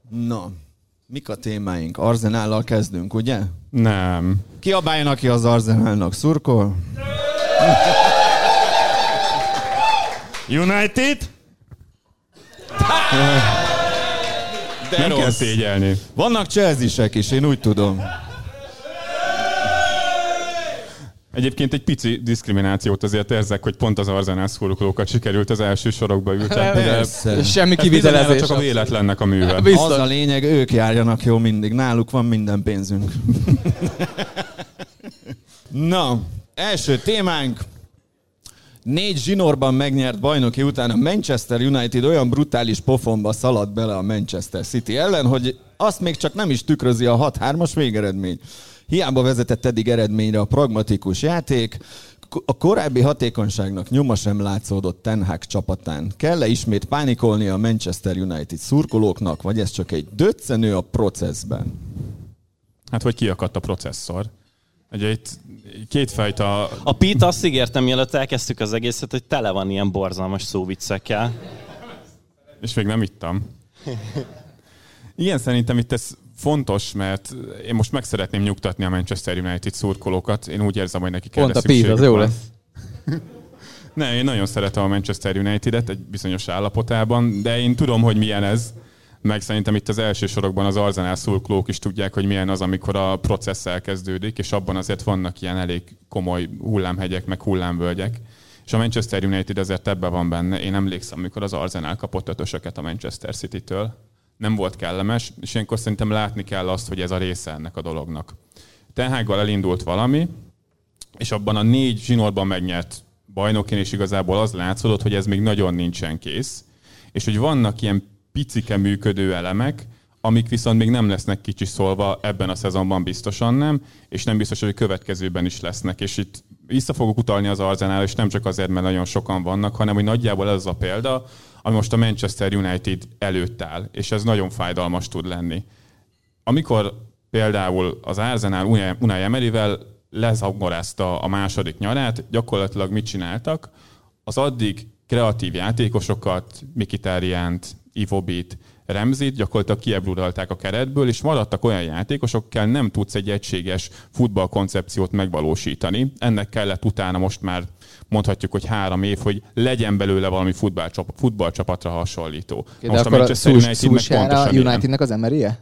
Na, mik a témáink? Arzenállal kezdünk, ugye? Nem. Kiabáljon, aki az Arzenálnak szurkol. United? De nem rossz. kell szégyelni. Vannak Chelsea-sek is, én úgy tudom. Egyébként egy pici diszkriminációt azért érzek, hogy pont az Arzenál szurkolókat sikerült az első sorokba ültetni. Persze. Semmi kivitelezés. Csak a véletlennek a műve. Biztos. Az a lényeg, ők járjanak jó mindig. Náluk van minden pénzünk. Na, első témánk. 4 zsinórban megnyert bajnoki után a Manchester United olyan brutális pofonba szaladt bele a Manchester City ellen, hogy azt még csak nem is tükrözi a 6-3-as végeredmény. Hiába vezetett eddig eredményre a pragmatikus játék, a korábbi hatékonyságnak nyoma sem látszódott Ten Hag csapatán. Kell-e ismét pánikolni a Manchester United szurkolóknak, vagy ez csak egy döccenő a processzben? Hát, hogy kiakadt a processzor. Ugye itt kétfajta... A Pete azt ígértem, mielőtt elkezdtük az egészet, hogy tele van ilyen borzalmas szóviccekkel. És még nem ittam. Igen, szerintem itt ez fontos, mert én most meg szeretném nyugtatni a Manchester United szurkolókat. Én úgy érzem, hogy neki kell Pont a Pete, az jó lesz. Ne, én nagyon szeretem a Manchester United-et egy bizonyos állapotában, de én tudom, hogy milyen ez. Meg szerintem itt az első sorokban az Arsenal szurkolók is tudják, hogy milyen az, amikor a processz elkezdődik, és abban azért vannak ilyen elég komoly hullámhegyek, meg hullámvölgyek. És a Manchester United ezért ebben van benne. Én emlékszem, amikor az Arsenal kapott 5-ösöket a Manchester City-től. Nem volt kellemes, és ilyenkor szerintem látni kell azt, hogy ez a része ennek a dolognak. Ten Haggal elindult valami, és abban a 4 zsinórban megnyert bajnokin, és igazából az látszódott, hogy ez még nagyon nincsen kész, és hogy vannak ilyen picike működő elemek, amik viszont még nem lesznek kicsiszolva ebben a szezonban biztosan nem, és nem biztos, hogy a következőben is lesznek. És itt vissza fogok utalni az Arsenalra, és nem csak azért, mert nagyon sokan vannak, hanem hogy nagyjából ez az a példa, ami most a Manchester United előtt áll, és ez nagyon fájdalmas tud lenni. Amikor például az Arsenal Unai Emeryvel lezagorázta a második nyarát, gyakorlatilag mit csináltak? Az addig kreatív játékosokat, Mkhitarient, Ivobit, Ramseyt gyakorlatilag kiebrudalták a keretből, és maradtak olyan játékosokkal, nem tudsz egy egységes futballkoncepciót megvalósítani. Ennek kellett utána most már mondhatjuk, hogy 3 év, hogy legyen belőle valami futballcsapatra hasonlító. De most akkor a Solskjaer a Unitednek az Emerye?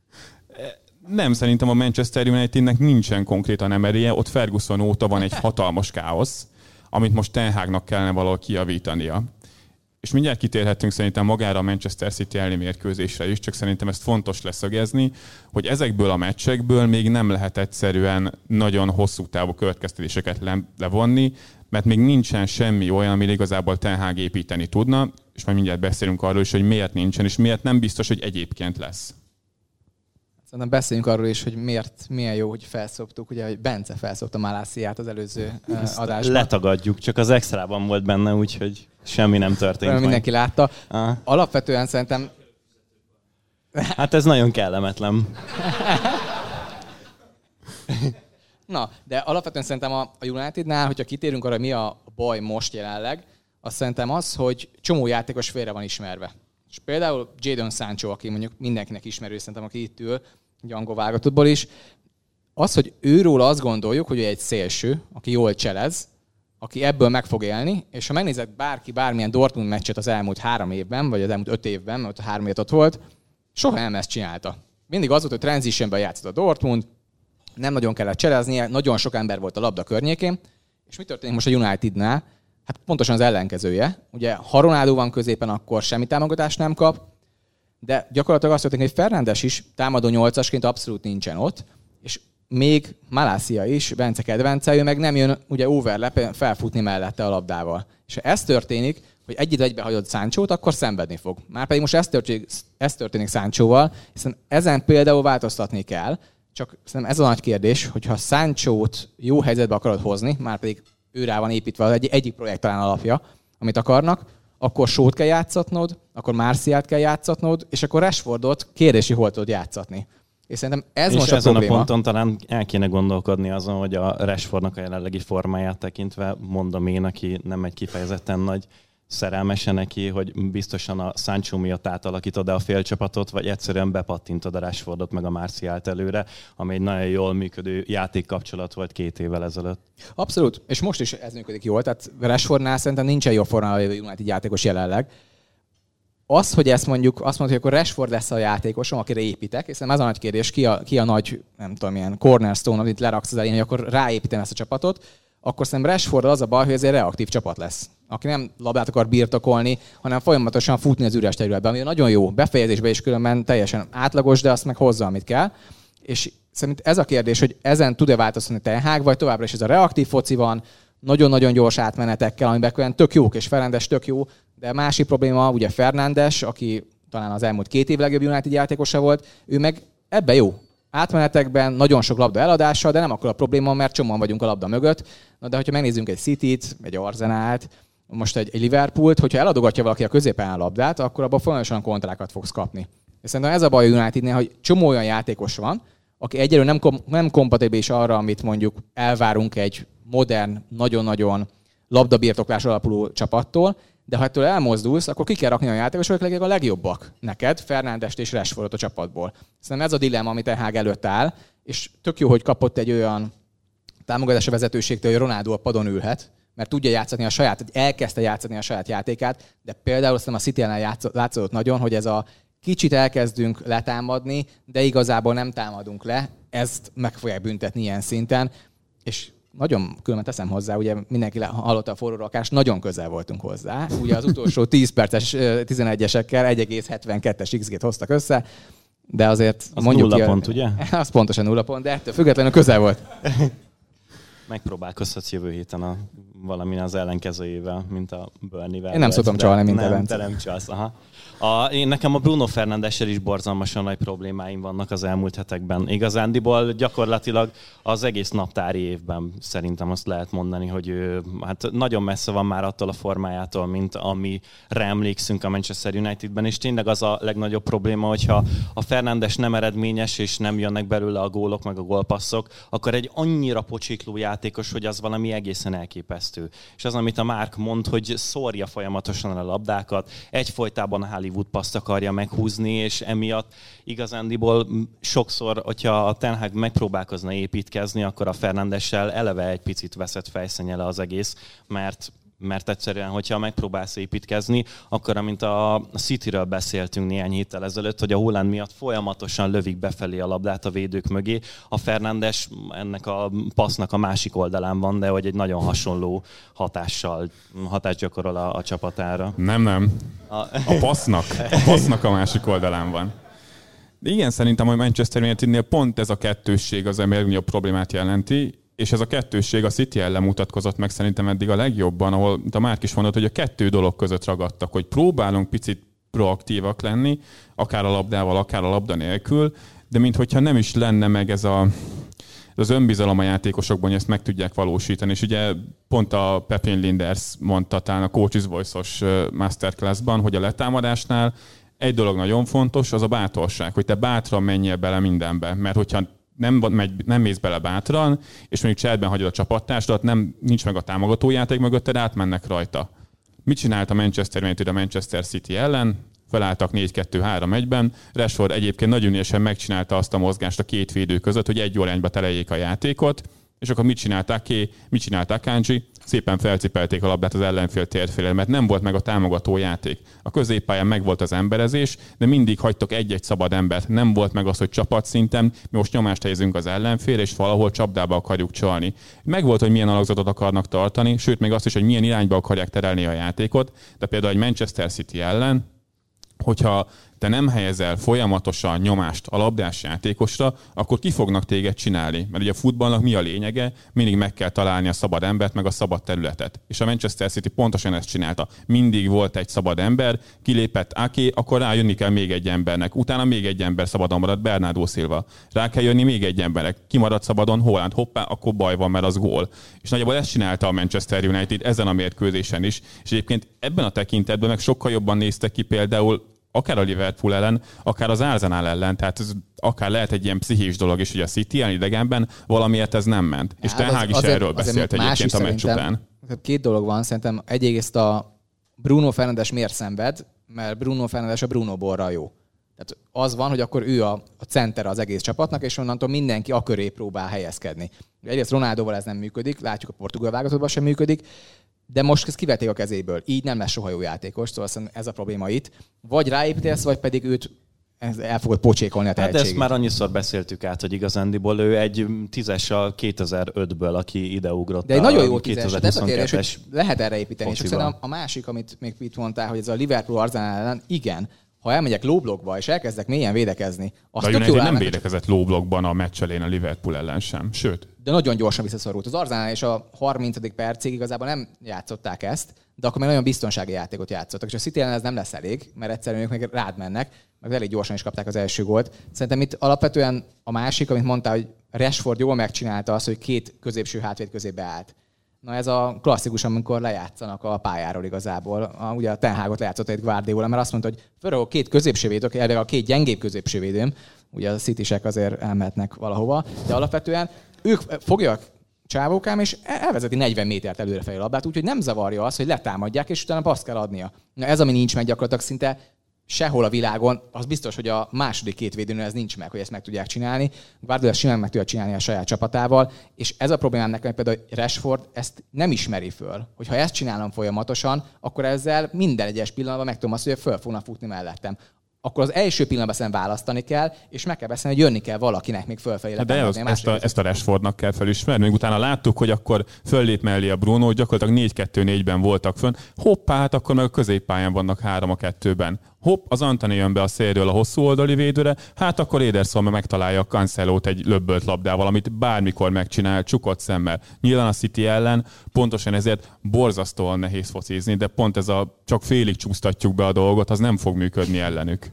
Nem, szerintem a Manchester Unitednek nincsen konkrétan Emerye, ott Ferguson óta van egy hatalmas káosz, amit most Ten Hagnak kellene valahol kijavítania. És mindjárt kitérhetünk szerintem magára a Manchester City elleni mérkőzésre is, csak szerintem ezt fontos leszögezni, hogy ezekből a meccsekből még nem lehet egyszerűen nagyon hosszú távú következtetéseket levonni, mert még nincsen semmi olyan, amire igazából Ten Hag építeni tudna, és majd mindjárt beszélünk arról is, hogy miért nincsen, és miért nem biztos, hogy egyébként lesz. Szerintem beszéljünk arról is, hogy milyen jó, hogy felszoptuk, ugye, hogy Bence felszopta Malásiát az előző adásban. Letagadjuk, csak az extrában volt benne, úgyhogy semmi nem történt. Mindenki látta. Alapvetően szerintem... Hát ez nagyon kellemetlen. Na, de alapvetően szerintem a Unitednál, hogyha kitérünk arra, mi a baj most jelenleg, azt szerintem az, hogy csomó játékos félre van ismerve. És például Jadon Sancho, aki mondjuk mindenkinek ismerő, szerintem aki itt ül, egy angol válogatottból is, az, hogy őről azt gondoljuk, hogy ő egy szélső, aki jól cselez, aki ebből meg fog élni, és ha megnézed bármilyen Dortmund meccset az elmúlt 3 évben, vagy az elmúlt 5 évben, mert 3 évet ott volt, soha nem ezt csinálta. Mindig az volt, hogy transitionben játszott a Dortmund, nem nagyon kellett cseleznie, nagyon sok ember volt a labda környékén, és mi történik most a Unitednál? Hát pontosan az ellenkezője. Ugye, ha Ronaldo van középen, akkor semmi támogatást nem kap, de gyakorlatilag azt történik, hogy Fernandes is támadó 8-asként abszolút nincsen ott, és még Malacia is, Bence kedvence, ő meg nem jön ugye overlap felfutni mellette a labdával. És ha ez történik, hogy egybe hagyod Sanchót, akkor szenvedni fog. Márpedig most ez történik Sanchóval, hiszen ezen például változtatni kell, csak szerintem ez a nagy kérdés, hogyha Sanchót jó helyzetbe akarod hozni, márpedig ő rá van építve az egyik projekt talán alapja, amit akarnak, akkor Shawt kell játszatnod, akkor Martialt kell játszatnod, és akkor Rashfordot kérdési hol tudod játszatni. És szerintem ez és most a probléma. És ezen a ponton talán el kéne gondolkodni azon, hogy a Rashfordnak a jelenlegi formáját tekintve, mondom én, aki nem egy kifejezetten nagy szerelmese neki, hogy biztosan a Sancho miatt átalakítod a félcsapatot, vagy egyszerűen bepattintod a Rashfordot meg a Martialt előre, ami egy nagyon jól működő játékkapcsolat volt 2 évvel ezelőtt. Abszolút, és most is ez működik jól, tehát Rashfordnál szerintem nincsen jobb formában lévő United játékos jelenleg. Az, hogy ezt mondjuk, azt mondjuk, hogy akkor Rashford lesz a játékosom, akire építek, hiszen ez a nagy kérdés, ki a nagy, nem tudom, ilyen cornerstone, amit leraksz az elején, hogy akkor ráépítem ezt a csapatot, akkor szerintem Rashford az a baj, hogy ez egy reaktív csapat lesz. Aki nem labdát akar birtokolni, hanem folyamatosan futni az üres területben, ami nagyon jó. Befejezésben is különben teljesen átlagos, de azt meg hozza, amit kell. És szerintem ez a kérdés, hogy ezen tud-e változtatni Ten Hag, vagy továbbra is ez a reaktív foci van, nagyon-nagyon gyors átmenetekkel, amiben olyan tök jók, és Fernandes tök jó, de másik probléma ugye Fernandes, aki talán az elmúlt 2 év legjobb United játékosa volt, ő meg ebbe jó. Átmenetekben nagyon sok labda eladással, de nem akkor a probléma, mert csomóan vagyunk a labda mögött. Na de hogyha megnézzünk egy Cityt, egy Arsenalt, most egy Liverpoolt, hogyha eladogatja valaki a középen a labdát, akkor abban folyamatosan kontrákat fogsz kapni. És szerintem ez a baj a Unitednél, hogy csomó olyan játékos van, aki egyelőre nem kompatibilis arra, amit mondjuk elvárunk egy modern, nagyon-nagyon labdabirtoklás alapuló csapattól, de ha ettől elmozdulsz, akkor ki kell rakni a játékosok, akik a legjobbak neked, Fernandest és Rashfordot a csapatból. Szerintem ez a dilemma, ami Ten Hag előtt áll, és tök jó, hogy kapott egy olyan támogatási vezetőségtől, hogy Ronaldo a padon ülhet, mert tudja játszani a saját, elkezdte játszani a saját játékát, de például szerintem a City-en látszódott nagyon, hogy ez a kicsit elkezdünk letámadni, de igazából nem támadunk le, ezt meg fogják büntetni ilyen szinten, és nagyon különben teszem hozzá, ugye mindenki hallotta a forró rakást, nagyon közel voltunk hozzá. Ugye az utolsó 10 perces 11-esekkel 1,72-es XG-t hoztak össze, de azért az mondjuk 0 pont, ugye? Az pontosan 0 pont, de ettől függetlenül közel volt. Megpróbálkozhatsz jövő héten valamin az ellenkezőjével, mint a Burnley-vel. Én nem szoktam csalni, mint a Bence. Nem csalsz, aha. Nekem a Bruno Fernandessel is borzalmasan nagy problémáim vannak az elmúlt hetekben. Igazándiból gyakorlatilag az egész naptári évben szerintem azt lehet mondani, hogy ő hát nagyon messze van már attól a formájától, mint amire emlékszünk a Manchester Unitedben, és tényleg az a legnagyobb probléma, hogyha a Fernandes nem eredményes, és nem jönnek belőle a gólok, meg a gólpasszok, akkor egy annyira pocsikló játékos, hogy az valami egészen elképesztő. És az, amit a Mark mond, hogy szórja folyamatosan a labdákat, egyfolytában a Hollywood paszt akarja meghúzni, és emiatt igazándiból sokszor, hogyha a Ten Hag megpróbálkozna építkezni, akkor a Fernandessel eleve egy picit veszett fejszennyele az egész, mert egyszerűen, hogyha megpróbálsz építkezni, akkor amint a Cityről beszéltünk néhány héttel ezelőtt, hogy a Haaland miatt folyamatosan lövik befelé a labdát a védők mögé. A ennek a passznak a másik oldalán van, de hogy egy nagyon hasonló hatást gyakorol a csapatára. Nem. A passznak a másik oldalán van. De igen, szerintem a Manchester Unitednél pont ez a kettősség az, ami a legnagyobb problémát jelenti, és ez a kettősség a City ellen mutatkozott meg szerintem eddig a legjobban, ahol a Márk is mondott, hogy a 2 dolog között ragadtak, hogy próbálunk picit proaktívak lenni, akár a labdával, akár a labda nélkül, de minthogyha nem is lenne meg ez az önbizalom a játékosokban, hogy ezt meg tudják valósítani. És ugye pont a Pepin Linders mondta talán a Coach's Voice-os masterclassban, hogy a letámadásnál egy dolog nagyon fontos, az a bátorság, hogy te bátran menjél bele mindenbe, mert hogyha nem mész bele bátran, és mondjuk cserben hagyod a csapattársadat, nincs meg a támogatójáték mögötted, átmennek rajta. Mit csinált a Manchester United a Manchester City ellen? Felálltak 4-2-3-1-ben. Rashford egyébként nagyon ügyesen megcsinálta azt a mozgást a 2 védő között, hogy egy irányba tereljék a játékot, és akkor mit csinált Akanji? Szépen felcipelték a labdát az ellenfél térfélre, mert nem volt meg a támogató játék. A középpályán megvolt az emberezés, de mindig hagytok egy-egy szabad embert. Nem volt meg az, hogy csapatszinten mi most nyomást helyezünk az ellenfélre, és valahol csapdába akarjuk csalni. Megvolt, hogy milyen alakzatot akarnak tartani, sőt még azt is, hogy milyen irányba akarják terelni a játékot, de például egy Manchester City ellen, hogyha te nem helyezel folyamatosan nyomást a labdás játékosra, akkor ki fognak téged csinálni? Mert ugye a futballnak mi a lényege? Mindig meg kell találni a szabad embert, meg a szabad területet. És a Manchester City pontosan ezt csinálta. Mindig volt egy szabad ember, kilépett Ake, akkor rájönni kell még egy embernek. Utána még egy ember szabadon marad, Bernardo Silva. Rá kell jönni még egy embernek. Kimarad szabadon, Haaland, hoppá, akkor baj van, mert az gól. És nagyjából ezt csinálta a Manchester United ezen a mérkőzésen is. És egyébként ebben a tekintetben meg sokkal jobban néztek ki például akár a Liverpool ellen, akár az Arsenal ellen, tehát ez akár lehet egy ilyen pszichés dolog is, hogy a City idegenben valamiért ez nem ment. És Ten Hag is erről beszélt egyébként a meccs után. 2 dolog van, szerintem egyrészt a Bruno Fernandes miért szenved, mert Bruno Fernandes a Bruno Borral jó. Tehát az van, hogy akkor ő a center az egész csapatnak, és onnantól mindenki a köré próbál helyezkedni. Egyrészt Ronaldóval ez nem működik, látjuk a portugál válogatottban sem működik, de most ezt kivették a kezéből. Így nem lesz soha jó játékos, szóval ez a probléma itt. Vagy ráépítesz, vagy pedig őt el fogod pocsékolni a tehetségét. Hát ezt már annyiszor beszéltük át, hogy igazándiból ő egy 10-es a 2005-ből, aki ideugrott. De egy nagyon jó 10-es, ez a kérdés, hogy lehet erre építeni. És szerintem a másik, amit még itt mondtál, hogy ez a Liverpool Arsenal ellen, igen, ha elmegyek lóblokkba és elkezdek mélyen védekezni, azt de a United nem védekezett lóblokkban a meccs elén a Liverpool ellen sem, sőt. De nagyon gyorsan visszaszorult. Az Arsenal és a 30. percig igazából nem játszották ezt, de akkor még nagyon biztonsági játékot játszottak. És a City ellen ez nem lesz elég, mert egyszerűen ők még rád mennek, meg elég gyorsan is kapták az első gólt. Szerintem itt alapvetően a másik, amit mondtál, hogy Rashford jól megcsinálta azt, hogy két középső hátvéd közé beállt. Na ez a klasszikus, amikor lejátszanak a pályáról igazából. Ugye a Ten Hagot lejátszott egy Guardiola, mert azt mondta, hogy fölről két középsővédők, elvileg a két gyengébb középsővédőm, ugye a Citysek azért elmehetnek valahova, de alapvetően ők fogják csávókám, és elvezeti 40 métert előrefelé a labdát, úgyhogy nem zavarja az, hogy letámadják, és utána paszt kell adnia. Na ez, ami nincs meg gyakorlatilag szinte sehol a világon, az biztos, hogy a második két védőnél ez nincs meg, hogy ezt meg tudják csinálni. Guardiola simán meg tudja csinálni a saját csapatával, és ez a problémám nekem, hogy például Rashford ezt nem ismeri föl. Hogyha ezt csinálom folyamatosan, akkor ezzel minden egyes pillanatban megtudom azt, hogy föl fognak futni mellettem. Akkor az első pillanatban szerintem választani kell, és meg kell beszélni, hogy jönni kell valakinek még fölfelé. De ezt a Rashfordnak kell felismerni. Még utána láttuk, hogy akkor föllép mellé a Bruno, gyakorlatilag 4-2-4-ben voltak fönn. Hoppá, hát akkor meg a középpályán vannak 3-2-ben. Hopp, az Antony jön be a szélről a hosszú oldali védőre, hát akkor Ederson megtalálja a Cancelót egy löbbölt labdával, amit bármikor megcsinál, csukott szemmel. Nyilván a City ellen pontosan ezért borzasztóan nehéz focizni, de pont ez a csak félig csúsztatjuk be a dolgot, az nem fog működni ellenük.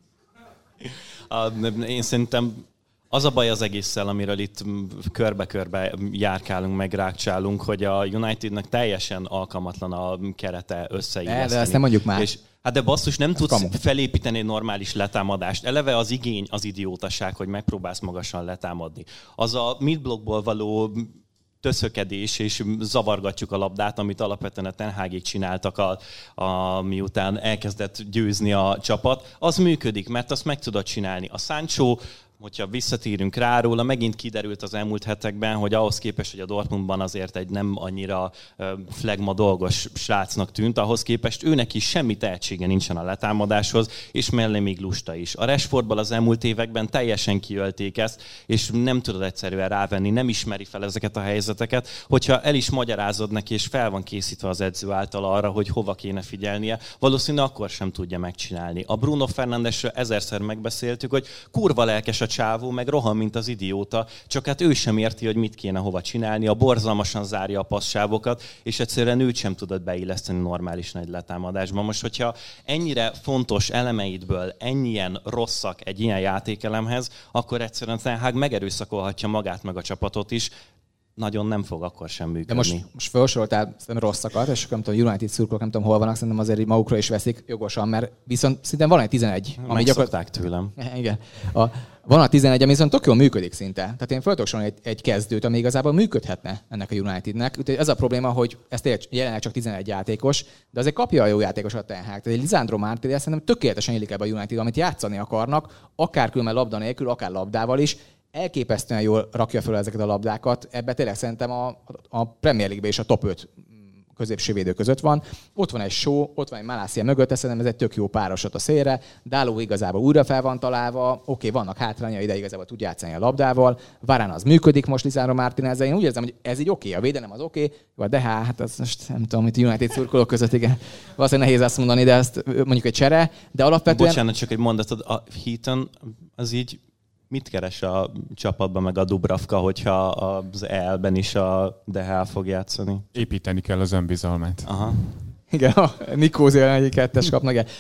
Én szerintem az a baj az egésszel, amiről itt körbe-körbe járkálunk, meg rákcsálunk, hogy a Unitednek teljesen alkalmatlan a kerete összeilleszteni. De ezt nem mondjuk már. És, hát de basszus, nem tudsz felépíteni egy normális letámadást. Eleve az igény az idiótaság, hogy megpróbálsz magasan letámadni. Az a midblockból való töszökedés, és zavargatjuk a labdát, amit alapvetően a Ten Hagék csináltak, miután elkezdett győzni a csapat, az működik, mert azt meg tudod csinálni. A Sancho, hogyha visszatérünk rá róla, megint kiderült az elmúlt hetekben, hogy ahhoz képest, hogy a Dortmundban azért egy nem annyira flegma dolgos srácnak tűnt, ahhoz képest őnek is semmi tehetsége nincsen a letámadáshoz, és mellé még lusta is. A Rashfordból az elmúlt években teljesen kiölték ezt, és nem tudod egyszerűen rávenni, nem ismeri fel ezeket a helyzeteket. Hogyha el is magyarázod neki, és fel van készítve az edző által arra, hogy hova kéne figyelnie, valószínűleg akkor sem tudja megcsinálni. A Bruno Fernandesről ezerszer megbeszéltük, hogy kurva lelkes a csávó, meg rohan, mint az idióta, csak hát ő sem érti, hogy mit kéne hova csinálni, a borzalmasan zárja a passsávokat, és egyszerűen őt sem tudod beilleszteni normális nagy letámadásban. Most, hogyha ennyire fontos elemeidből ennyien rosszak egy ilyen játékelemhez, akkor egyszerűen Ten Hag megerőszakolhatja magát meg a csapatot is, nagyon nem fog akkor sem működni. De most felsoroltál rosszakat, és nem tudom, United szurkolók nem tudom hol vannak, szerintem azért magukra is veszik jogosan, mert viszont szinte van egy 11. Ami megszokták tőlem. Igen. Van a 11, ami viszont tök jól működik szinte. Tehát én fel tudok sorolni egy kezdőt, ami igazából működhetne ennek a Unitednek. Úgyhogy ez a probléma, hogy ez jelenleg csak 11 játékos, de azért kapja a jó játékosat Ten Hag. Tehát egy Lisandro Martinez szerintem tökéletesen illik ebbe a United, amit játszani akarnak, akár különben labda nélkül, akár labdával is. Elképesztően jól rakja föl ezeket a labdákat. Ebben tényleg szerintem a Premier League-ben is a top 5 középső védő között van. Ott van egy Shaw, ott van egy Malacia mögött, szerintem ez egy tök jó párosat a szélre. Dalot igazából újra fel van találva. Oké, vannak hátrányai, de igazából tud játszani a labdával. Varane az működik most Lisandro Martinez-zel. Én úgy érzem, hogy ez így oké, a védelem az oké, de hát az most nem tudom, itt United szurkolók között, igen. Valószínűleg nehéz azt mondani, de ezt mondjuk egy csere, de alapvetően... Bocsánat, csak egy mondatod, a Heaton az így mit keres a csapatban meg a Dubravka, hogyha az EL-ben is a DHL fog játszani? Építeni kell az önbizalmát. Aha. Igen, a Nikózia egyik kettes kapnak el.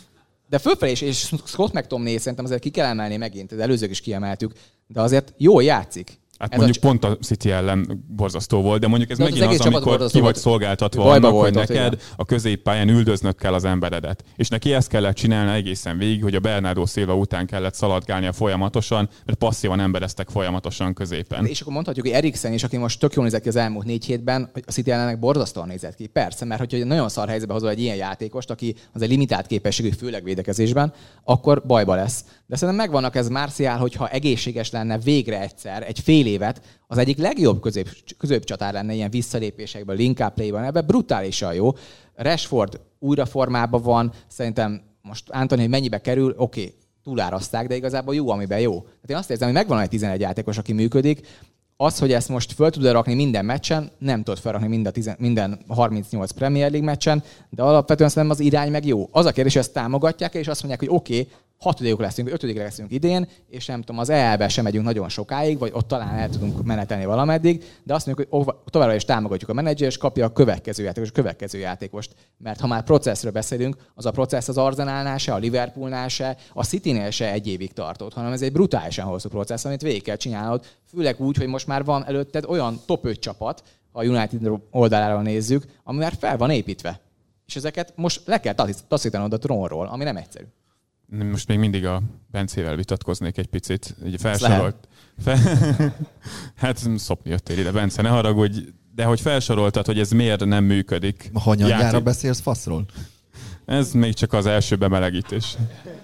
De fölfelé is, és Scott McTominay szerintem azért ki kell emelni megint, az előzők is kiemeltük, de azért jól játszik. Hát mondjuk pont a City ellen borzasztó volt, de mondjuk ez megint az, amikor ki vagy szolgáltatva annak, hogy neked a középpályán üldöznöd kell az emberedet. És neki ezt kellett csinálni egészen végig, hogy a Bernardo Silva után kellett szaladgálnia folyamatosan, mert passzívan embereztek folyamatosan középen. És akkor mondhatjuk, hogy Eriksen is, aki most tök jól nézett ki az elmúlt 4 hétben, a City ellenek borzasztóan nézett ki. Persze, mert hogyha nagyon szar helyzetbe hozol egy ilyen játékost, aki az egy limitált képességű, főleg védekezésben, akkor bajba lesz. De szerintem megvannak ez Martial, hogyha egészséges lenne végre egyszer, egy fél évet, az egyik legjobb középcsatár lenne ilyen visszalépésekben, link-up play-ban, ebben brutálisan jó. Rashford újra formában van, szerintem most Antony, hogy mennyibe kerül, oké, túlárazták, de igazából jó, amiben jó. Hát én azt érzem, hogy megvan egy 11 játékos, aki működik. Az, hogy ezt most föl tudod rakni minden meccsen, nem tudod felrakni minden 38 Premier League meccsen, de alapvetően szerintem az irány meg jó. Az a kérdés, hogy ezt támogatják, és azt mondják, hogy oké, 6. leszünk, 5. leszünk idén, és nem tudom, az EL-ben sem megyünk nagyon sokáig, vagy ott talán el tudunk menetelni valameddig, de azt mondjuk, hogy továbbra is támogatjuk a menedzser, és kapja a következő játékost. Mert ha már processzről beszélünk, az a processz az Arsenalnál se, a Liverpoolnál se, a Citynél se egy évig tartott, hanem ez egy brutálisan hosszú processz, amit végig kell csinálnod, főleg úgy, hogy most már van előtted olyan top 5 csapat, ha a United oldaláról nézzük, ami már fel van építve. És ezeket most le kell taszítanod a trónról, ami nem egyszerű. Most még mindig a Bencével vitatkoznék egy picit. Ugye felsorolt... Hát szopni jöttél ide, Bence, ne haragudj, de hogy felsoroltad, hogy ez miért nem működik. Hanyadjára beszélsz faszról? Ez még csak az első bemelegítés.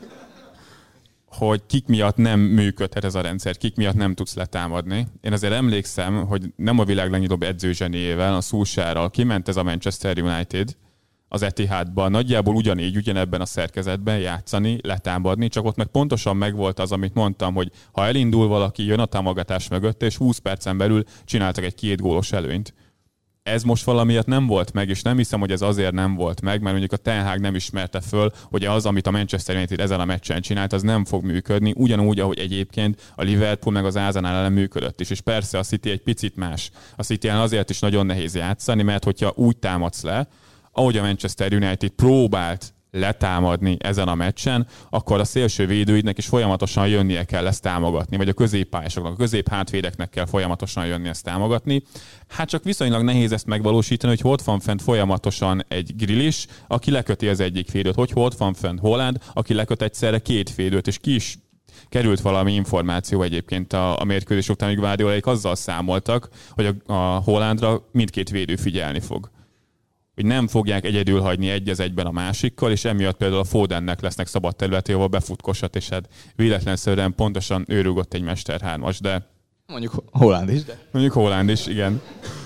Hogy kik miatt nem működhet ez a rendszer, kik miatt nem tudsz letámadni. Én azért emlékszem, hogy nem a világ legnagyobb edzőzsenéjével, a Solskjaerrel kiment ez a Manchester United, az Etihadban nagyjából ugyanebben a szerkezetben játszani, letámadni, csak ott meg pontosan megvolt az, amit mondtam, hogy ha elindul valaki, jön a támogatás mögött, és 20 percen belül csináltak egy 2 gólos előnyt. Ez most valamiért nem volt meg, és nem hiszem, hogy ez azért nem volt meg, mert mondjuk a Ten Hag nem ismerte föl, hogy az, amit a Manchester United ezen a meccsen csinált, az nem fog működni, ugyanúgy, ahogy egyébként a Liverpool meg az Arsenal ellen működött is. És persze a City egy picit más. A City-en azért is nagyon nehéz játszani, mert hogyha úgy támadsz le, ahogy a Manchester United próbált letámadni ezen a meccsen, akkor a szélső védőidnek is folyamatosan jönnie kell ezt támogatni, vagy a középpályásoknak, a középhátvédeknek kell folyamatosan jönni ezt támogatni. Hát csak viszonylag nehéz ezt megvalósítani, hogy ott van fent folyamatosan egy Grealish, aki leköti az egyik védőt, hogy ott van fent Haaland, aki leköt egyszerre 2 védőt, és ki is került valami információ egyébként a mérkőzés után, amíg Guardiolaik azzal számoltak, hogy a Haalandra mindkét védő figyelni fog. Hogy nem fogják egyedül hagyni egy az egyben a másikkal, és emiatt például a Fodennek lesznek szabad területé, ahol befutkoshat, és hát véletlenszerűen pontosan ő rúgott egy Mester 3-as, de... Mondjuk Haaland is, de... Mondjuk Haaland is, igen.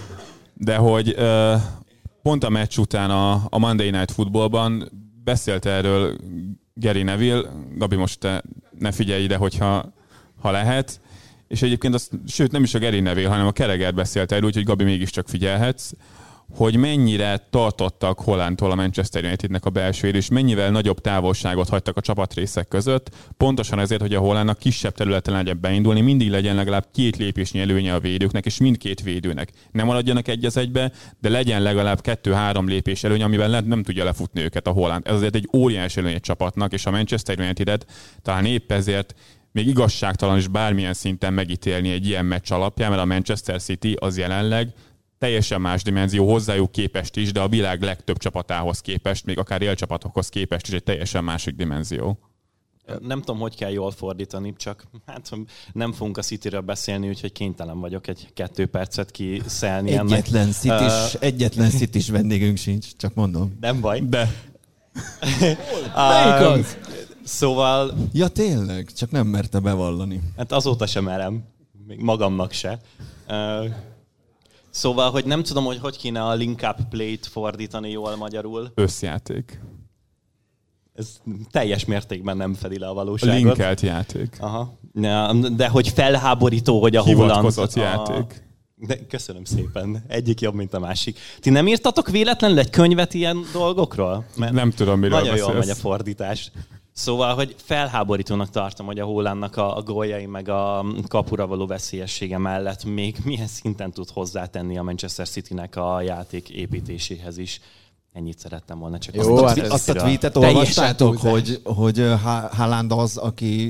De hogy pont a meccs után a Monday Night Footballban beszélt erről Gary Neville, Gabi, most te ne figyelj ide, hogyha lehet, és egyébként sőt nem is a Gary Neville, hanem a Carragher beszélt erről, úgyhogy Gabi mégiscsak figyelhetsz, hogy mennyire tartottak Haalandtól a Manchester Unitednek a belsőjéről, és mennyivel nagyobb távolságot hagytak a csapatrészek között, pontosan ezért, hogy a Haalandnak kisebb területen legyen beindulni, mindig legyen legalább 2 lépésnyi előnye a védőknek, és mindkét védőnek. Nem maradjanak egy az egybe, de legyen legalább 2-3 lépés előnye, amivel nem tudja lefutni őket a Haaland. Ez azért egy óriási előny egy csapatnak, és a Manchester United-et talán épp ezért még igazságtalan is bármilyen szinten megítélni egy ilyen meccs alapján, mert a Manchester City az jelenleg teljesen más dimenzió hozzájuk képest is, de a világ legtöbb csapatához képest, még akár élcsapatokhoz képest is egy teljesen másik dimenzió. Nem tudom, hogy kell jól fordítani, csak hát nem fogunk a Cityről beszélni, úgyhogy kénytelen vagyok egy 2 percet kiszelni ennek. Egyetlen Citys vendégünk sincs, csak mondom. Nem baj. De. Melyik az? Szóval... Ja tényleg, csak nem merte bevallani. Hát azóta sem merem, még magamnak se. Szóval, hogy nem tudom, hogy kéne a link-up play-t fordítani jól magyarul. Összjáték. Ez teljes mértékben nem fedi le a valóságot. Linkelt játék. Aha. De hogy felháborító, hogy a Haaland... Hivatkozott játék. De köszönöm szépen. Egyik jobb, mint a másik. Ti nem írtatok véletlenül egy könyvet ilyen dolgokról? Mert nem tudom, miről nagyon beszélsz. Nagyon jól megy a fordítás. Szóval, hogy felháborítónak tartom, hogy a Haalandnak a góljai meg a kapura való veszélyessége mellett még milyen szinten tud hozzátenni a Manchester Citynek a játék építéséhez is. Ennyit szerettem volna csak. Jó, azt a tweetet olvastátok, hogy Haaland az, aki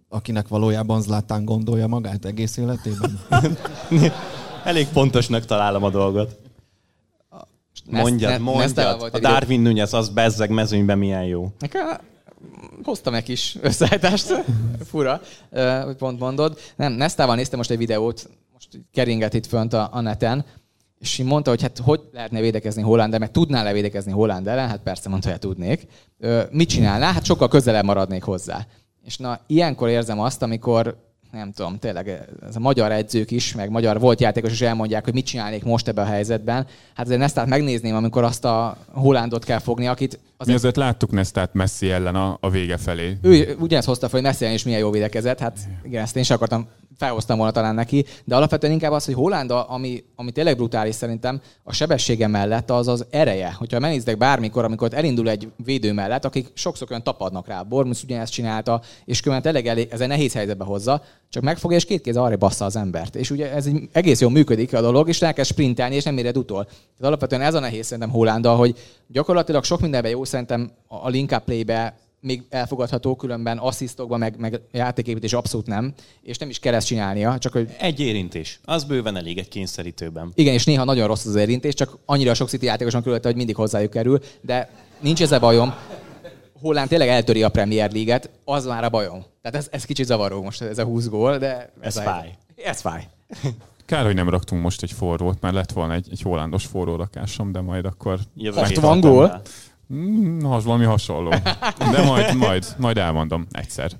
akinek valójában Zlatan gondolja magát egész életében? Elég pontosnak találom a dolgot. Mondjad. A Darwin Núñez, az bezzeg mezőnyben milyen jó. Hoztam egy kis összeállítást. Fura, hogy pont mondod. Nem, Nestával néztem most egy videót, most keringet itt fönt a neten, és mondta, hogy hát hogy lehetne védekezni Haaland, meg tudnál-e védekezni Haaland ellen? Hát persze mondta, hogy tudnék. Mit csinálná? Hát sokkal közelebb maradnék hozzá. És na, ilyenkor érzem azt, amikor nem tudom, tényleg ez a magyar edzők is, meg magyar volt játékos is elmondják, hogy mit csinálnék most ebben a helyzetben. Hát azért Nestát megnézném, amikor azt a Haalandot kell fogni, akit... Mi azért láttuk Nestát Messi ellen a vége felé. Ő ugyanezt hozta fel, hogy Messi ellen is milyen jó védekezett. Hát igen, ezt én sem akartam, felhoztam volna talán neki, de alapvetően inkább az, hogy Haaland, ami tényleg brutális szerintem, a sebessége mellett az ereje. Hogyha megnéztek bármikor, amikor elindul egy védő mellett, akik sokszor olyan tapadnak rá. Bournemouth ugyanezt csinálta, és különben tényleg ez egy nehéz helyzetbe hozza, csak megfogja és két kéz arra bassza az embert. És ugye ez egész jól működik a dolog, és elkezd sprintelni, és nem éred utol. Tehát alapvetően ez a nehéz szerintem Haalanddal, hogy gyakorlatilag sok mindenben jó, szerintem a link-up play-be még elfogadható, különben asszisztokban, meg játéképítés abszolút nem, és nem is kell ezt csinálnia, csak hogy... Egy érintés. Az bőven elég egy kényszerítőben. Igen, és néha nagyon rossz az érintés, csak annyira sok City játékos van körülötte, hogy mindig hozzájuk kerül, de nincs ezzel bajom. Haaland tényleg eltöri a Premier League-et, az már a bajom. Tehát ez kicsit zavaró most, ez a 20 gól, de... Ez fáj. Ez fáj. Kár, hogy nem raktunk most egy forrót, mert lett volna egy Haalandos forró rakásom, de majd akkor... 60 gól? Valami hasonló. De majd elmondom egyszer.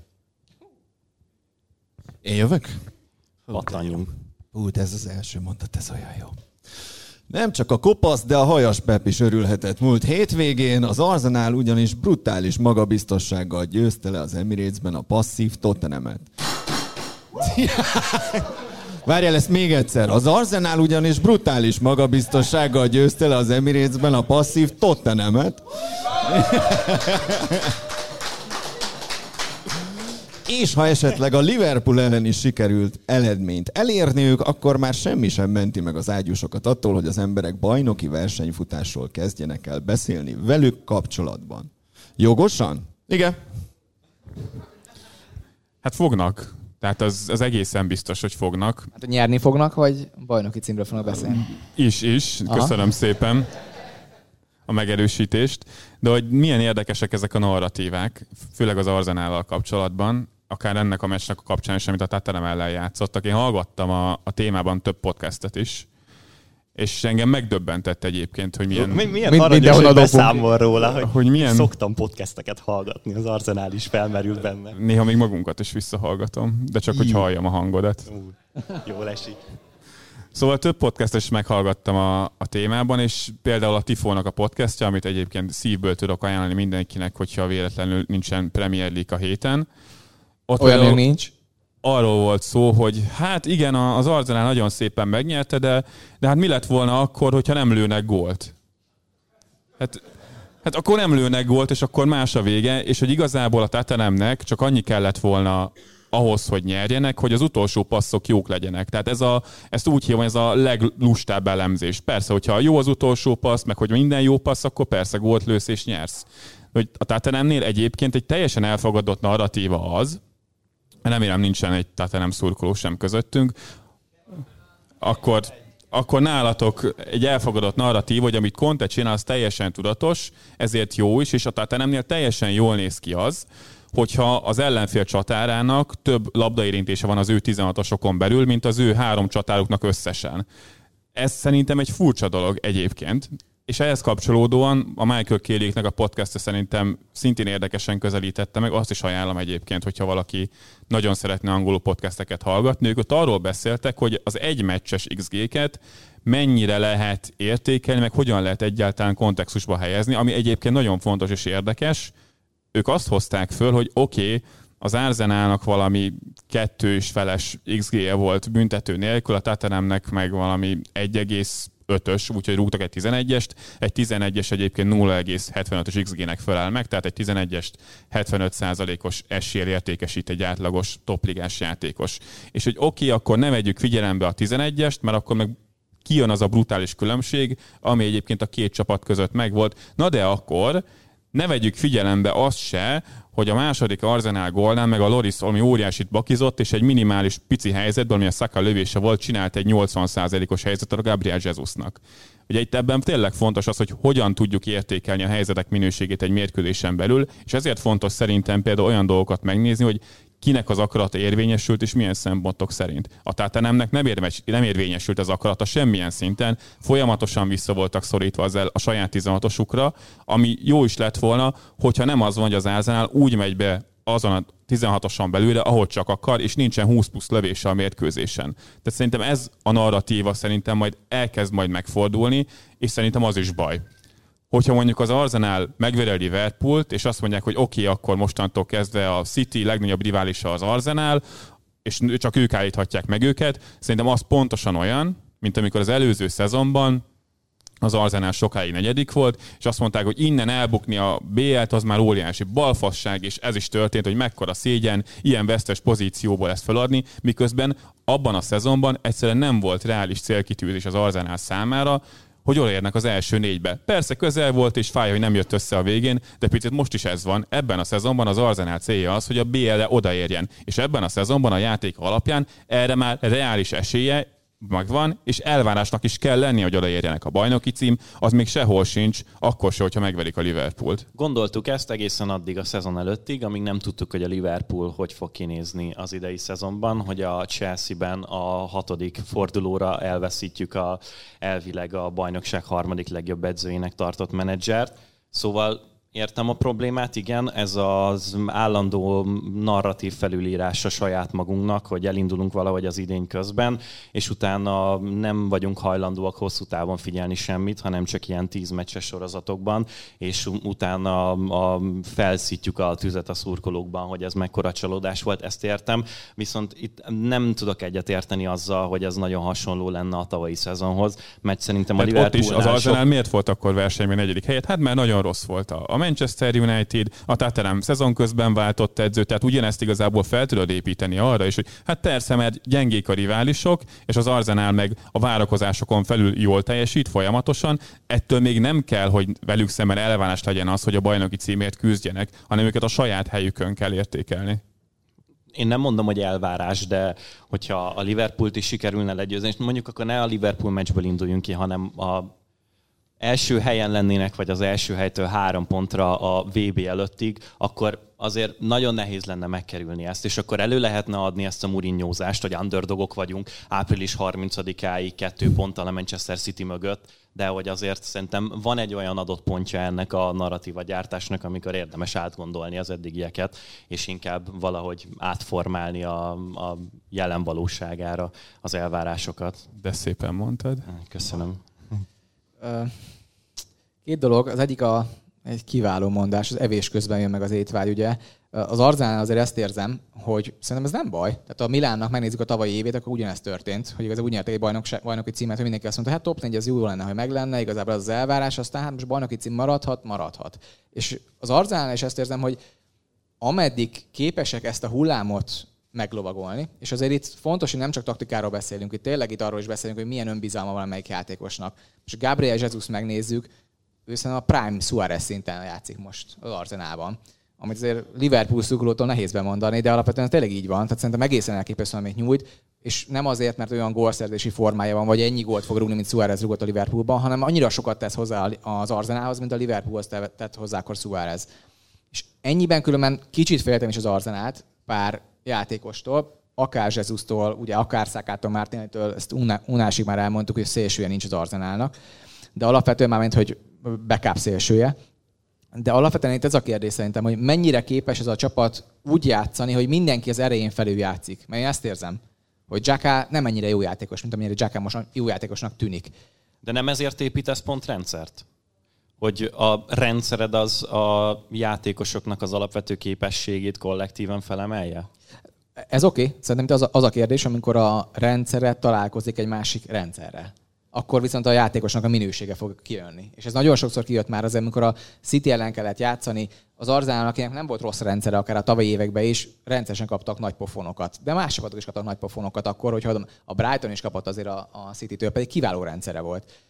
Én jövök? Pattanjunk. Ez az első mondat, ez olyan jó. Nem csak a kopasz, de a hajas Pep is örülhetett múlt hétvégén. Az Arsenal ugyanis brutális magabiztossággal győzte le az Emiratesben a passzív Tottenhamet. Várjál, ezt még egyszer. Az Arsenal ugyanis brutális magabiztossággal győzte le az Emiratesben a passzív Tottenhamet. És ha esetleg a Liverpool ellen is sikerült eredményt elérniük, akkor már semmi sem menti meg az ágyúsokat attól, hogy az emberek bajnoki versenyfutásról kezdjenek el beszélni velük kapcsolatban. Jogosan? Igen. Hát fognak. Tehát az egészen biztos, hogy fognak. Hát nyerni fognak, vagy bajnoki címről fognak beszélni? Is. Köszönöm szépen a megerősítést. De hogy milyen érdekesek ezek a narratívák, főleg az Arsenállal kapcsolatban, akár ennek a meccsnek a kapcsán is, amit a Tottenham ellen játszottak. Én hallgattam a témában több podcastet is, és engem megdöbbentett egyébként, hogy milyen aranyos, hogy beszámol róla, hogy milyen... szoktam podcasteket hallgatni, az Arsenal is felmerül benne. Néha még magunkat is visszahallgatom, de csak hogy halljam a hangodat. Jól esik. Szóval több podcastet is meghallgattam a témában, és például a Tifónak a podcastja, amit egyébként szívből tudok ajánlani mindenkinek, hogyha véletlenül nincsen Premier League a héten. Ott olyan még nincs. Arról volt szó, hogy hát igen, az Arsenal nagyon szépen megnyerte, de hát mi lett volna akkor, hogyha nem lőnek gólt? Hát akkor nem lőnek gólt, és akkor más a vége, és hogy igazából a Tottenhamnek csak annyi kellett volna ahhoz, hogy nyerjenek, hogy az utolsó passzok jók legyenek. Tehát ezt úgy hívom, ez a leglustább elemzés. Persze, hogyha jó az utolsó passz, meg hogy minden jó passz, akkor persze gólt lősz és nyersz. Hogy a Tottenhamnél egyébként egy teljesen elfogadott narratíva az, remélem nincsen egy Tottenham szurkoló sem közöttünk, akkor nálatok egy elfogadott narratív, hogy amit Conte csinál, az teljesen tudatos, ezért jó is, és a Tottenhamnél teljesen jól néz ki az, hogyha az ellenfél csatárának több labdaérintése van az ő 16-osokon belül, mint az ő 3 csatáruknak összesen. Ez szerintem egy furcsa dolog egyébként, és ehhez kapcsolódóan a Michael Kéléknek a podcastja szerintem szintén érdekesen közelítette meg, azt is ajánlom egyébként, hogyha valaki nagyon szeretne angolul podcasteket hallgatni. Ők ott arról beszéltek, hogy az egy meccses XG-ket mennyire lehet értékelni, meg hogyan lehet egyáltalán kontextusba helyezni, ami egyébként nagyon fontos és érdekes. Ők azt hozták föl, hogy oké, az Arsenalnak valami 2,5-es XG-je volt büntető nélkül, a Tottenhamnek meg valami 1,5-ös, úgyhogy rúgtak egy 11-est. Egy 11-es egyébként 0,75-ös XG-nek felel meg, tehát egy 11-est 75%-os eséllyel értékesít egy átlagos topligás játékos. És hogy oké, akkor ne vegyük figyelembe a 11-est, mert akkor meg kijön az a brutális különbség, ami egyébként a két csapat között megvolt. Na de akkor ne vegyük figyelembe azt se, hogy a második Arsenal gólnál meg a Loris, ami óriásit bakizott, és egy minimális pici helyzetben, ami a Saka lövése volt, csinált egy 80%-os helyzetet a Gabriel Jesusnak. Ugye itt ebben tényleg fontos az, hogy hogyan tudjuk értékelni a helyzetek minőségét egy mérkőzésen belül, és ezért fontos szerintem például olyan dolgokat megnézni, hogy kinek az akarata érvényesült, és milyen szempontok szerint. A Tottenhamnek nem érvényesült az akarata semmilyen szinten, folyamatosan vissza voltak szorítva ezzel a saját 16-osukra, ami jó is lett volna, hogyha nem az van, hogy az Arsenal úgy megy be azon a 16-oson belülre, ahogy csak akar, és nincsen 20 plusz lövése a mérkőzésen. Tehát szerintem ez a narratíva szerintem majd elkezd majd megfordulni, és szerintem az is baj. Hogyha mondjuk az Arsenal megveri a Liverpoolt, és azt mondják, hogy oké, akkor mostantól kezdve a City legnagyobb riválisa az Arsenal, és csak ők állíthatják meg őket, szerintem az pontosan olyan, mint amikor az előző szezonban az Arsenal sokáig negyedik volt, és azt mondták, hogy innen elbukni a BL-t, az már óriási balfasság, és ez is történt, hogy mekkora szégyen ilyen vesztes pozícióból ezt feladni, miközben abban a szezonban egyszerűen nem volt reális célkitűzés az Arsenal számára, hogy odaérnek az első négybe. Persze közel volt, és fáj, hogy nem jött össze a végén, de picit most is ez van. Ebben a szezonban az Arsenal célja az, hogy a BL-re odaérjen. És ebben a szezonban a játék alapján erre már reális esélye megvan, és elvárásnak is kell lenni, hogy odaérjenek. A bajnoki cím, az még sehol sincs, akkor se, hogyha megverik a Liverpoolt. Gondoltuk ezt egészen addig a szezon előttig, amíg nem tudtuk, hogy a Liverpool hogy fog kinézni az idei szezonban, hogy a Chelsea-ben a 6. fordulóra elveszítjük elvileg a bajnokság 3. legjobb edzőjének tartott menedzsert. Szóval értem a problémát, igen, ez az állandó narratív felülírása saját magunknak, hogy elindulunk valahogy az idény közben, és utána nem vagyunk hajlandóak hosszú távon figyelni semmit, hanem csak ilyen 10 meccses sorozatokban, és utána felszítjük a tüzet a szurkolókban, hogy ez mekkora csalódás volt, ezt értem, viszont itt nem tudok egyet érteni azzal, hogy ez nagyon hasonló lenne a tavalyi szezonhoz, mert szerintem a Liverpoolnál ott is az Arsenal miért volt akkor versenyben 4. helyet? Hát mert nagyon rossz volt a Manchester United, a Tottenham szezon közben váltott edzőt, tehát ugyanezt igazából fel tudod építeni arra is, hogy hát persze, mert gyengék a riválisok, és az Arsenal meg a várakozásokon felül jól teljesít folyamatosan, ettől még nem kell, hogy velük szemben elvárás legyen az, hogy a bajnoki címért küzdjenek, hanem őket a saját helyükön kell értékelni. Én nem mondom, hogy elvárás, de hogyha a Liverpoolt is sikerülne legyőzni, és mondjuk akkor ne a Liverpool meccsből induljunk ki, hanem a első helyen lennének, vagy az első helytől 3 pontra a VB előttig, akkor azért nagyon nehéz lenne megkerülni ezt, és akkor elő lehetne adni ezt a Mourinhozást, hogy underdogok vagyunk április 30-áig 2 ponttal a Manchester City mögött, de hogy azért szerintem van egy olyan adott pontja ennek a narratíva gyártásnak, amikor érdemes átgondolni az eddigieket, és inkább valahogy átformálni a jelen valóságára az elvárásokat. De szépen mondtad. Köszönöm. 2 dolog. Az egyik egy kiváló mondás, az evés közben jön meg az étvágy, ugye. Az Arsenal azért ezt érzem, hogy szerintem ez nem baj. Tehát a Milánnak megnézzük a tavalyi évét, akkor ugyanezt történt, hogy igazából úgy nyertek egy bajnoki címet, hogy mindenki azt mondta, hát top 4 az jó lenne, hogy meg lenne, igazából az elvárás, aztán hát most bajnoki cím maradhat. És az Arsenal is ezt érzem, hogy ameddig képesek ezt a hullámot meglovagolni, és azért itt fontos, hogy nem csak taktikáról beszélünk, itt tényleg itt arról is beszélünk, hogy milyen önbizalma van melyik játékosnak. És Gabriel Jesus megnézzük, ő szerintem a Prime Suárez szinten játszik most az Arsenalban, amit azért Liverpool szurkolótól nehéz bemondani, de alapvetően tényleg így van, tehát szerintem egészen elképesztő, amit nyújt, és nem azért, mert olyan gólszerzési formája van, vagy ennyi gólt fog rúgni, mint Suárez rúgott a Liverpoolban, hanem annyira sokat tesz hozzá az Arsenalhoz, mint a Liverpoolhoz tett hozzá akkor Suárez. És ennyiben különben kicsit féltem is az Arsenalt pár játékostól, akár Jesustól, ugye akár Sakától, Martinelli-től, ezt unásig már elmondtuk, hogy szélsője nincs az Arsenalnak, de alapvetően már hogy backup szélsője. De alapvetően itt ez a kérdés szerintem, hogy mennyire képes ez a csapat úgy játszani, hogy mindenki az erején felül játszik. Mert én ezt érzem, hogy Xhaka nem ennyire jó játékos, mint amennyire Xhaka most jó játékosnak tűnik. De nem ezért építesz pont rendszert? Hogy a rendszered az a játékosoknak az alapvető képességét kollektíven felemelje? Ez oké. Szerintem az a kérdés, amikor a rendszeret találkozik egy másik rendszerrel. Akkor viszont a játékosnak a minősége fog kijönni. És ez nagyon sokszor kijött már azért, amikor a City ellen kellett játszani, az Arsenalnak, akinek nem volt rossz rendszere, akár a tavalyi években is, rendszeresen kaptak nagy pofonokat. De más csapatok is kaptak nagy pofonokat akkor, hogyha a Brighton is kapott azért a City-től, pedig kiváló rendszere volt.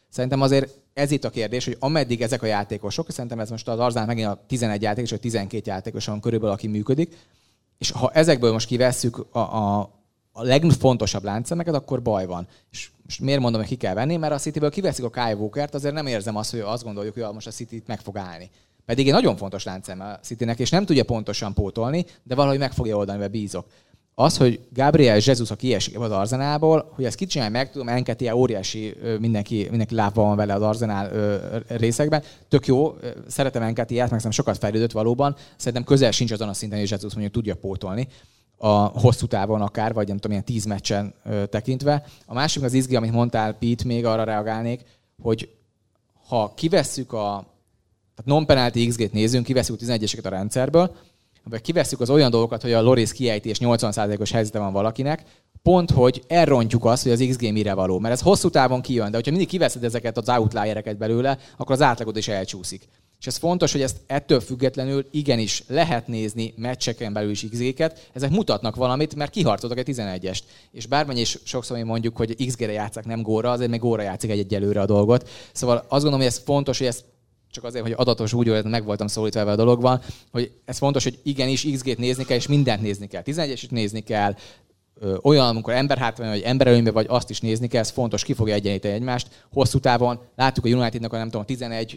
Szerintem azért ez itt a kérdés, hogy ameddig ezek a játékosok, szerintem ez most az Arzenál megint a 11 játékos, vagy 12 játékos van körülbelül, aki működik, és ha ezekből most kivesszük a legfontosabb láncszemeket, akkor baj van. És most miért mondom, hogy ki kell venni? Mert a Cityből kiveszik a Kyle Walkert, azért nem érzem azt, hogy azt gondoljuk, hogy most a City meg fog állni. Pedig egy nagyon fontos láncszem a Citynek, és nem tudja pontosan pótolni, de valahogy meg fogja oldani, mert bízok. Az, hogy Gabriel Jesus, ha kiesik az Arzenálból, hogy ezt kicsinálja meg, tudom, Enketia óriási, mindenki lábban van vele az Arzenál részekben. Tök jó, szeretem Enketiát, meg sokat fejlődött valóban. Szerintem közel sincs azon a szinten, hogy Jesus mondjuk tudja pótolni a hosszú távon akár, vagy nem tudom, ilyen 10 meccsen tekintve. A másik az izgi, amit mondtál, Pete, még arra reagálnék, hogy ha kivesszük tehát non-penalty XG-t nézünk, kivesszük a 11-eseket a rendszerből, vagy kivesszük az olyan dolgokat, hogy a Loris kiejti, és 80%-os helyzete van valakinek, pont, hogy elrontjuk azt, hogy az XG mire való. Mert ez hosszú távon kijön, de hogyha mindig kiveszed ezeket az outliereket belőle, akkor az átlagod is elcsúszik. És ez fontos, hogy ezt ettől függetlenül igenis lehet nézni meccseken belül is XG-ket. Ezek mutatnak valamit, mert kiharcoltak egy 11-est. És bármennyi is sokszor mi mondjuk, hogy XG-re játszák, nem góra, azért még góra játszik egyelőre a dolgot. Szóval azt gondolom, hogy ez fontos, hogy ez csak azért, hogy adatos úgy, hogy meg voltam szólítva ebben a dologban, hogy ez fontos, hogy igenis XG-t nézni kell, és mindent nézni kell. 11-eset nézni kell, olyan, amikor emberhátrányban vagy emberelőnyben vagy, azt is nézni kell, ez fontos, ki fogja egyenlíteni egymást. Hosszú távon láttuk a Unitednak, nem tudom,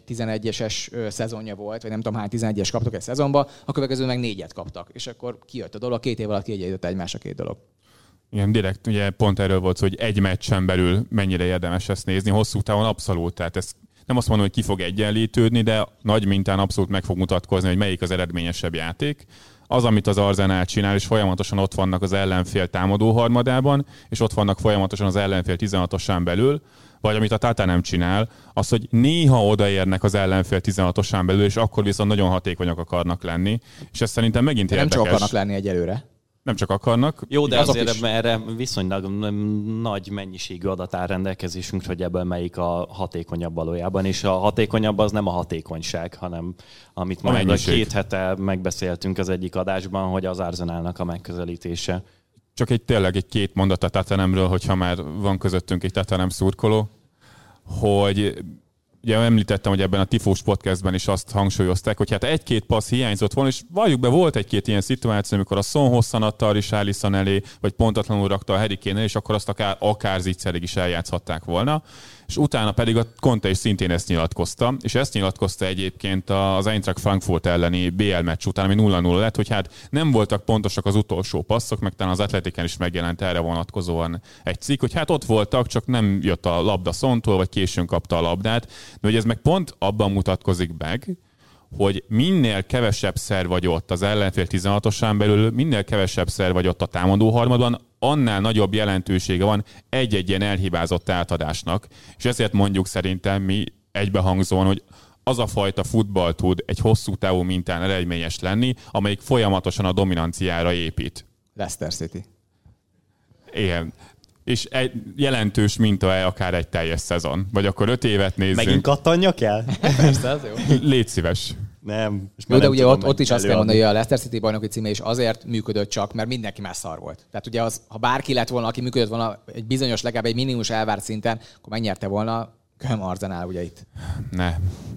11-es szezonja volt, vagy nem tudom hány 11-es kaptak egy szezonban, a következő meg 4-et kaptak. És akkor kijött a dolog, 2 év alatt kiegyenlített egymás a 2 dolog. Igen, direkt ugye pont erről volt, hogy egy meccsen belül mennyire érdemes ezt nézni, hosszú távon abszolút, tehát ez nem azt mondom, hogy ki fog egyenlítődni, de nagy mintán abszolút meg fog mutatkozni, hogy melyik az eredményesebb játék. Az, amit az Arsenal csinál, és folyamatosan ott vannak az ellenfél támadó harmadában, és ott vannak folyamatosan az ellenfél 16-osán belül, vagy amit a Tottenham csinál, az, hogy néha odaérnek az ellenfél 16-osán belül, és akkor viszont nagyon hatékonyak akarnak lenni. És ez szerintem megint de érdekes. Nem csak akarnak lenni egyelőre. Nem csak akarnak. Jó, de azért erre viszonylag nagy mennyiségű adat áll rendelkezésünkre, hogy ebből melyik a hatékonyabb valójában. És a hatékonyabb az nem a hatékonyság, hanem amit majd 2 hete megbeszéltünk az egyik adásban, hogy az Arsenalnak a megközelítése. Csak tényleg egy 2 mondat a Tottenhamről, hogyha már van közöttünk egy Tottenham szurkoló, hogy ugye említettem, hogy ebben a Tifós podcastben is azt hangsúlyozták, hogy hát 1-2 passz hiányzott volna, és valljuk be, volt 1-2 ilyen szituáció, amikor a Son hosszan adta a Richarlison elé, vagy pontatlanul rakta a Harry Kane elé, és akkor azt akár zicserig is eljátszhatták volna. És utána pedig a Conte is szintén ezt nyilatkozta, és ezt nyilatkozta egyébként az Eintracht Frankfurt elleni BL meccs után, ami 0-0 lett, hogy hát nem voltak pontosak az utolsó passzok, meg talán az Atletiken is megjelent erre vonatkozóan egy cikk, hogy hát ott voltak, csak nem jött a labda Sontól, vagy későn kapta a labdát, de hogy ez meg pont abban mutatkozik meg, hogy minél kevesebb szer vagy ott az ellenfél 16-osán belül, minél kevesebb szer vagy ott a támadó harmadban, annál nagyobb jelentősége van egy-egy ilyen elhibázott átadásnak. És ezért mondjuk szerintem mi egybehangzóan, hogy az a fajta futball tud egy hosszú távú mintán eredményes lenni, amelyik folyamatosan a dominanciára épít. Leicester City. Igen. És egy jelentős minta akár egy teljes szezon. Vagy akkor 5 évet nézzünk. Megint kattanjak el? Persze, az jó. Légy szíves. Nem. Jó, de ugye ott is azt kell mondani, hogy a Leicester City bajnoki címe is azért működött csak, mert mindenki már szar volt. Tehát ugye ha bárki lett volna, aki működött volna egy bizonyos, legalább egy minimum elvárt szinten, akkor megnyerte volna Arsenal ugye itt. Ne.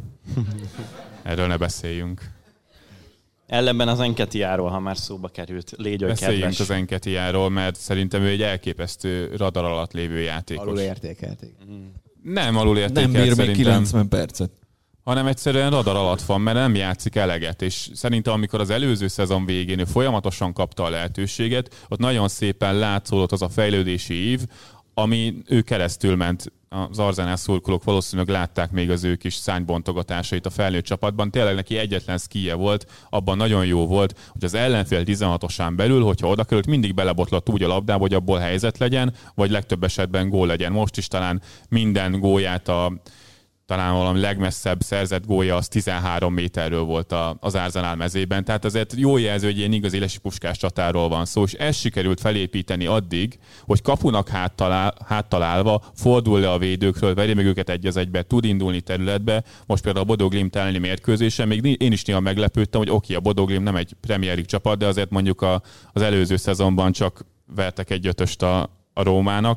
Erről ne beszéljünk. Ellenben az Enketiáról, ha már szóba került, légy olyan kedves. Beszéljünk az Enketiáról, mert szerintem ő egy elképesztő radar alatt lévő játékos. Alul értékelték. Nem alul értékelt nem bír szerintem. még 90 percet. Hanem egyszerűen radar alatt van, mert nem játszik eleget. És szerintem amikor az előző szezon végén ő folyamatosan kapta a lehetőséget, ott nagyon szépen látszódott az a fejlődési ív, ami ő keresztül ment. Az Arsenal szurkolók valószínűleg látták még az ő kis szánybontogatásait a felnőtt csapatban. Tényleg neki egyetlen szkije volt, abban nagyon jó volt, hogy az ellenfél 16-osán belül, hogyha oda került, mindig belebotlott úgy a labdába, hogy abból helyzet legyen, vagy legtöbb esetben gól legyen. Most is talán minden gólját talán valami legmesszebb szerzett gólja az 13 méterről volt az Arsenal mezében. Tehát azért jó jelző, hogy ilyen igazi lesipuskás csatáról van szó, és ezt sikerült felépíteni addig, hogy kapunak háttalálva fordul le a védőkről, veri meg őket egy az egybe, tud indulni területbe. Most például a Bodo Glimt elleni mérkőzésen még én is néha meglepődtem, hogy oké, a Bodo Glimt nem egy Premier League csapat, de azért mondjuk az előző szezonban csak vertek egy 5-öst a Rómának.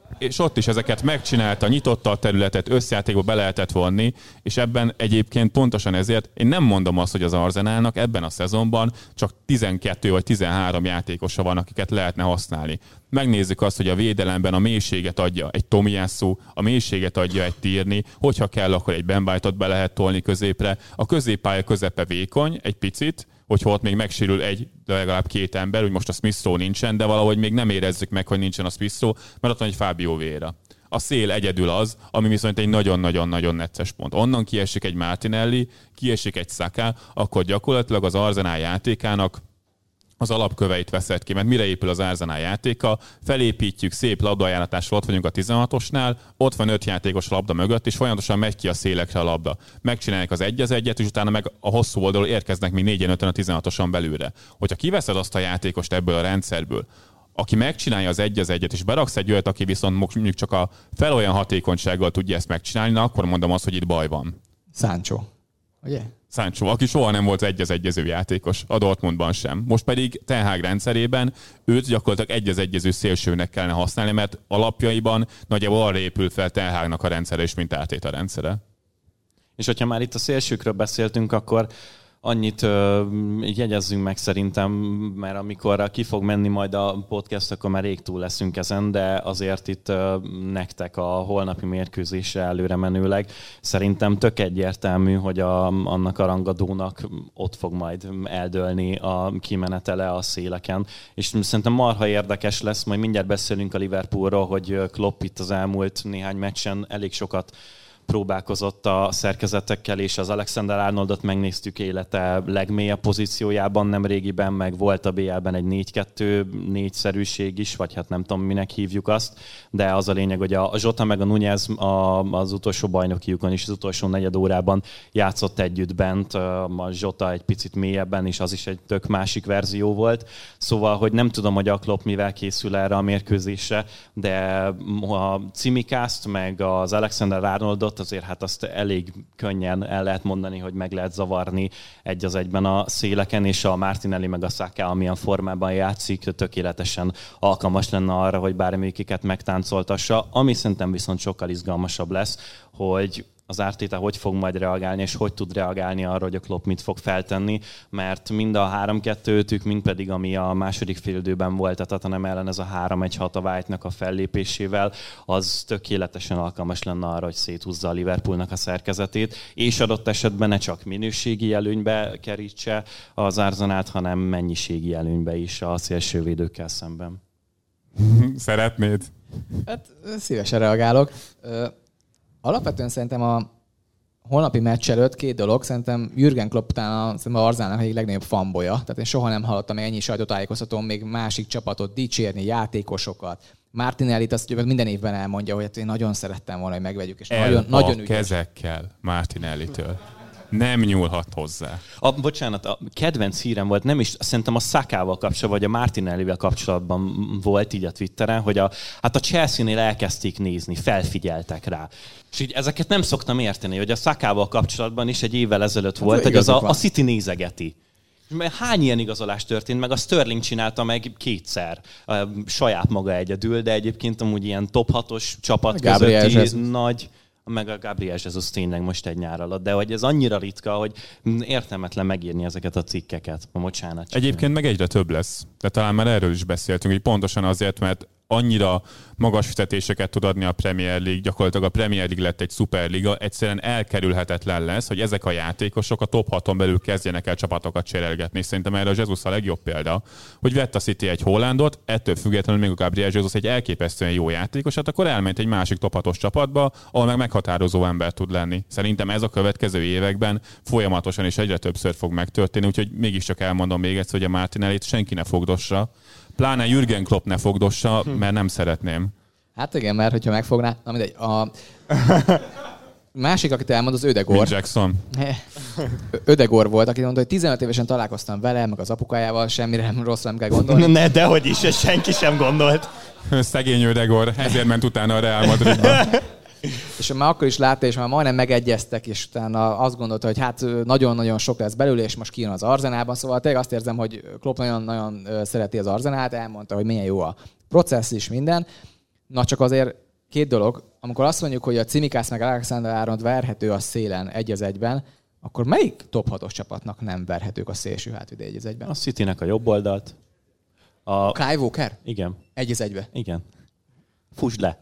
és ott is ezeket megcsinálta, nyitotta a területet, összjátékba be lehetett vonni, és ebben egyébként pontosan ezért én nem mondom azt, hogy az Arsenalnak ebben a szezonban csak 12 vagy 13 játékosa van, akiket lehetne használni. Megnézzük azt, hogy a védelemben a mélységet adja egy Tomiyasu, a mélységet adja egy Tierney, hogyha kell, akkor egy Ben White-ot be lehet tolni középre. A középpálya közepe vékony, egy picit, hogyha ott még megsérül egy, de legalább két ember, úgy most a Smith Rowe nincsen, de valahogy még nem érezzük meg, hogy nincsen a Smith Rowe, mert ott van egy Fabio Vieira. A szél egyedül az, ami viszont egy nagyon-nagyon-nagyon necces pont. Onnan kiesik egy Martinelli, kiesik egy Saka, akkor gyakorlatilag az Arsenal játékának az alapköveit veszed ki, mert mire épül az Arsenal játéka, felépítjük, szép labdaajánlatással, ott vagyunk a 16-osnál, ott van 5 játékos labda mögött, és folyamatosan megy ki a szélekre a labda. Megcsinálják az 1-1-et, és utána meg a hosszú oldalról érkeznek még 4-5-en a 16-oson belülre. Hogyha kiveszed azt a játékost ebből a rendszerből, aki megcsinálja az 1-1-et, és beraksz egy olyat, aki viszont mondjuk csak a fel olyan hatékonysággal tudja ezt megcsinálni, na akkor mondom azt, hogy itt baj van. Sancho, ugye? Sancho, aki soha nem volt 1-1-ező játékos, a Dortmundban sem. Most pedig Ten Hag rendszerében őt gyakorlatilag 1-1-ező szélsőnek kellene használni, mert alapjaiban nagyjából arra épül fel Ten Hagnak a rendszere is, mint Arteta rendszere. És hogyha már itt a szélsőkről beszéltünk, akkor annyit jegyezzünk meg szerintem, mert amikor ki fog menni majd a podcast, akkor már rég túl leszünk ezen, de azért itt nektek a holnapi mérkőzésre előre menőleg szerintem tök egyértelmű, hogy annak a rangadónak ott fog majd eldőlni a kimenetele a széleken. És szerintem marha érdekes lesz, majd mindjárt beszélünk a Liverpoolról, hogy Klopp itt az elmúlt néhány meccsen elég sokat próbálkozott a szerkezetekkel, és az Alexander-Arnoldot megnéztük élete legmélyebb pozíciójában nemrégiben, meg volt a BL-ben egy 4-2-4-szerűség is, vagy hát nem tudom, minek hívjuk azt, de az a lényeg, hogy a Jota meg a Nunez az utolsó bajnokiukon is, az utolsó negyed órában játszott együtt bent, a Jota egy picit mélyebben, és az is egy tök másik verzió volt. Szóval, hogy nem tudom, hogy a Klopp mivel készül erre a mérkőzésre, de a Tsimikást meg az Alexander-Arnoldot azért hát azt elég könnyen el lehet mondani, hogy meg lehet zavarni egy az egyben a széleken, és a Martinelli meg a Saka, amilyen formában játszik, tökéletesen alkalmas lenne arra, hogy bármelyiket megtáncoltassa, ami szerintem viszont sokkal izgalmasabb lesz, hogy az Arteta hogy fog majd reagálni, és hogy tud reagálni arra, hogy a Klopp mit fog feltenni, mert mind a 3-2-tük, mind pedig ami a második félidőben volt, a Tottenham ellen ez a 3-1-6 a White-nak a fellépésével, az tökéletesen alkalmas lenne arra, hogy széthúzza a Liverpoolnak a szerkezetét, és adott esetben ne csak minőségi előnybe kerítse az Arsenalt, hanem mennyiségi előnybe is a szélsővédőkkel szemben. Szeretnéd? Hát szívesen reagálok. Alapvetően szerintem a holnapi meccs előtt két dolog. Szerintem Jürgen Klopp után az Arsenalnak egyik legnagyobb fanboya. Tehát én soha nem hallottam még ennyi sajtótájékoztatón még másik csapatot dicsérni, játékosokat. Martinellit azt minden évben elmondja, hogy hát én nagyon szerettem volna, hogy megvegyük. És nagyon ügyes. Kezekkel Martinellitől. Nem nyúlhat hozzá. Bocsánat, a kedvenc hírem volt, nem is, szerintem a Sakával kapcsolatban, vagy a Martinellivel kapcsolatban volt így a Twitteren, hogy a Chelsea-nél elkezdték nézni, felfigyeltek rá. És így ezeket nem szoktam érteni, hogy a Sakával kapcsolatban is egy évvel ezelőtt volt, hogy az a City nézegeti. Mert hány ilyen igazolás történt, meg a Sterling csinálta meg kétszer, saját maga egyedül, de egyébként amúgy ilyen top 6-os csapat közötti nagy... meg a Gabriel Jesus tényleg most egy nyár alatt, de hogy ez annyira ritka, hogy értelmetlen megírni ezeket a cikkeket. Bocsánat. Egyébként meg egyre több lesz. De talán már erről is beszéltünk, hogy pontosan azért, mert annyira magas fizetéseket tud adni a Premier League, gyakorlatilag a Premier League lett egy szuperliga, egyszerűen elkerülhetetlen lesz, hogy ezek a játékosok a top 6-on belül kezdjenek el csapatokat cserélgetni. Szerintem erre a Jesus a legjobb példa, hogy vett a City egy Hollandot, ettől függetlenül még a Gabriel Jesus egy elképesztően jó játékos, hát akkor elment egy másik top 6-os csapatba, ahol meg meghatározó ember tud lenni. Szerintem ez a következő években folyamatosan és egyre többször fog megtörténni, úgyhogy mégiscsak elmondom még egyszer, hogy a Martinellit senki ne fogdossa, pláne Jürgen Klopp ne fogdossa, mert nem szeretném. Hát igen, mert hogyha megfogná... Na mindegy. A másik, akit elmond, az Ödegor. Jackson. Ödegor volt, aki mondta, hogy 15 évesen találkoztam vele, meg az apukájával, semmire nem rosszra nem kell gondolni. Ne, dehogy is, ezt senki sem gondolt. Szegény Ödegor, ezért ment utána a Real Madridba. És már akkor is látta, és már majdnem megegyeztek, és utána azt gondolta, hogy hát nagyon-nagyon sok lesz belőle, és most kijön az Arsenalban. Szóval tényleg azt érzem, hogy Klopp nagyon-nagyon szereti az Arsenalt, elmondta, hogy milyen jó a processz is minden. Na csak azért két dolog. Amikor azt mondjuk, hogy a Tsimikas meg Alexander-Arnold verhető a szélen 1-1-ben, akkor melyik top 6-os csapatnak nem verhetők a szélső hátvédé 1-1-ben? A Citynek a jobb oldalt. Kyle Walker? Igen. 1-1-be. Igen. Fussd le.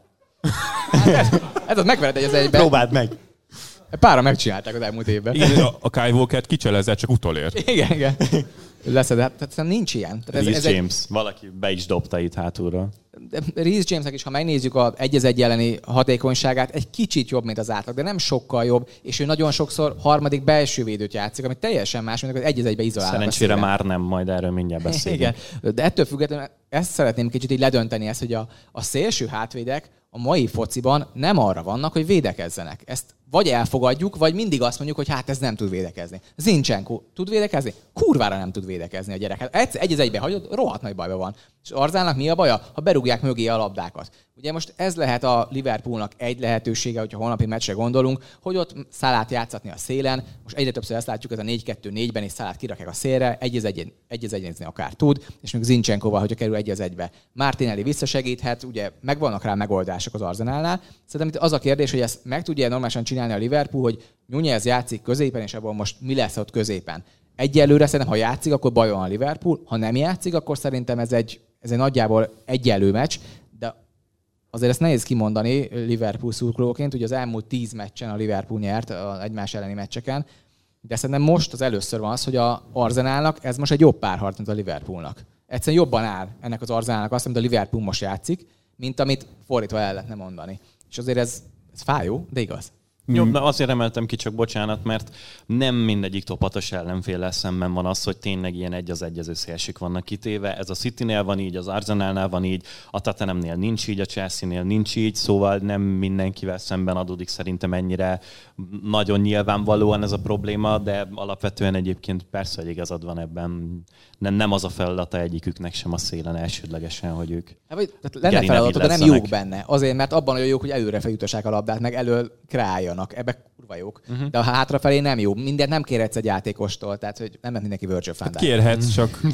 Ez az megvered 1-1-ben. Próbáld meg. Pára megcsinálták az elmúlt évben. Igen, a Kyle Walkert kicselezzel, csak utolért. Igen. Leszed, tehát nincs ilyen. Reece James. Valaki be is dobta itt hátulról. Reece Jamesnek is, ha megnézzük a 1-1 elleni hatékonyságát, egy kicsit jobb, mint az átlag, de nem sokkal jobb, és ő nagyon sokszor harmadik belső védőt játszik, ami teljesen más, mint az 1-1-be izolálnak. Szerencsére már nem, majd erről mindjárt beszélünk. Igen, de ettől függetlenül ezt szeretném kicsit így ledönteni, ezt, hogy a szélső hátvédek a mai fociban nem arra vannak, hogy védekezzenek. Ezt vagy elfogadjuk, vagy mindig azt mondjuk, hogy hát ez nem tud védekezni. Zinchenko tud védekezni? Kurvára nem tud védekezni a gyerek. Hát 1-1-be hagyod, rohadt nagy bajban van. És Arzának mi a baja? Ha berúgják mögé a labdákat. Ugye most ez lehet a Liverpoolnak egy lehetősége, hogyha holnapi meccsre gondolunk, hogy ott Szalát játszatni a szélen. Most egyre többször ezt látjuk, ez a 4-2-4-ben, és Szalát kirakják a szélre, 1-1-1-1-1-1 akár tud, és még Zincsenkóval, hogyha kerül 1-1-be. Martinelli visszasegíthet, ugye megvannak rá megoldások az Arsenalnál. Szerintem itt az a kérdés, hogy ezt meg tudja normálisan csinálni a Liverpool, hogy Nunez játszik középen, és abból most mi lesz ott középen. Egyelőre szerintem, ha játszik, akkor baj van a Liverpool, ha nem játszik, akkor szerintem ez egy nagyjából egyenlő meccs, de azért ezt nehéz kimondani Liverpool szurkolóként, ugye az elmúlt 10 meccsen a Liverpool nyert az egymás elleni meccseken, de szerintem most az először van az, hogy a Arsenalnak ez most egy jobb párharc, mint a Liverpoolnak. Egyszerűen jobban áll ennek az Arsenalnak azt, amit a Liverpool most játszik, mint amit fordítva el lehetne mondani. És azért ez fájó, de igaz. Jobb, azért emeltem ki, csak bocsánat, mert nem mindegyik top 6-os ellenféllel szemben van az, hogy tényleg ilyen 1-1 szélsők vannak kitéve. Ez a Citynél van így, az Arsenalnál van így, a Tottenhamnél nincs így, a Chelsea-nél nincs így, szóval nem mindenkivel szemben adódik szerintem ennyire nagyon nyilvánvalóan ez a probléma, de alapvetően egyébként persze, hogy igazad van ebben. Nem az a feladata egyiküknek sem a szélen elsődlegesen, hogy ők lenne feladatot, de nem jók benne. Azért, mert abban olyan jók, hogy előre feljutassák a labdát, meg elől kreáljanak. Ebbe kurva jók. De a hátrafelé nem jó. Mindent nem kérhetsz egy játékostól, tehát hogy nem mindenki Virgil van Dijk. Kérhetsz,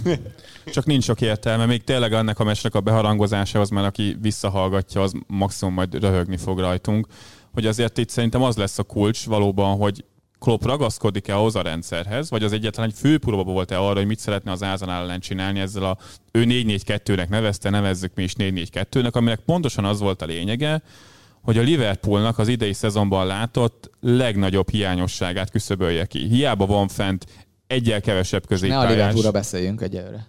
csak nincs sok értelme. Még tényleg annak a meccsnek a beharangozásához, mert aki visszahallgatja, az maximum majd röhögni fog rajtunk, hogy azért itt szerintem az lesz a kulcs valóban, hogy Klopp ragaszkodik-e ahhoz a rendszerhez, vagy az egyetlen egy fő próba volt-e arra, hogy mit szeretne az Arsenal ellen csinálni ezzel a ő 4-4-2-nek nevezte, nevezzük mi is 4-4-2-nek, aminek pontosan az volt a lényege, hogy a Liverpoolnak az idei szezonban látott legnagyobb hiányosságát küszöbölje ki. Hiába van fent egyel kevesebb középpályás. Ne a Liverpoolra beszéljünk egyelőre.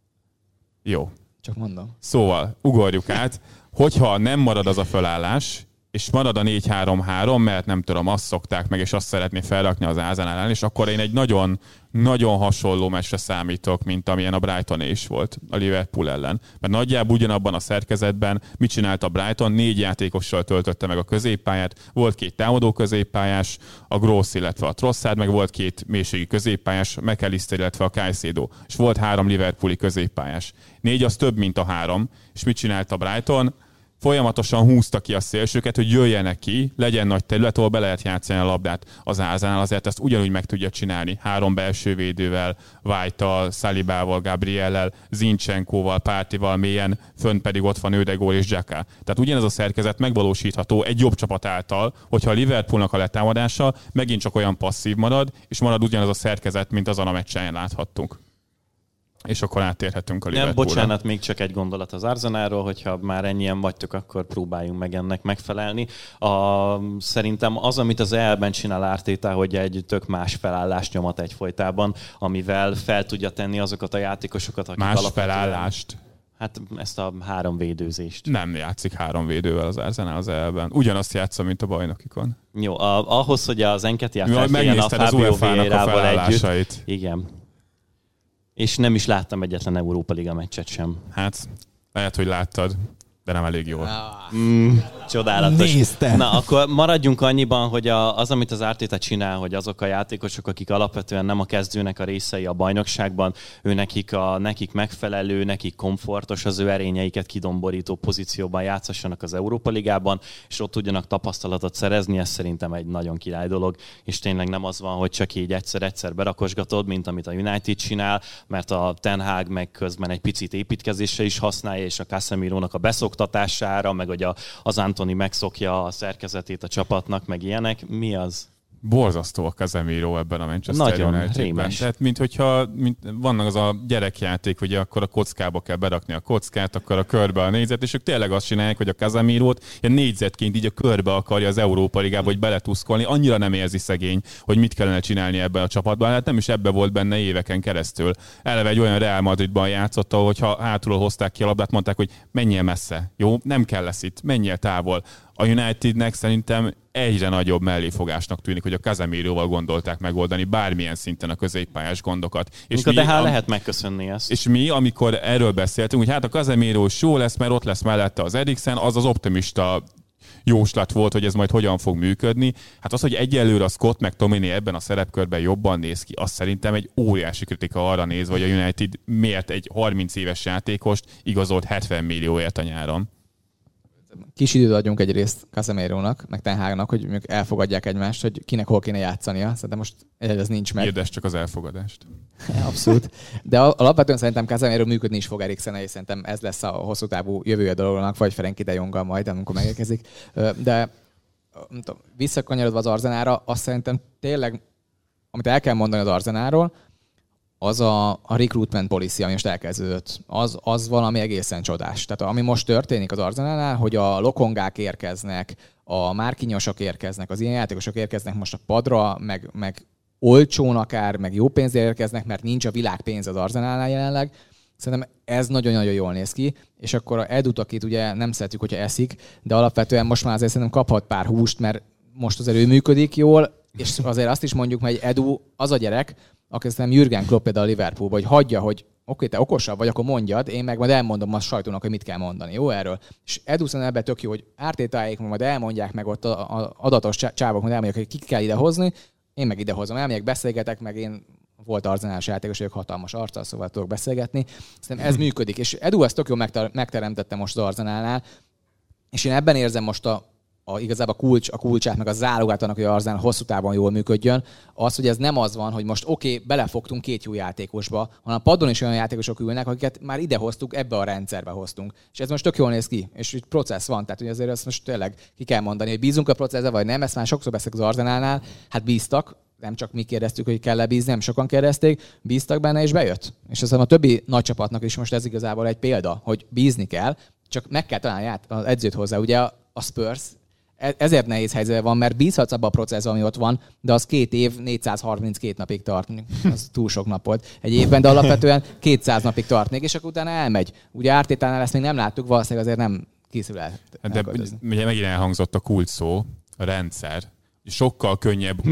Jó. Csak mondom. Szóval, ugorjuk át, hogyha nem marad az a fölállás, és marad a 4-3-3, mert nem tudom, azt szokták meg, és azt szeretné felrakni az Arsenal ellen, és akkor én egy nagyon, nagyon hasonló meccsre számítok, mint amilyen a Brighton is volt a Liverpool ellen. Mert nagyjából ugyanabban a szerkezetben mit csinált a Brighton? 4 játékossal töltötte meg a középpályát, volt 2 támadó középpályás, a Gross, illetve a Trossard, meg volt 2 mélységi középpályás, McAllister, illetve a Caicedo, és volt 3 Liverpooli középpályás. 4 az több, mint a 3, és mit csinált a Brighton? Folyamatosan húzta ki a szélsőket, hogy jöjjenek ki, legyen nagy terület, ahol be lehet játszani a labdát. Az Arsenal azért ezt ugyanúgy meg tudja csinálni. 3 belső védővel, White-tal, Salibával, Gabriellel, Zincsenkóval, Parteyval, mélyen, fönt pedig ott van Ödegaard és Xhaka. Tehát ugyanez a szerkezet megvalósítható egy jobb csapat által, hogyha a Liverpoolnak a letámadása megint csak olyan passzív marad, és marad ugyanaz a szerkezet, mint azon a meccsen láthattunk. És akkor áttérhetünk a Liverpoolra. Nem, bocsánat, még csak egy gondolat az Arsenalról, hogyha már ennyien vagytok, akkor próbáljunk meg ennek megfelelni. Szerintem az, amit az EL-ben csinál Arteta, hogy egy tök más felállást nyomat egyfolytában, amivel fel tudja tenni azokat a játékosokat, akik más felállást? Hát ezt a 3 védőzést. Nem játszik 3 védővel az Arsenal az EL-ben. Ugyanazt játsza, mint a bajnokikon. Jó, ahhoz, hogy az Enketia felférjen a Fabio Vieirával együtt. Igen. És nem is láttam egyetlen Európa Liga meccset sem. Hát, lehet, hogy láttad, de nem elég jól. Csodálatos. Nézte. Na, akkor maradjunk annyiban, hogy az, amit az Arteta csinál, hogy azok a játékosok, akik alapvetően nem a kezdőnek a részei a bajnokságban, nekik megfelelő, nekik komfortos, az ő erényeiket kidomborító pozícióban játszassanak az Európa Ligában, és ott tudjanak tapasztalatot szerezni, ez szerintem egy nagyon király dolog, és tényleg nem az van, hogy csak így egyszer-egyszer berakosgatod, mint amit a United csinál, mert a Ten Hag meg közben egy picit építkezésre is használja, és a Casemirónak a beszoktatására, meg hogy az Antony megszokja a szerkezetét a csapatnak, meg ilyenek. Mi az? Borzasztó a Casemiro ebben a Manchester Unitedben. Tehát vannak az a gyerekjáték, ugye akkor a kockába kell berakni a kockát, akkor a körbe a négyzet, és ők tényleg azt csinálják, hogy a Casemirót ilyen négyzetként így a körbe akarja az Európa Ligába, hogy beletuszkolni. Annyira nem érzi szegény, hogy mit kellene csinálni ebben a csapatban. Hát nem is ebbe volt benne éveken keresztül. Eleve egy olyan Real Madridban játszott, ahol ha hátulról hozták ki a labdát, mondták, hogy menjél messze. Jó, nem kell lesz itt, menjél távol. A Unitednek szerintem egyre nagyobb melléfogásnak tűnik, hogy a Casemiróval gondolták megoldani bármilyen szinten a középpályás gondokat. És lehet megköszönni ezt. És mi, amikor erről beszéltünk, hogy hát a Casemiro jó lesz, mert ott lesz mellette az Eriksen, az optimista jóslat volt, hogy ez majd hogyan fog működni. Hát az, hogy egyelőre a Scott meg Tomini ebben a szerepkörben jobban néz ki, az szerintem egy óriási kritika arra néz, hogy a United miért egy 30 éves játékost igazolt 70 millióért a nyáron. Kis időt adjunk egyrészt Casemirónak, meg Ten Hagnak, hogy mondjuk elfogadják egymást, hogy kinek hol kéne játszania. Szerintem most ez nincs meg. Érdes csak az elfogadást. Abszolút. De alapvetően szerintem Casemiro működni is fog Eriksen, és szerintem ez lesz a hosszú távú jövője dolognak, vagy Frenkie de Jonggal majd, amikor megérkezik. De visszakanyarodva az Arsenára, azt szerintem tényleg, amit el kell mondani az Arsenáról, az a recruitment policy, ami most elkezdődött, az valami egészen csodás. Tehát ami most történik az Arsenalnál, hogy a Lokongák érkeznek, a Márkinyosok érkeznek, az ilyen játékosok érkeznek most a padra, meg olcsón akár, meg jó pénzért érkeznek, mert nincs a világpénz az Arsenalnál jelenleg. Szerintem ez nagyon-nagyon jól néz ki, és akkor a Edut, akit ugye nem szeretjük, hogyha eszik, de alapvetően most már azért szerintem kaphat pár húst, mert most azért ő működik jól, és azért azt is mondjuk, hogy Edu az a gyerek, aki szerintem Jürgen Klopp például a Liverpoolba, hogy hagyja, hogy oké, te okosabb vagy, akkor mondjad, én meg majd elmondom a sajtónak, hogy mit kell mondani. Jó erről? És Edu szerintem ebben tök jó, hogy Artetáék majd elmondják meg ott az adatos csávok, majd elmondják, hogy ki kell idehozni, én meg idehozom, elmegyek, beszélgetek, meg én volt arzenális játékos, vagyok hatalmas arccal, szóval tudok beszélgetni. Szerintem ez működik. És Edu ezt tök jól megteremtette most az Arsenalnál, és én ebben érzem most igazából a kulcsát, meg a zálogát annak, hogy az Arsenal hosszú távon jól működjön, az, hogy ez nem az van, hogy most belefogtunk két jó játékosba, hanem a padon is olyan játékosok ülnek, akiket már idehoztuk, ebbe a rendszerbe hoztunk. És ez most tök jól néz ki, és itt processz van, tehát hogy azért ezt most tényleg ki kell mondani, hogy bízunk a processzbe, vagy nem, ezt már sokszor beszélek az Arsenalnál, hát bíztak, nem csak mi kérdeztük, hogy kell-e bízni, nem sokan kérdezték, bíztak benne, és bejött. És aztán a többi nagy csapatnak is most ez igazából egy példa, hogy bízni kell, csak meg kell találni az edzőt hozzá. Ugye a Spurs ezért nehéz helyzetben van, mert bízhatsz abba a processzbe, ami ott van, de az 2 év 432 napig tart. Az túl sok nap volt egy évben, de alapvetően 200 napig tart még, és akkor utána elmegy. Ugye Artetánál ezt még nem láttuk, valószínűleg azért nem készül el. De ugye megint elhangzott a kulcs szó, a rendszer. Sokkal könnyebb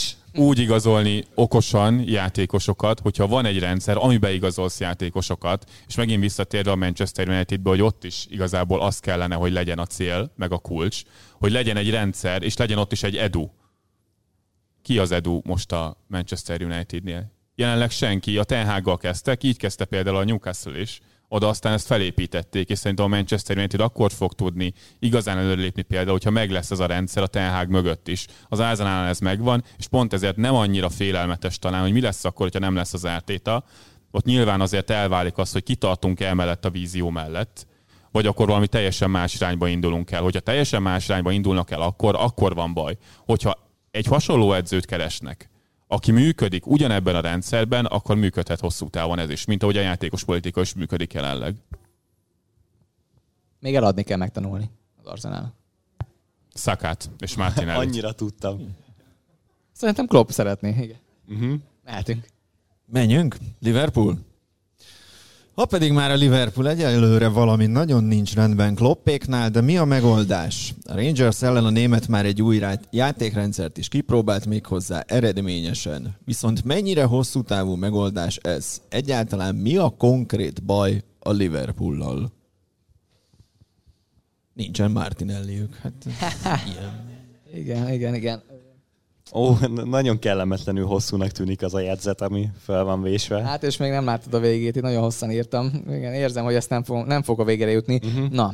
úgy igazolni okosan játékosokat, hogyha van egy rendszer, amiben igazolsz játékosokat, és megint visszatérve a Manchester Unitedbe, hogy ott is igazából az kellene, hogy legyen a cél, meg a kulcs, hogy legyen egy rendszer, és legyen ott is egy Edu. Ki az Edu most a Manchester Unitednél? Jelenleg senki. A Ten Haggal kezdtek, így kezdte például a Newcastle is. Oda aztán ezt felépítették, és szerintem a Manchester United akkor fog tudni igazán előrelépni például, hogyha meg lesz ez a rendszer a Ten Hag mögött is. Az Arsenalnál ez megvan, és pont ezért nem annyira félelmetes talán, hogy mi lesz akkor, hogyha nem lesz az Arteta. Ott nyilván azért elválik az, hogy kitartunk el mellett a vízió mellett, vagy akkor valami teljesen más irányba indulunk el. Hogyha teljesen más irányba indulnak el, akkor van baj. Hogyha egy hasonló edzőt keresnek, aki működik ugyanebben a rendszerben, akkor működhet hosszú távon ez is, mint ahogy a játékos politika is működik jelenleg. Még eladni kell megtanulni az Arsenalnak. Sakát és Martinellit. Annyira tudtam. Szerintem Klopp szeretné, igen. Mehetünk. Menjünk? Liverpool? Ha pedig már a Liverpool egyelőre valami nagyon nincs rendben Kloppéknál, de mi a megoldás? A Rangers ellen a német már egy új játékrendszert is kipróbált, méghozzá eredményesen. Viszont mennyire hosszú távú megoldás ez? Egyáltalán mi a konkrét baj a Liverpoollal? Nincsen Martinelliük. Hát, ilyen. Igen. Nagyon kellemetlenül hosszúnak tűnik az a jegyzet, ami fel van vésve. Hát és még nem láttad a végét, én nagyon hosszan írtam. Igen, érzem, hogy ezt nem fog a végére jutni. Na,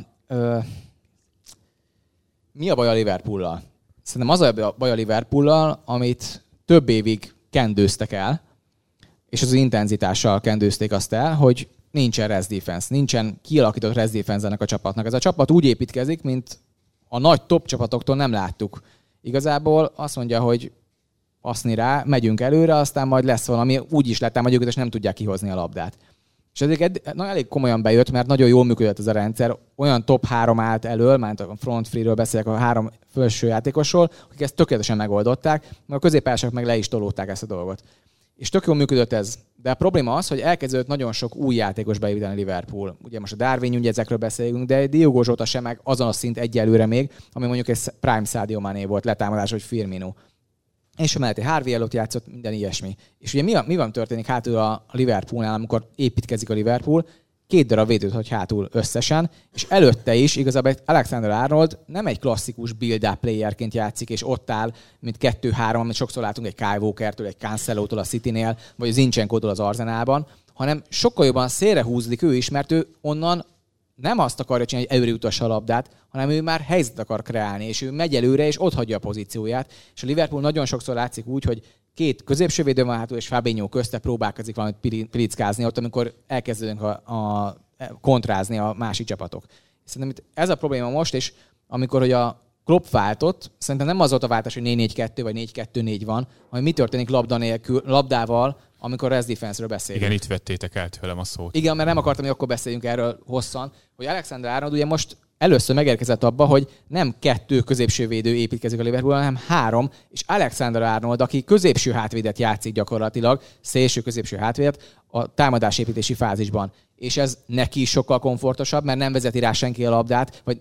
mi a baj a Liverpoollal? Szerintem az a baj a Liverpoollal, amit több évig kendőztek el, és az intenzitással kendőzték azt el, hogy nincsen rest defense, nincsen kialakított rest defense ennek a csapatnak. Ez a csapat úgy építkezik, mint a nagy top csapatoktól nem láttuk. Igazából azt mondja, hogy passzni rá, megyünk előre, aztán majd lesz valami, úgy is letámadjuk, és nem tudják kihozni a labdát. És ezért elég komolyan bejött, mert nagyon jól működött ez a rendszer. Olyan top 3 állt elől, már a front three-ről beszélek, a 3 felső játékosról, akik ezt tökéletesen megoldották, meg a középpályások meg le is tolódták ezt a dolgot. És tök jól működött ez. De a probléma az, hogy elkezdődött nagyon sok új játékos beépíteni Liverpool. Ugye most a Darwin, ugye ezekről beszélünk, de Diogo Jota sem meg azon a szint egyelőre még, ami mondjuk egy Prime Sadio Mané volt letámadás, vagy Firmino. És a mellett egy Harvey Elliott játszott, minden ilyesmi. És ugye mi van történik hátul a Liverpoolnál, amikor építkezik a Liverpool? 2 darab védőt hagy hátul összesen, és előtte is igazából Alexander-Arnold nem egy klasszikus build-up playerként játszik, és ott áll, mint 2-3, amit sokszor látunk egy Kyle Walkertől, egy Cancelótól a Citynél, vagy az Zincsenkótól az Arsenalban, hanem sokkal jobban szélrehúzlik ő is, mert ő onnan nem azt akarja csinálni, hogy előre jutassa a labdát, hanem ő már helyzet akar kreálni, és ő megy előre, és ott hagyja a pozícióját. És a Liverpool nagyon sokszor látszik úgy, hogy 2 középső védő van hátul, és Fabinho közte próbálkozik valamit pilickázni ott, amikor elkezdődünk kontrázni a másik csapatok. Szerintem ez a probléma most, és amikor hogy a Klopp váltott, szerintem nem az volt a váltás, hogy 4-4-2 vagy 4-2-4 van, hanem mi történik labdával, amikor rest defense-ről beszélünk. Igen, itt vettétek el tőlem a szót. Igen, mert nem akartam, hogy akkor beszéljünk erről hosszan, hogy Alexander-Arnold ugye most először megérkezett abba, hogy nem 2 középső védő építkezik a Liverpool, hanem 3, és Alexander-Arnold, aki középső hátvédet játszik gyakorlatilag, szélső középső hátvédet a támadásépítési fázisban. És ez neki is sokkal komfortosabb, mert nem vezeti rá senki a labdát, vagy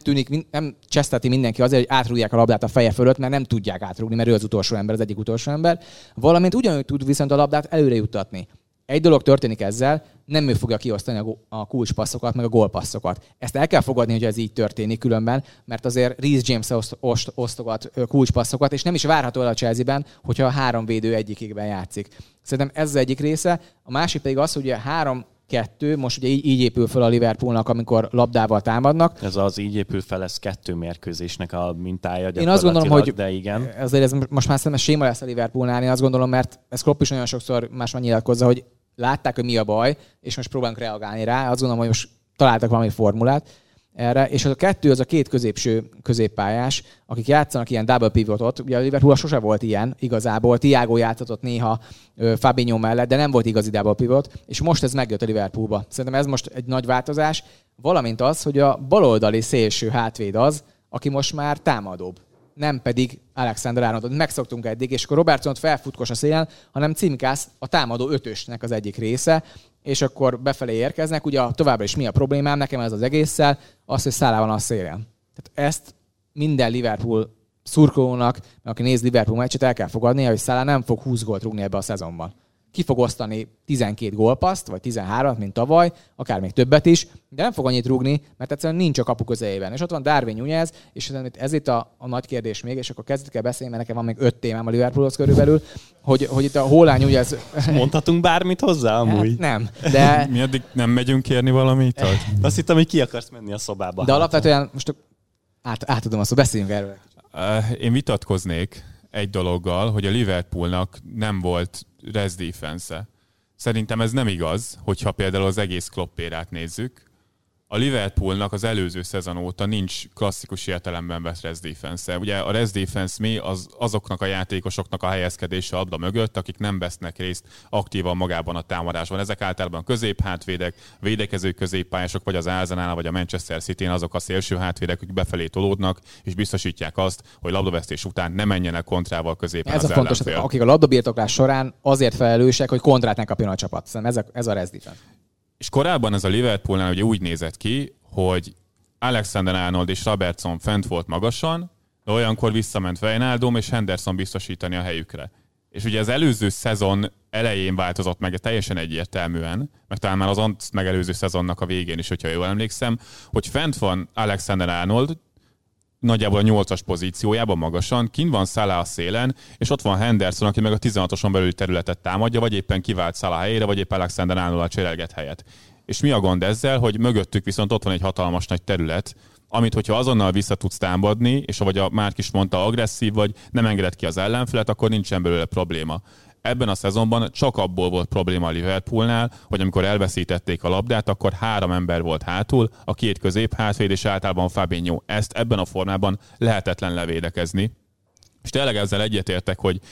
nem cseszteti mindenki azért, hogy átrúgják a labdát a feje fölött, mert nem tudják átrúgni, mert ő az utolsó ember, az egyik utolsó ember. Valamint ugyanúgy tud viszont a labdát előre juttatni. Egy dolog történik ezzel, nem ő fogja kiosztani a kulcspasszokat, meg a gólpasszokat. Ezt el kell fogadni, hogy ez így történik különben, mert azért Reece James osztogat kulcspasszokat, és nem is várható el a Chelsea-ben, hogyha a 3 védő egyikében játszik. Szerintem ez az egyik része. A másik pedig az, hogy a 3-2, most ugye így épül fel a Liverpoolnak, amikor labdával támadnak. Ez az így épül fel, ez 2 mérkőzésnek a mintája. Én azt gondolom, hogy de igen. Azért ez most már szerintem séma lesz a Liverpoolnál, én azt gondolom, mert ez Klopp is nagyon sokszor más nyilatkozza, hogy látták, hogy mi a baj, és most próbálunk reagálni rá. Azt gondolom, hogy most találtak valami formulát erre, és az a 2 az a 2 középső középpályás, akik játszanak ilyen double pivotot. Ugye a Liverpool sose volt ilyen igazából. Thiago játszott néha Fabinho mellett, de nem volt igazi double pivot, és most ez megjött a Liverpoolba. Szerintem ez most egy nagy változás, valamint az, hogy a baloldali szélső hátvéd az, aki most már támadóbb. Nem pedig Alexander-Arnoldot. Megszoktunk eddig, és akkor Robertsonot felfutkos a szélen, hanem Címkász a támadó 5-ösnek az egyik része, és akkor befelé érkeznek. Ugye továbbra is mi a problémám nekem ez az egésszel? Az, hogy Salah van a szélen. Tehát ezt minden Liverpool szurkolónak, aki néz Liverpool meccset, el kell fogadnia, hogy Salah nem fog 20 gólt rúgni ebbe a szezonban. Ki fog osztani 12 gólpasszt, vagy 13, mint tavaly, akár még többet is, de nem fog annyit rúgni, mert egyszerűen nincs a kapu közelében. És ott van Darwin Núñez, és ez itt a nagy kérdés még, és akkor kezdjük el beszélni, mert nekem van még 5 témám a Liverpoolhoz körülbelül, hogy itt a Haaland Núñez... Mondhatunk bármit hozzá amúgy? Nem, de... Mi addig nem megyünk kérni valamit? Azt hittem, hogy ki akarsz menni a szobába. De alapvetően most átadom azt, hogy beszéljünk erről. Én vitatkoznék egy dologgal, hogy a Liverpoolnak nem volt rest defense-e. Szerintem ez nem igaz, hogyha például az egész Klopp-érát nézzük. A Liverpoolnak az előző szezon óta nincs klasszikus értelemben vett rest defense-e. Ugye a rest defense mi azoknak a játékosoknak a helyezkedése a labda mögött, akik nem vesznek részt aktívan magában a támadásban. Ezek általában középhátvédek, védekező középpályások, vagy az Arsenal, vagy a Manchester City-n azok a szélső hátvédek, akik befelé tolódnak, és biztosítják azt, hogy labdavesztés után ne menjenek kontrával középen ez az a fontos, akik a labdabirtoklás során azért felelősek, hogy kontrát ne kapjon a csapat. Szerintem ez a rest defense. És korábban ez a Liverpoolnál ugye úgy nézett ki, hogy Alexander-Arnold és Robertson fent volt magasan, de olyankor visszament Wijnaldum és Henderson biztosítani a helyükre. És ugye az előző szezon elején változott meg teljesen egyértelműen, meg talán már az azt megelőző szezonnak a végén is, hogyha jól emlékszem, hogy fent van Alexander-Arnold, nagyjából a 8-as pozíciójában magasan, kint van Salah a szélen, és ott van Henderson, aki meg a 16-oson belüli területet támadja, vagy éppen kivált Salah helyére, vagy éppen Alexander-Arnold cserélget helyet. És mi a gond ezzel, hogy mögöttük viszont ott van egy hatalmas nagy terület, amit hogyha azonnal vissza tudsz támadni, és ahogy a Márk is mondta, agresszív vagy, nem engeded ki az ellenfelet, akkor nincsen belőle probléma. Ebben a szezonban csak abból volt probléma a Liverpoolnál, hogy amikor elveszítették a labdát, akkor 3 ember volt hátul, a 2 közép hátvéd és általában Fabinho. Ezt ebben a formában lehetetlen levédekezni. És tényleg ezzel egyetértek, hogy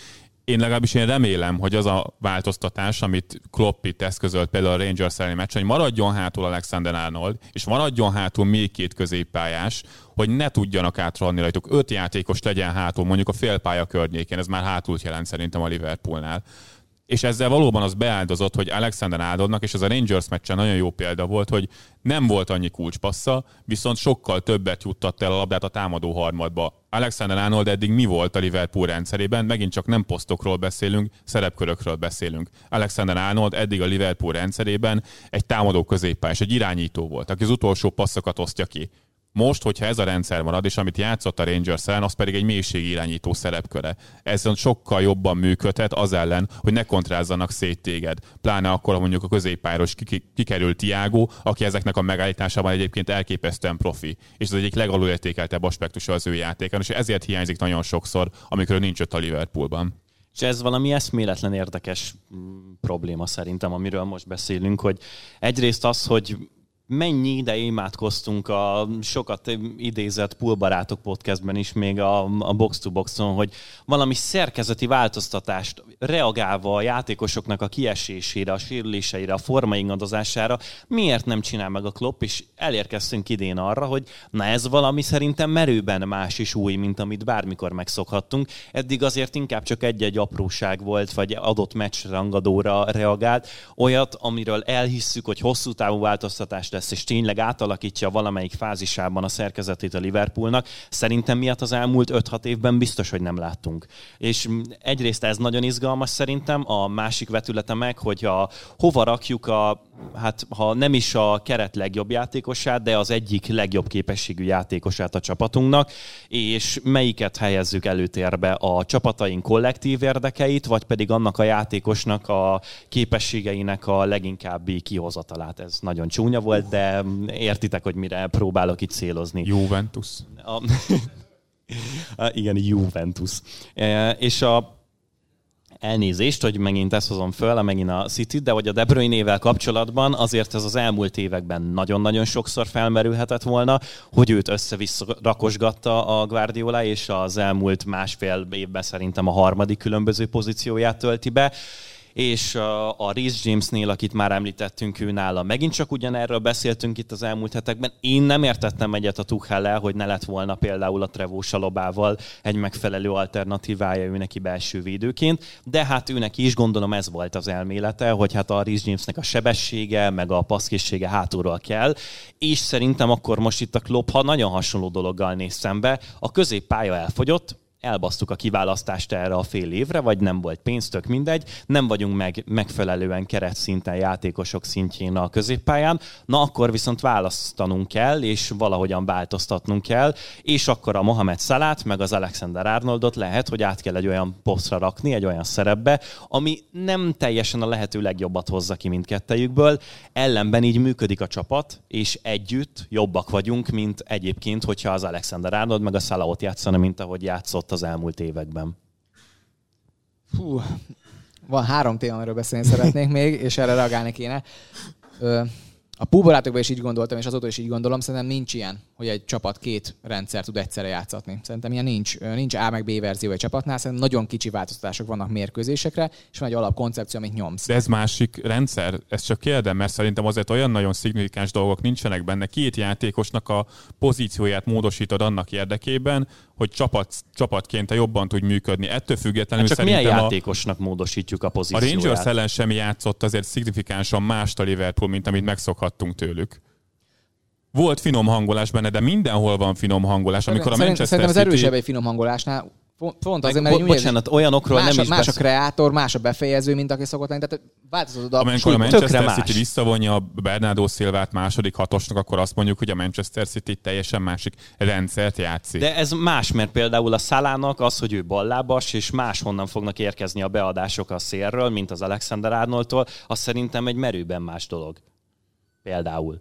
én remélem, hogy az a változtatás, amit Klopp itt eszközölt például a Rangers elleni meccsen, hogy maradjon hátul Alexander-Arnold, és maradjon hátul még 2 középpályás, hogy ne tudjanak átrohanni rajtuk. 5 játékos legyen hátul, mondjuk a félpálya környékén, ez már hátult jelent szerintem a Liverpoolnál. És ezzel valóban az beáldozott, hogy Alexander-Arnoldnak, és ez a Rangers meccsen nagyon jó példa volt, hogy nem volt annyi kulcspassza, viszont sokkal többet juttatta el a labdát a támadó harmadba. Alexander-Arnold eddig mi volt a Liverpool rendszerében? Megint csak nem posztokról beszélünk, szerepkörökről beszélünk. Alexander-Arnold eddig a Liverpool rendszerében egy támadó középpályás, egy irányító volt, aki az utolsó passzokat osztja ki. Most, hogyha ez a rendszer marad, és amit játszott a Rangers ellen, az pedig egy mélységi irányító szerepköre. Ez sokkal jobban működhet az ellen, hogy ne kontrázzanak szét téged. Pláne akkor, ha mondjuk a középpályáról kikerül Thiago, aki ezeknek a megállításában egyébként elképesztően profi. És az egyik legalulértékeltebb aspektusa az ő játékán, és ezért hiányzik nagyon sokszor, amikor nincs ott a Liverpoolban. És ez valami eszméletlen érdekes probléma szerintem, amiről most beszélünk, hogy egyrészt az, hogy mennyi ideig imádkoztunk a sokat idézett Poolbarátok podcastben is, még a Box to Boxon, hogy valami szerkezeti változtatást reagálva a játékosoknak a kiesésére, a sérüléseire, a formaingadozására miért nem csinál meg a Klopp, és elérkeztünk idén arra, hogy na ez valami szerintem merőben más és új, mint amit bármikor megszokhattunk. Eddig azért inkább csak egy-egy apróság volt, vagy adott meccsrangadóra reagált, olyat, amiről elhisszük, hogy hosszú távú változtatást lesz, és tényleg átalakítja valamelyik fázisában a szerkezetét a Liverpoolnak. Szerintem miatt az elmúlt 5-6 évben biztos, hogy nem láttunk. És egyrészt ez nagyon izgalmas szerintem, a másik vetülete meg, hogy hova rakjuk ha nem is a keret legjobb játékosát, de az egyik legjobb képességű játékosát a csapatunknak, és melyiket helyezzük előtérbe, a csapataink kollektív érdekeit, vagy pedig annak a játékosnak a képességeinek a leginkábbi kihozatalát. Ez nagyon csúnya volt, de értitek, hogy mire próbálok itt célozni. Juventus. Igen, Juventus. És elnézést, hogy megint ezt hozom föl, megint a City, de hogy a De Bruyne-vel kapcsolatban azért ez az elmúlt években nagyon-nagyon sokszor felmerülhetett volna, hogy őt össze-vissza rakosgatta a Guardiola, és az elmúlt másfél évben szerintem a 3. különböző pozícióját tölti be. És a Reece Jamesnél, akit már említettünk, ő nála megint csak ugyanerről beszéltünk itt az elmúlt hetekben. Én nem értettem egyet a Tuchellel, hogy ne lett volna például a Trevoh Chalobahval egy megfelelő alternatívája ő neki belső védőként, de hát ő neki is gondolom ez volt az elmélete, hogy hát a Reece Jamesnek a sebessége, meg a passzkészsége hátulról kell, és szerintem akkor most itt a Klopp nagyon hasonló dologgal néz szembe. A középpálya elfogyott, elbasztuk a kiválasztást erre a fél évre, vagy nem volt pénz, tök mindegy, nem vagyunk megfelelően keretszinten játékosok szintjén a középpályán, na akkor viszont választanunk kell, és valahogyan változtatnunk kell, és akkor a Mohamed Salát, meg az Alexander-Arnoldot lehet, hogy át kell egy olyan posztra rakni, egy olyan szerepbe, ami nem teljesen a lehető legjobbat hozza ki mindkettejükből, ellenben így működik a csapat, és együtt jobbak vagyunk, mint egyébként, hogyha az Alexander-Arnold meg a Salah ott játszana, mint ahogy játszott az elmúlt években. Van 3 téma, amiről beszélni szeretnék még, és erre reagálni kéne. A Poolbarátokban is így gondoltam, és azóta is így gondolom, szerintem nincs ilyen, hogy egy csapat 2 rendszer tud egyszerre játszatni. Szerintem ilyen nincs A meg B verzió egy csapatnál, szerintem nagyon kicsi változtatások vannak mérkőzésekre, és van egy alapkoncepció, amit nyomsz. De ez másik rendszer? Ezt csak kérdem, mert szerintem azért olyan nagyon szignifikáns dolgok nincsenek benne. 2 játékosnak a pozícióját módosítod annak érdekében, hogy csapatként te jobban tudj működni. Ettől függetlenül csak szerintem milyen játékosnak módosítjuk a pozícióját? A Rangers ellen sem játszott azért szignifikánsan mást a Liverpool, mint amit megszokhattunk tőlük. Volt finom hangolás benne, de mindenhol van finom hangolás. Amikor a Manchester Szerintem az City... erősebb egy finom hangolásnál. Pont azért, mert bocsánat, olyanokról nem is más a kreátor, más a befejező, mint aki szokott lenni. Tehát változott a amikor a Manchester City visszavonja a Bernardo Silvát második hatosnak, akkor azt mondjuk, hogy a Manchester City teljesen másik rendszert játszik. De ez más, mert például a Salának az, hogy ő ballábas, és máshonnan fognak érkezni a beadások a szélről, mint az Alexander-Arnoldtól, az szerintem egy merőben más dolog. Például.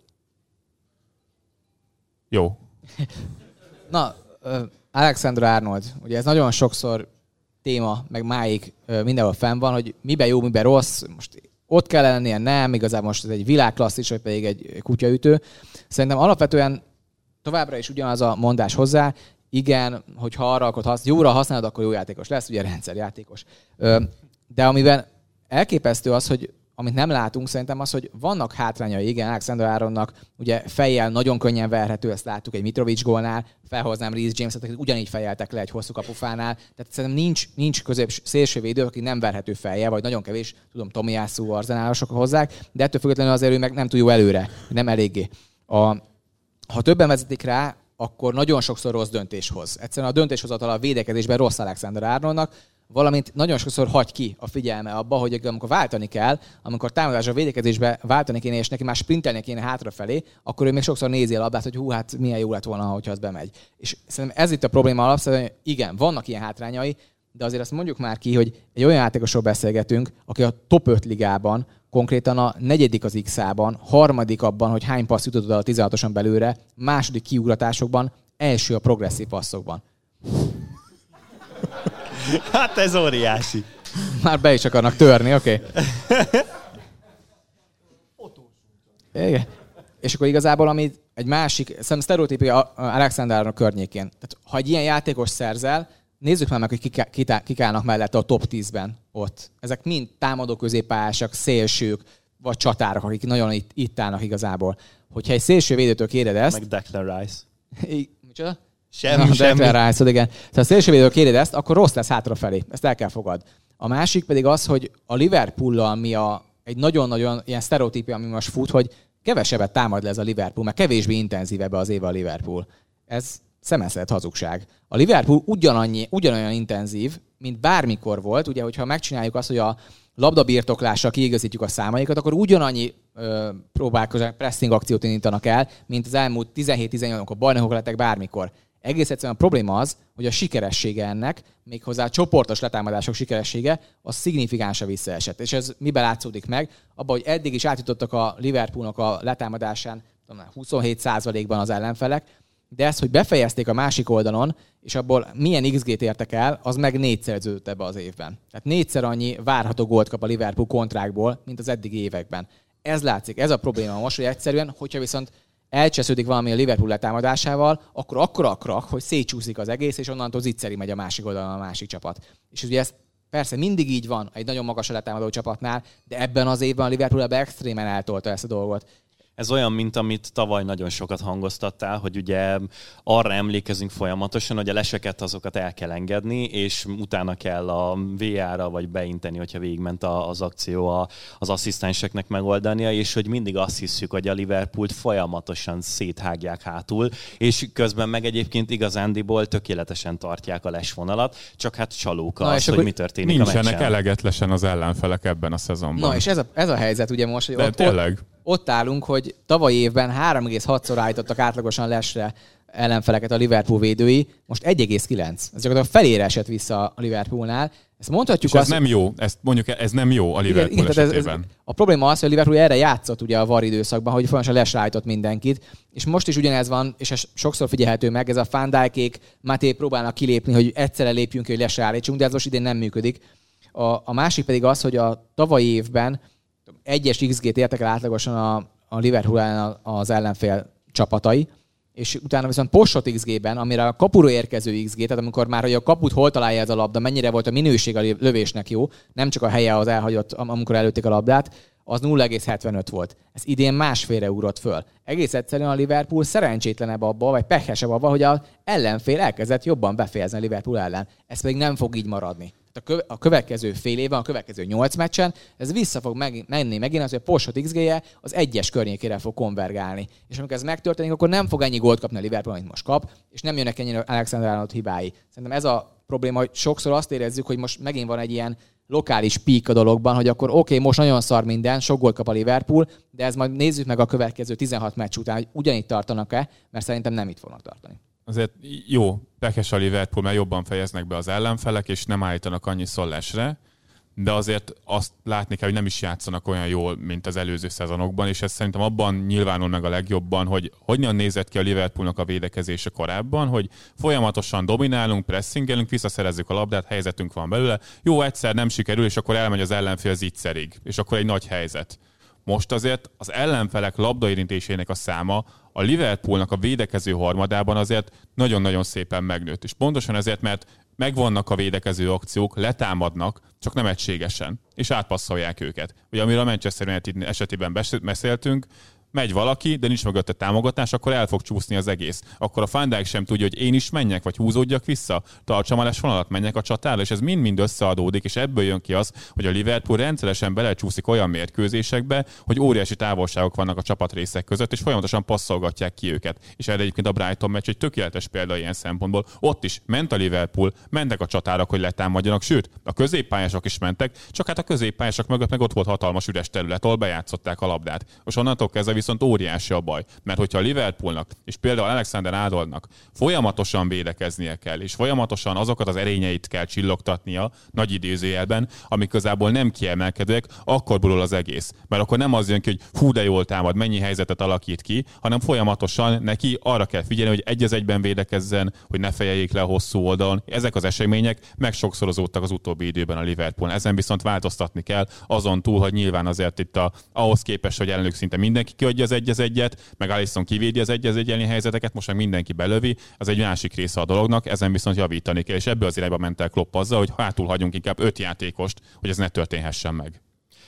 Jó. Na, Alexander-Arnold, ugye ez nagyon sokszor téma, meg máig mindenhol fenn van, hogy miben jó, miben rossz, most ott kell lennie, nem, igazából most ez egy világklasszis, vagy pedig egy kutyaütő. Szerintem alapvetően továbbra is ugyanaz a mondás hozzá, igen, hogyha arra akarod jóra használod, akkor jó játékos lesz, ugye rendszerjátékos. De amiben elképesztő az, hogy amit nem látunk, szerintem az, hogy vannak hátrányai, igen, Alexander-Arnoldnak ugye fejjel nagyon könnyen verhető, ezt láttuk egy Mitrovic gólnál, felhoznám Reece James-et, akik ugyanígy fejeltek le egy hosszú kapufánál, tehát szerintem nincs szélsővédő, aki nem verhető fejjel, vagy nagyon kevés, tudom, Tomiyasu arzenálosok hozzák, de ettől függetlenül azért ő meg nem túl jó előre, nem eléggé. Ha többen vezetik rá, akkor nagyon sokszor rossz döntés hoz. Egyszerűen a döntéshozatal a védekezésben rossz Alexander-Arnoldnak, valamint nagyon sokszor hagy ki a figyelme abba, hogy amikor váltani kell, amikor támadásra, védekezésbe váltani kéne, és neki már sprintelni kéne hátrafelé, akkor ő még sokszor nézi a labdát, hogy hát milyen jó lett volna, hogyha az bemegy. És szerintem ez itt a probléma alapvetően, hogy igen, vannak ilyen hátrányai, de azért azt mondjuk már ki, hogy egy olyan játékosról beszélgetünk, aki a top 5 ligában, konkrétan a 4. az X-ában, 3. abban, hogy hány passz jutott oda a 16-oson belőle, 2. kiugratásokban, első a progresszív passzokban. Hát ez óriási. Már be is akarnak törni, oké. Igen. És akkor igazából, ami egy másik, szerintem sztereotípia Alexander-Arnold környékén. Tehát, ha egy ilyen játékos szerzel, nézzük már meg, hogy kik állnak mellette a top 10-ben ott. Ezek mind támadó középpályások, szélsők, vagy csatárok, akik nagyon itt állnak igazából. Hogyha egy szélső védőtől kéred ezt... Meg Declan Rice. Micsoda? Semmi. Declan Rice, igen. Tehát a szélsővédőtől kéred ezt, akkor rossz lesz hátrafelé. Ezt el kell fogad. A másik pedig az, hogy a Liverpool-lal mi egy nagyon-nagyon ilyen sztereotípia, ami most fut, hogy kevesebbet támad le ez a Liverpool, mert kevésbé intenzívebb az éve a Liverpool. Ez szemeszelt hazugság. A Liverpool ugyanolyan intenzív, mint bármikor volt. Ugye, hogyha megcsináljuk azt, hogy a labdabirtoklással kiigazítjuk a számaikat, akkor ugyanannyi próbálkozás, pressing akciót indítanak el, mint az elmúlt 17-18, amikor bajnokok lettek bármikor. Egész egyszerűen a probléma az, hogy a sikeressége ennek, méghozzá a csoportos letámadások sikeressége, az szignifikánsan visszaesett. És ez miben látszódik meg? Abban, hogy eddig is átjutottak a Liverpoolnak a letámadásán 27%-ban az ellenfelek, de ezt, hogy befejezték a másik oldalon, és abból milyen XG-t értek el, az meg 4-szerződött ebbe az évben. Tehát 4-szer annyi várható gólt kap a Liverpool kontrákból, mint az eddigi években. Ez látszik, ez a probléma most, hogy egyszerűen, hogyha viszont elcsesződik valami a Liverpool letámadásával, akkor akkora a krak, hogy szétcsúszik az egész, és onnantól zicseri megy a másik oldalon a másik csapat. És ugye ez persze mindig így van egy nagyon magas letámadó csapatnál, de ebben az évben a Liverpool ebben extrémen eltolta ezt a dolgot. Ez olyan, mint amit tavaly nagyon sokat hangoztattál, hogy ugye arra emlékezünk folyamatosan, hogy a leseket azokat el kell engedni, és utána kell a VR-ra vagy beinteni, hogyha végigment az akció az asszisztenseknek megoldania, és hogy mindig azt hiszük, hogy a Liverpoolt folyamatosan széthágják hátul, és közben meg egyébként igazándiból tökéletesen tartják a lesvonalat, csak hát csalók az, hogy mi történik a meccsen. Nincsenek elegetlesen az ellenfelek ebben a szezonban. Na és ez a helyzet ugye most, hogy ott állunk, hogy tavaly évben 3,6-szor állítottak átlagosan lesre ellenfeleket a Liverpool védői, most 1,9. Ez gyakorlatilag felére esett vissza a Liverpoolnál. Ezt mondhatjuk és ez nem jó, ez nem jó a Liverpool esetében. A probléma az, hogy a Liverpool erre játszott ugye a VAR időszakban, hogy folyamatosan lesre állított mindenkit, és most is ugyanez van, és ez sokszor figyelhető meg, ez a Van Dijkék, Maté próbálnak kilépni, hogy egyszerre lépjünk ki, hogy lesre állítsunk, de ez most idén nem működik. A másik pedig az, hogy a tavalyi évben 1-es XG-t értek el átlagosan a Liverpool az ellenfél csapatai, és utána viszont post-shot XG-ben, amire a kapuról érkező XG, tehát amikor már hogy a kaput hol találja ez a labda, mennyire volt a minőség a lövésnek jó, nem csak a helye az elhagyott, amikor előtték a labdát, az 0,75 volt. Ez idén másfélre ugrott föl. Egész egyszerűen a Liverpool szerencsétlenebb abban, vagy pehesebb abban, hogy az ellenfél elkezdett jobban befejezni a Liverpool ellen. Ez pedig nem fog így maradni. A következő fél évben, a következő 8 meccsen ez vissza fog menni megint az, hogy a post-shot XG-je az 1-es környékére fog konvergálni. És amikor ez megtörténik, akkor nem fog ennyi gólt kapni a Liverpool, amit most kap, és nem jönnek ennyire Alexander-Arnold hibái. Szerintem ez a probléma, hogy sokszor azt érezzük, hogy most megint van egy ilyen lokális pík a dologban, hogy akkor oké, most nagyon szar minden, sok gólt kap a Liverpool, de ez majd nézzük meg a következő 16 meccs után, hogy ugyanitt tartanak-e, mert szerintem nem itt fognak tartani. Azért jó, pekes a Liverpool, mert jobban fejeznek be az ellenfelek, és nem állítanak annyi szólásra, de azért azt látni kell, hogy nem is játszanak olyan jól, mint az előző szezonokban, és ez szerintem abban nyilvánul meg a legjobban, hogy hogyan nézett ki a Liverpoolnak a védekezése korábban, hogy folyamatosan dominálunk, pressingelünk, visszaszerezzük a labdát, helyzetünk van belőle. Jó, egyszer nem sikerül, és akkor elmegy az ellenfél zicserig, és akkor egy nagy helyzet. Most azért az ellenfelek labdaérintésének a száma a Liverpoolnak a védekező harmadában azért nagyon-nagyon szépen megnőtt. És pontosan ezért, mert megvannak a védekező akciók, letámadnak, csak nem egységesen, és átpasszolják őket. Ugye amiről a Manchester United esetében beszéltünk, megy valaki, de nincs mögötte támogatás, akkor el fog csúszni az egész. Akkor a Van Dijk sem tudja, hogy én is menjek, vagy húzódjak vissza, tartsam a lesvonalat, menjek a csatára, és ez mind-mind összeadódik, és ebből jön ki az, hogy a Liverpool rendszeresen belecsúszik olyan mérkőzésekbe, hogy óriási távolságok vannak a csapatrészek között, és folyamatosan passzolgatják ki őket. És erre egyébként a Brighton meccs egy tökéletes példa ilyen szempontból. Ott is ment a Liverpool, mentek a csatárak, hogy letámadjanak, sőt, a középpályások is mentek, csak hát a középpályások mögött meg ott volt hatalmas üres terület, ahol bejátszották a labdát. És onnantól kezdve viszont óriási a baj, mert hogyha a Liverpoolnak és például Alexander-Arnoldnak folyamatosan védekeznie kell, és folyamatosan azokat az erényeit kell csillogtatnia, nagy idézőjelben, amik közából nem kiemelkedőek, akkor borul az egész. Mert akkor nem az jön ki, hogy hú de jól támad, mennyi helyzetet alakít ki, hanem folyamatosan neki arra kell figyelni, hogy egy az egyben védekezzen, hogy ne fejeljék le a hosszú oldalon. Ezek az események megsokszorozódtak az utóbbi időben a Liverpool. Ezen viszont változtatni kell, azon túl, hogy nyilván azért itt ahhoz képest, hogy ellenük szinte mindenki kiadja az 1-1-et, meg Alisson kivédi az 1-1 helyzeteket, most meg mindenki belövi, az egy másik része a dolognak, ezen viszont javítani kell, és ebből az irányba ment el Klopp azzal, hogy hátul hagyunk inkább 5 játékost, hogy ez ne történhessen meg.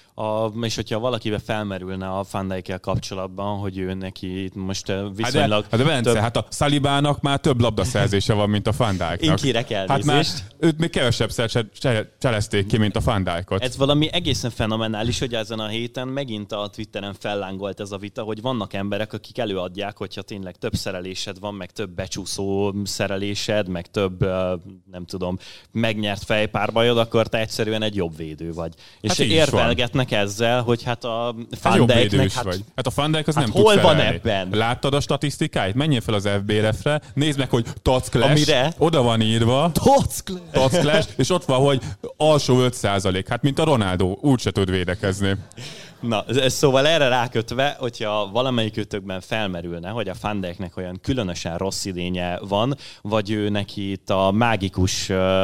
És hogyha valakibe felmerülne a Van Dijkkel kapcsolatban, hogy ő neki most viszonylag... Hát de Bence, hát a Salibának már több labdaszerzése van, mint a Van Dijknak. Én kérek elnézést. Hát már őt még kevesebbszer cselezték ki, mint a Van Dijkot. Ez valami egészen fenomenális, hogy ezen a héten megint a Twitteren fellángolt ez a vita, hogy vannak emberek, akik előadják, hogyha tényleg több szerelésed van, meg több becsúszó szerelésed, meg több, nem tudom, megnyert fejpárbajod, akkor te egyszerűen egy jobb védő vagy. És hát érvelgetnek ezzel, hogy hát a Van Dijknek... Hát a Van Dijk az nem hol tud van szerelni. ebben? Láttad a statisztikáit? Menjél fel az FBref-re, nézd meg, hogy Tots Clash, amire? Oda van írva, Tots Clash, és ott van, hogy alsó 5%. Hát mint a Ronaldo, úgyse tud védekezni. Na, szóval erre rákötve, hogyha valamelyikőtökben felmerülne, hogy a Van Dijknek olyan különösen rossz idénye van, vagy ő neki itt a mágikus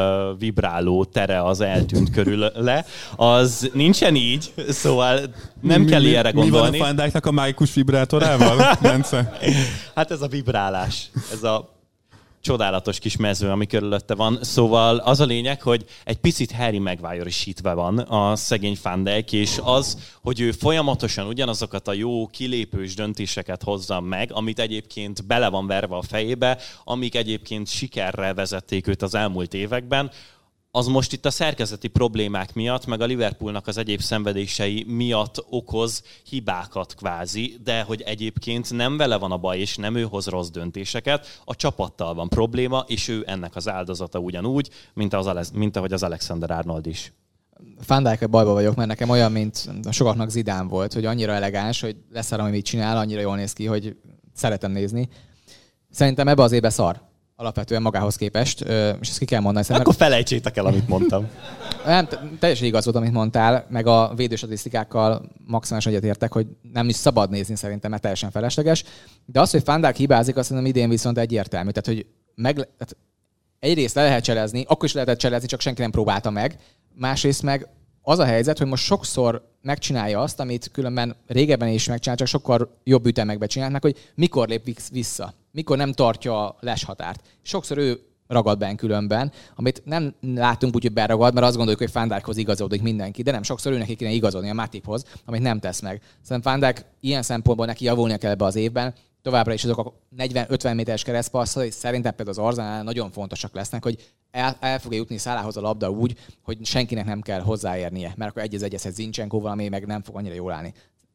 vibráló tere az eltűnt körüle, az nincsen így, szóval nem kell ilyenre gondolni. Mi van a Van Dijknak a mágikus vibrátorával, Bence? Hát ez a vibrálás, ez a csodálatos kis mező, ami körülötte van. Szóval az a lényeg, hogy egy picit Harry Maguire-isítve van a szegény Van Dijk, és az, hogy ő folyamatosan ugyanazokat a jó kilépős döntéseket hozza meg, amit egyébként bele van verve a fejébe, amik egyébként sikerrel vezették őt az elmúlt években, az most itt a szerkezeti problémák miatt, meg a Liverpoolnak az egyéb szenvedései miatt okoz hibákat kvázi, de hogy egyébként nem vele van a baj, és nem ő hoz rossz döntéseket, a csapattal van probléma, és ő ennek az áldozata ugyanúgy, mint ahogy az Alexander-Arnold is. Van Dijkkal bajba vagyok, mert nekem olyan, mint sokaknak Zidane volt, hogy annyira elegáns, hogy leszarom, amit csinál, annyira jól néz ki, hogy szeretem nézni. Szerintem ebbe az évben szar. Alapvetően magához képest, és ezt ki kell mondani. Akkor felejtsétek el, amit mondtam. Nem, teljesen igaz volt, amit mondtál, meg a védőstatisztikákkal maximálisan egyetértek, hogy nem is szabad nézni szerintem, mert teljesen felesleges. De az, hogy Van Dijk hibázik, azt mondom idén viszont egyértelmű. Tehát, hogy tehát egyrészt le lehet cselezni, akkor is lehetett cselezni, csak senki nem próbálta meg. Másrészt meg az a helyzet, hogy most sokszor megcsinálja azt, amit különben régebben is megcsinál, csak sokkal jobb ütemekbe csinálnak, hogy mikor lép vissza, mikor nem tartja a leshatárt. Sokszor ő ragad benne különben, amit nem látunk úgy, hogy beragad, mert azt gondoljuk, hogy Van Dijkhoz igazódik mindenki, de nem, sokszor ő neki kéne igazodni a Matiphoz, amit nem tesz meg. Szerintem Van Dijk ilyen szempontból neki javulnia kell ebbe az évben, továbbra is azok a 40-50 méteres keresztpasszal, és szerintem például az Arsenal nagyon fontosak lesznek, hogy el fogja jutni Salahhoz a labda úgy, hogy senkinek nem kell hozzáérnie, mert akkor egyezhet Zincsenkóval, ami meg nem fog annyira jól állni.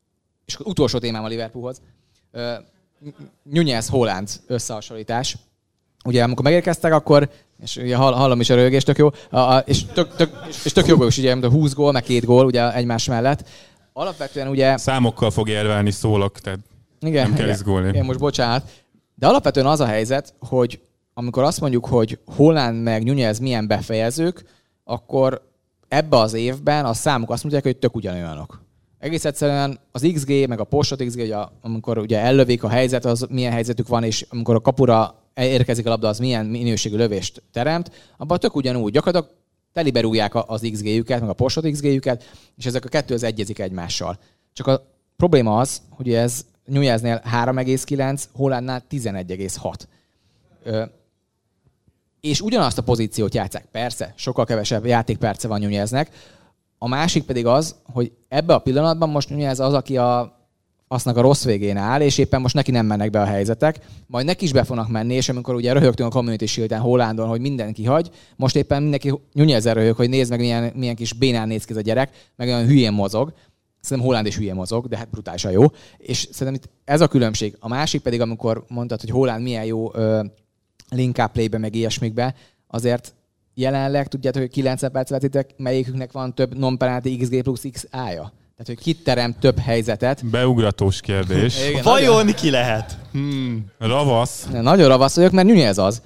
És utolsó témám a Liverpoolhoz. Nunez Haaland összehasonlítás. Ugye amikor megérkeztek, akkor És ugye hallom is a röhögést, tök jó. És tök jó is, ugye, 20 gól, meg 2 gól ugye egymás mellett. Alapvetően ugye... Számokkal fog érvelni, szólok, tehát igen, nem kell izgulni. Igen, most bocsánat. De alapvetően az a helyzet, hogy amikor azt mondjuk, hogy Haaland meg Nunez milyen befejezők, akkor ebbe az évben a számok azt mondják, hogy tök ugyanolyanok. Egész egyszerűen az XG, meg a postot XG, ugye, amikor ugye ellövik a helyzet, az milyen helyzetük van, és amikor a kapura érkezik a labda, az milyen minőségű lövést teremt, abban tök ugyanúgy. Gyakorlatilag telibe rúgják az XG-jüket, meg a postot XG-jüket, és ezek a kettő az egyezik egymással. Csak a probléma az, hogy ez Nuneznél 3,9, Haalandnál 11,6. És ugyanazt a pozíciót játsszák. Persze, sokkal kevesebb játékperce van Nuneznek. A másik pedig az, hogy ebbe a pillanatban most Nunez az, aki aznak a rossz végén áll, és éppen most neki nem mennek be a helyzetek. Majd neki is be fognak menni, és amikor ugye röhögtünk a Community Shield-en Haalandon, hogy mindenki hagy, most éppen mindenki Nunezzel röhög, hogy nézd meg, milyen kis bénán néz ki ez a gyerek, meg olyan hülyén mozog. Szerintem Haaland is hülyén mozog, de hát brutálisan jó. És szerintem itt ez a különbség. A másik pedig, amikor mondtad, hogy Haaland milyen jó link-up play-be, meg ilyesmikbe, azért jelenleg tudjátok, hogy 90 perc vetitek, melyiküknek van több non-penalty XG plusz XA-ja? Tehát, hogy ki teremt több helyzetet. Beugratós kérdés. Igen, vajon ki lehet? Ravasz. Nagyon ravasz vagyok, mert Nunez az.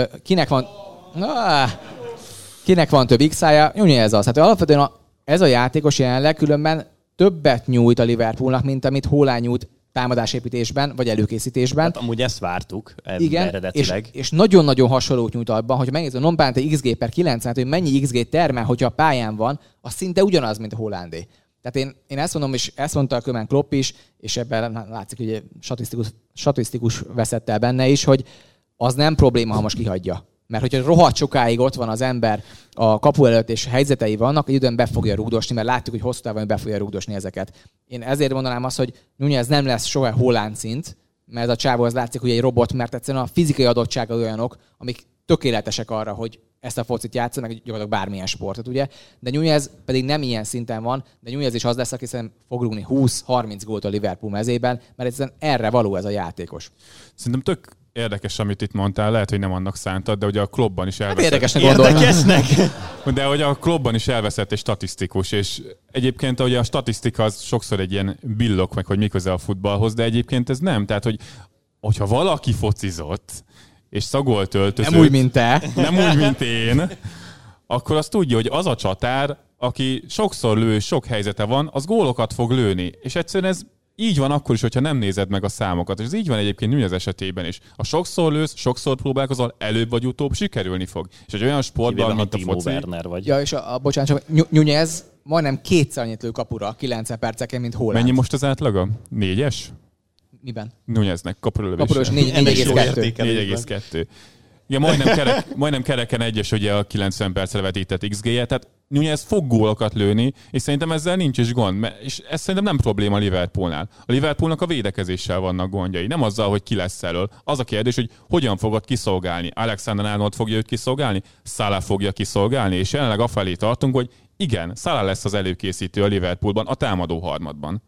Kinek van több XA-ja? Nunez az. Hát alapvetően ez a játékos jelenleg különben többet nyújt a Liverpoolnak, mint amit Haaland nyújt támadásépítésben, vagy előkészítésben. Hát amúgy ezt vártuk eredetileg. És nagyon-nagyon hasonlót nyújt abban, hogyha megnézed a non-penalty XG per 90, hogy mennyi XG termel, hogyha a pályán van, az szinte ugyanaz, mint a Haalandé. Tehát én ezt mondom, és ezt mondta a Kömen Klopp is, és ebben látszik, hogy statisztikus veszett el benne is, hogy az nem probléma, ha most kihagyja. Mert hogyha rohadt sokáig ott van az ember a kapu előtt, és helyzetei vannak, egy időn be fogja rúgdosni, mert látjuk, hogy hosszú távon be fogja rúgdosni ezeket. Én ezért mondanám azt, hogy Nunez nem lesz soha Haaland szint, mert ez a csávó az látszik, hogy egy robot, mert egyszerűen a fizikai adottságai olyanok, amik tökéletesek arra, hogy ezt a focit játszol, meg gyakorlatilag bármilyen sportot, ugye? De Nunez pedig nem ilyen szinten van, de Nunez is az lesz, aki szerintem fog rúgni 20-30 gólt a Liverpool mezében, mert egyszerűen erre való ez a játékos. Szerintem tök érdekes, amit itt mondtál, lehet, hogy nem annak szántad, de ugye a Kloppban is elveszett. Érdekesnek gondolom. De hogy a Kloppban is elveszett egy statisztikus, és egyébként ugye a statisztika az sokszor egy ilyen billog, meg hogy mi köze a futballhoz, de egyébként ez nem. Tehát, hogyha valaki focizott, és szagolt öltözőt... Nem úgy, mint te. Nem úgy, mint én. Akkor azt tudja, hogy az a csatár, aki sokszor lő, sok helyzete van, az gólokat fog lőni. És egyszerűen ez így van akkor is, hogyha nem nézed meg a számokat. És ez így van egyébként Nunez esetében is. Ha sokszor lősz, sokszor próbálkozol, előbb vagy utóbb sikerülni fog. És egy olyan sportban, mint a foci... Werner vagy. Ja, és bocsánat, Nunez majdnem kétszer annyit lő kapura 90 perceken, mint Haaland. Mennyi most az átlaga? 4-es? Miben? Nuneznek kapuralövése. Kapuralövés 4,2. 4,2. Igen, majdnem kereken egyes ugye a 90 percre vetített XG-je, tehát Nunez fog gólokat lőni, és szerintem ezzel nincs is gond, és ez szerintem nem probléma a Liverpoolnál. A Liverpoolnak a védekezéssel vannak gondjai, nem azzal, hogy ki lesz elől. Az a kérdés, hogy hogyan fogod kiszolgálni. Alexander-Arnold fogja őt kiszolgálni, Salah fogja kiszolgálni, és jelenleg afelé tartunk, hogy igen, Salah lesz az előkészítő a Liverpoolban, a támadó harmadban.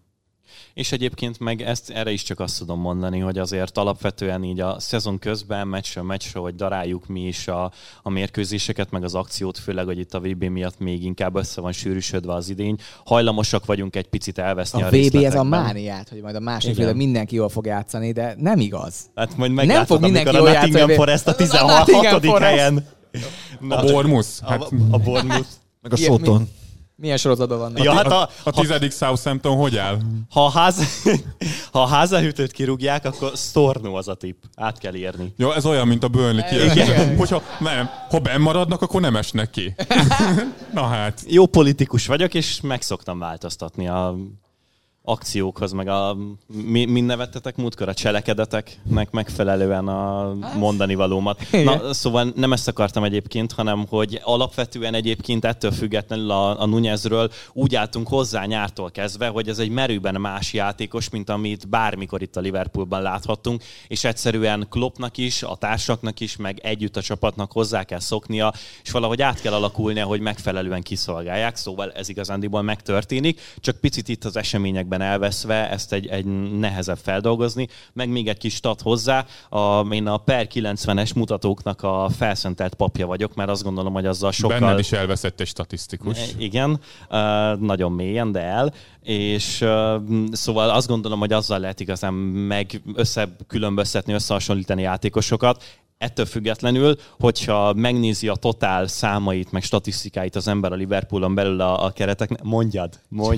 És egyébként meg erre is csak azt tudom mondani, hogy azért alapvetően így a szezon közben, meccsről, hogy daráljuk mi is a mérkőzéseket, meg az akciót, főleg, hogy itt a VB miatt még inkább össze van sűrűsödve az idény. Hajlamosak vagyunk egy picit elveszni a részletekben. A VB ez a mániát, hogy majd a másik fél mindenki jól fog játszani, de nem igaz. Hát majd meglátod, nem fog mindenki jól játszani. A Nottingham Forest a 16. helyen. A Bournemouth. A Bournemouth. Meg a Soton. Milyen sorozatban vannak? Ja, hát a 10. Southampton hogy áll? Ha a házahűtőt kirúgják, akkor Storno az a tipp. Át kell érni. Jó, ez olyan, mint a Burnley Hogyha ha benn maradnak, akkor nem esnek ki. Na hát. Jó politikus vagyok, és meg szoktam változtatni a akciókhoz, meg mind nevettetek múltkor a cselekedeteknek megfelelően a mondani valómat. Na, szóval nem ezt akartam egyébként, hanem hogy alapvetően egyébként ettől függetlenül a Nunezről úgy álltunk hozzá nyártól kezdve, hogy ez egy merőben más játékos, mint amit bármikor itt a Liverpoolban láthattunk, és egyszerűen Kloppnak is, a társaknak is, meg együtt a csapatnak hozzá kell szoknia, és valahogy át kell alakulnia, hogy megfelelően kiszolgálják, szóval ez igazándiból megtörténik, csak picit itt az eseményekben részletekben elveszve ezt egy nehezebb feldolgozni, meg még egy kis stat hozzá, én a per 90-es mutatóknak a felszentelt papja vagyok, mert azt gondolom, hogy azzal sokkal... Benned is elveszett egy statisztikus. Igen, nagyon mélyen, de el. És szóval azt gondolom, hogy azzal lehet igazán összekülönböztetni, összehasonlítani játékosokat. Ettől függetlenül, hogyha megnézi a totál számait, meg statisztikáit az ember a Liverpoolon belül a kereteknek, mondjad.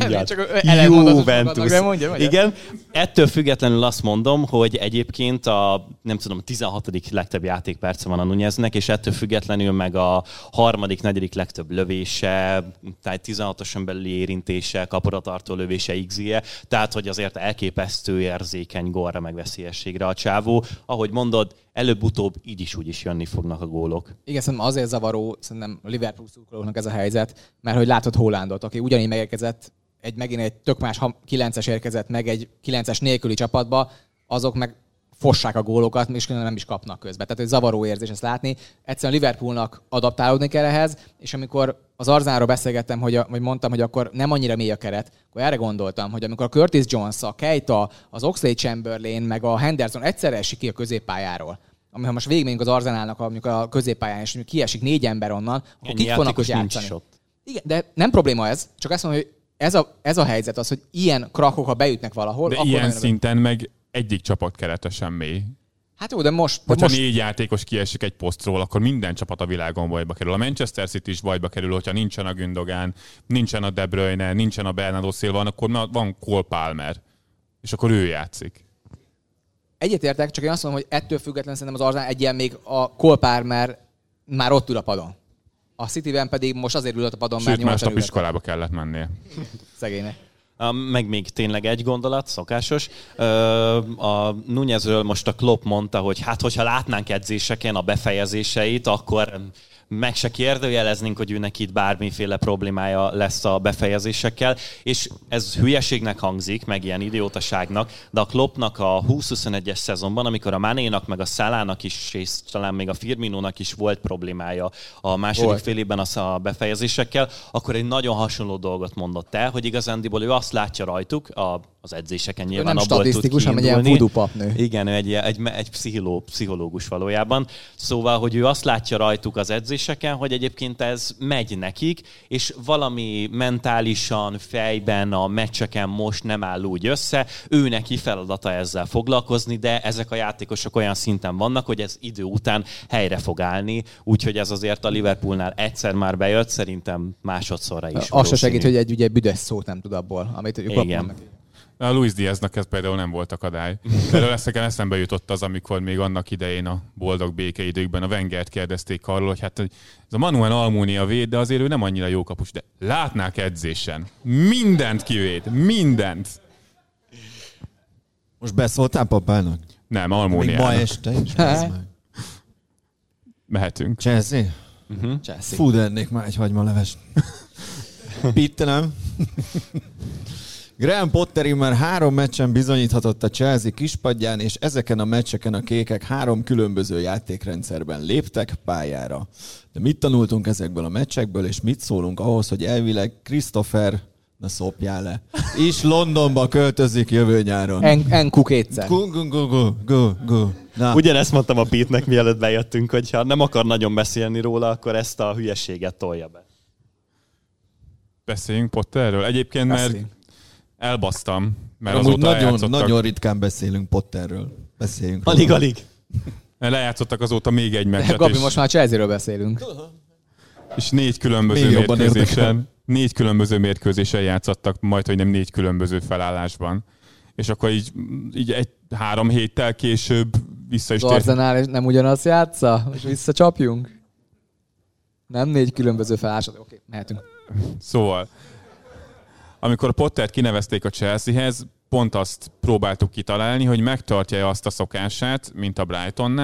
Juventus. Igen, ettől függetlenül azt mondom, hogy egyébként a 16. legtöbb játékperce van a Núñeznek, és ettől függetlenül meg a 3., 4. legtöbb lövése, tehát 16-oson belüli érintése, kaporatartó lövése, XG-je, tehát hogy azért elképesztő érzékeny gólra, meg veszélyességre a csávó. Ahogy mondod, előbb-utóbb így is úgy is jönni fognak a gólok. Igen, szerintem azért zavaró, szerintem a Liverpool szurkolóknak ez a helyzet, mert hogy látod Haalandot, aki ugyanígy megérkezett, megint egy tök más 9-es érkezett meg egy 9-es nélküli csapatba, azok meg fossák a gólokat, és nem is kapnak közben. Tehát egy zavaró érzés ezt látni. Egyszerűen Liverpoolnak adaptálódni kell ehhez, és amikor az Arzenálról beszélgettem, vagy mondtam, hogy akkor nem annyira mély a keret, akkor erre gondoltam, hogy amikor a Curtis Jones, a Keita, az Oxlade-Chamberlain, meg a Henderson egyszerre esik ki a középpályáról, ami ha most végigmegyünk az Arzenálnak a középpályán, és kiesik 4 ember onnan, akkor kik fognak ott játszani? Igen, de nem probléma ez, csak azt mondom, hogy ez a helyzet az, hogy ilyen krakok, ha beütnek valahol... De akkor ilyen szinten meg egyik csapat kerete sem mély. Hát jó, de most... Hogyha 4 játékos kiesik egy posztról, akkor minden csapat a világon bajba kerül. A Manchester City is bajba kerül, hogyha nincsen a Gündogan, nincsen a De Bruyne, nincsen a Bernardo Silva, akkor van Cole Palmer. És akkor ő játszik. Egyetértek, csak én azt mondom, hogy ettől függetlenül szerintem az Arsenal egy ilyen még a Cole Palmer már ott ül a padon. A Cityben pedig most azért ült a padon, mert 8 másnap iskolába kellett mennie. Szegénynek. Meg még tényleg egy gondolat, szokásos. A Núñezről most a Klopp mondta, hogy hát, hogyha látnánk edzéseken a befejezéseit, akkor meg se kérdőjeleznénk, hogy őnek itt bármiféle problémája lesz a befejezésekkel, és ez hülyeségnek hangzik, meg ilyen idiótaságnak, de a Kloppnak a 20-21-es szezonban, amikor a Manénak, meg a Salának is, és talán még a Firminónak is volt problémája a második fél évben a befejezésekkel, akkor egy nagyon hasonló dolgot mondott el, hogy igazándiból ő azt látja rajtuk, az edzéseken nyilván abból tud kiindulni. Nem statisztikus, hanem egy ilyen voodoo papnő. Igen, ő egy pszichológus valójában. Szóval, hogy ő azt látja rajtuk az edzéseken, hogy egyébként ez megy nekik, és valami mentálisan, fejben, a meccseken most nem áll úgy össze, ő neki feladata ezzel foglalkozni, de ezek a játékosok olyan szinten vannak, hogy ez idő után helyre fog állni, úgyhogy ez azért a Liverpoolnál egyszer már bejött, szerintem másodszorra is. Az se segít, hogy egy büdös szót nem tud abból, amit ők kapnak. A Luis Diaznak ez például nem volt akadály. Erről eszembe jutott az, amikor még annak idején a boldog békeidőkben a Wengert kérdezték arról, hogy hát ez a Manuel Almunia véd, de azért ő nem annyira jó kapus, de látnák edzésen. Mindent kivéd, mindent. Most beszóltál papának? Nem, Almuniának. Még ma este is? Mehetünk. Chelsea? Chelsea. Fú, de ennék már egy hagymalevest. Pitte nem? Graham Potter már 3 meccsen bizonyíthatott a Chelsea kispadján, és ezeken a meccseken a kékek 3 különböző játékrendszerben léptek pályára. De mit tanultunk ezekből a meccsekből, és mit szólunk ahhoz, hogy elvileg Christopher, na szopjál le, is Londonba költözik jövő nyáron. Enku kétszer. Go. Ugyanezt mondtam a Pete-nek, mielőtt bejöttünk, hogy ha nem akar nagyon beszélni róla, akkor ezt a hülyeséget tolja be. Beszéljünk Potterről. Egyébként, mert elbasztam, mert amúgy azóta lejátszottak... Nagyon ritkán beszélünk Potterről. Beszéljünk. Alig. Lejátszottak azóta még egy meccset. Gabi, most már Chelsea-ről beszélünk. És 4 különböző mérkőzésen játszottak, majd hogy nem 4 különböző felállásban. És akkor így 3 héttel később vissza is tért. Az Arsenal nem ugyanazt játsza? És visszacsapjunk? Nem 4 különböző felállásban. Oké, mehetünk. Szóval, amikor Pottert kinevezték a Chelseahez, pont azt próbáltuk kitalálni, hogy megtartja azt a szokását, mint a Brightonnál,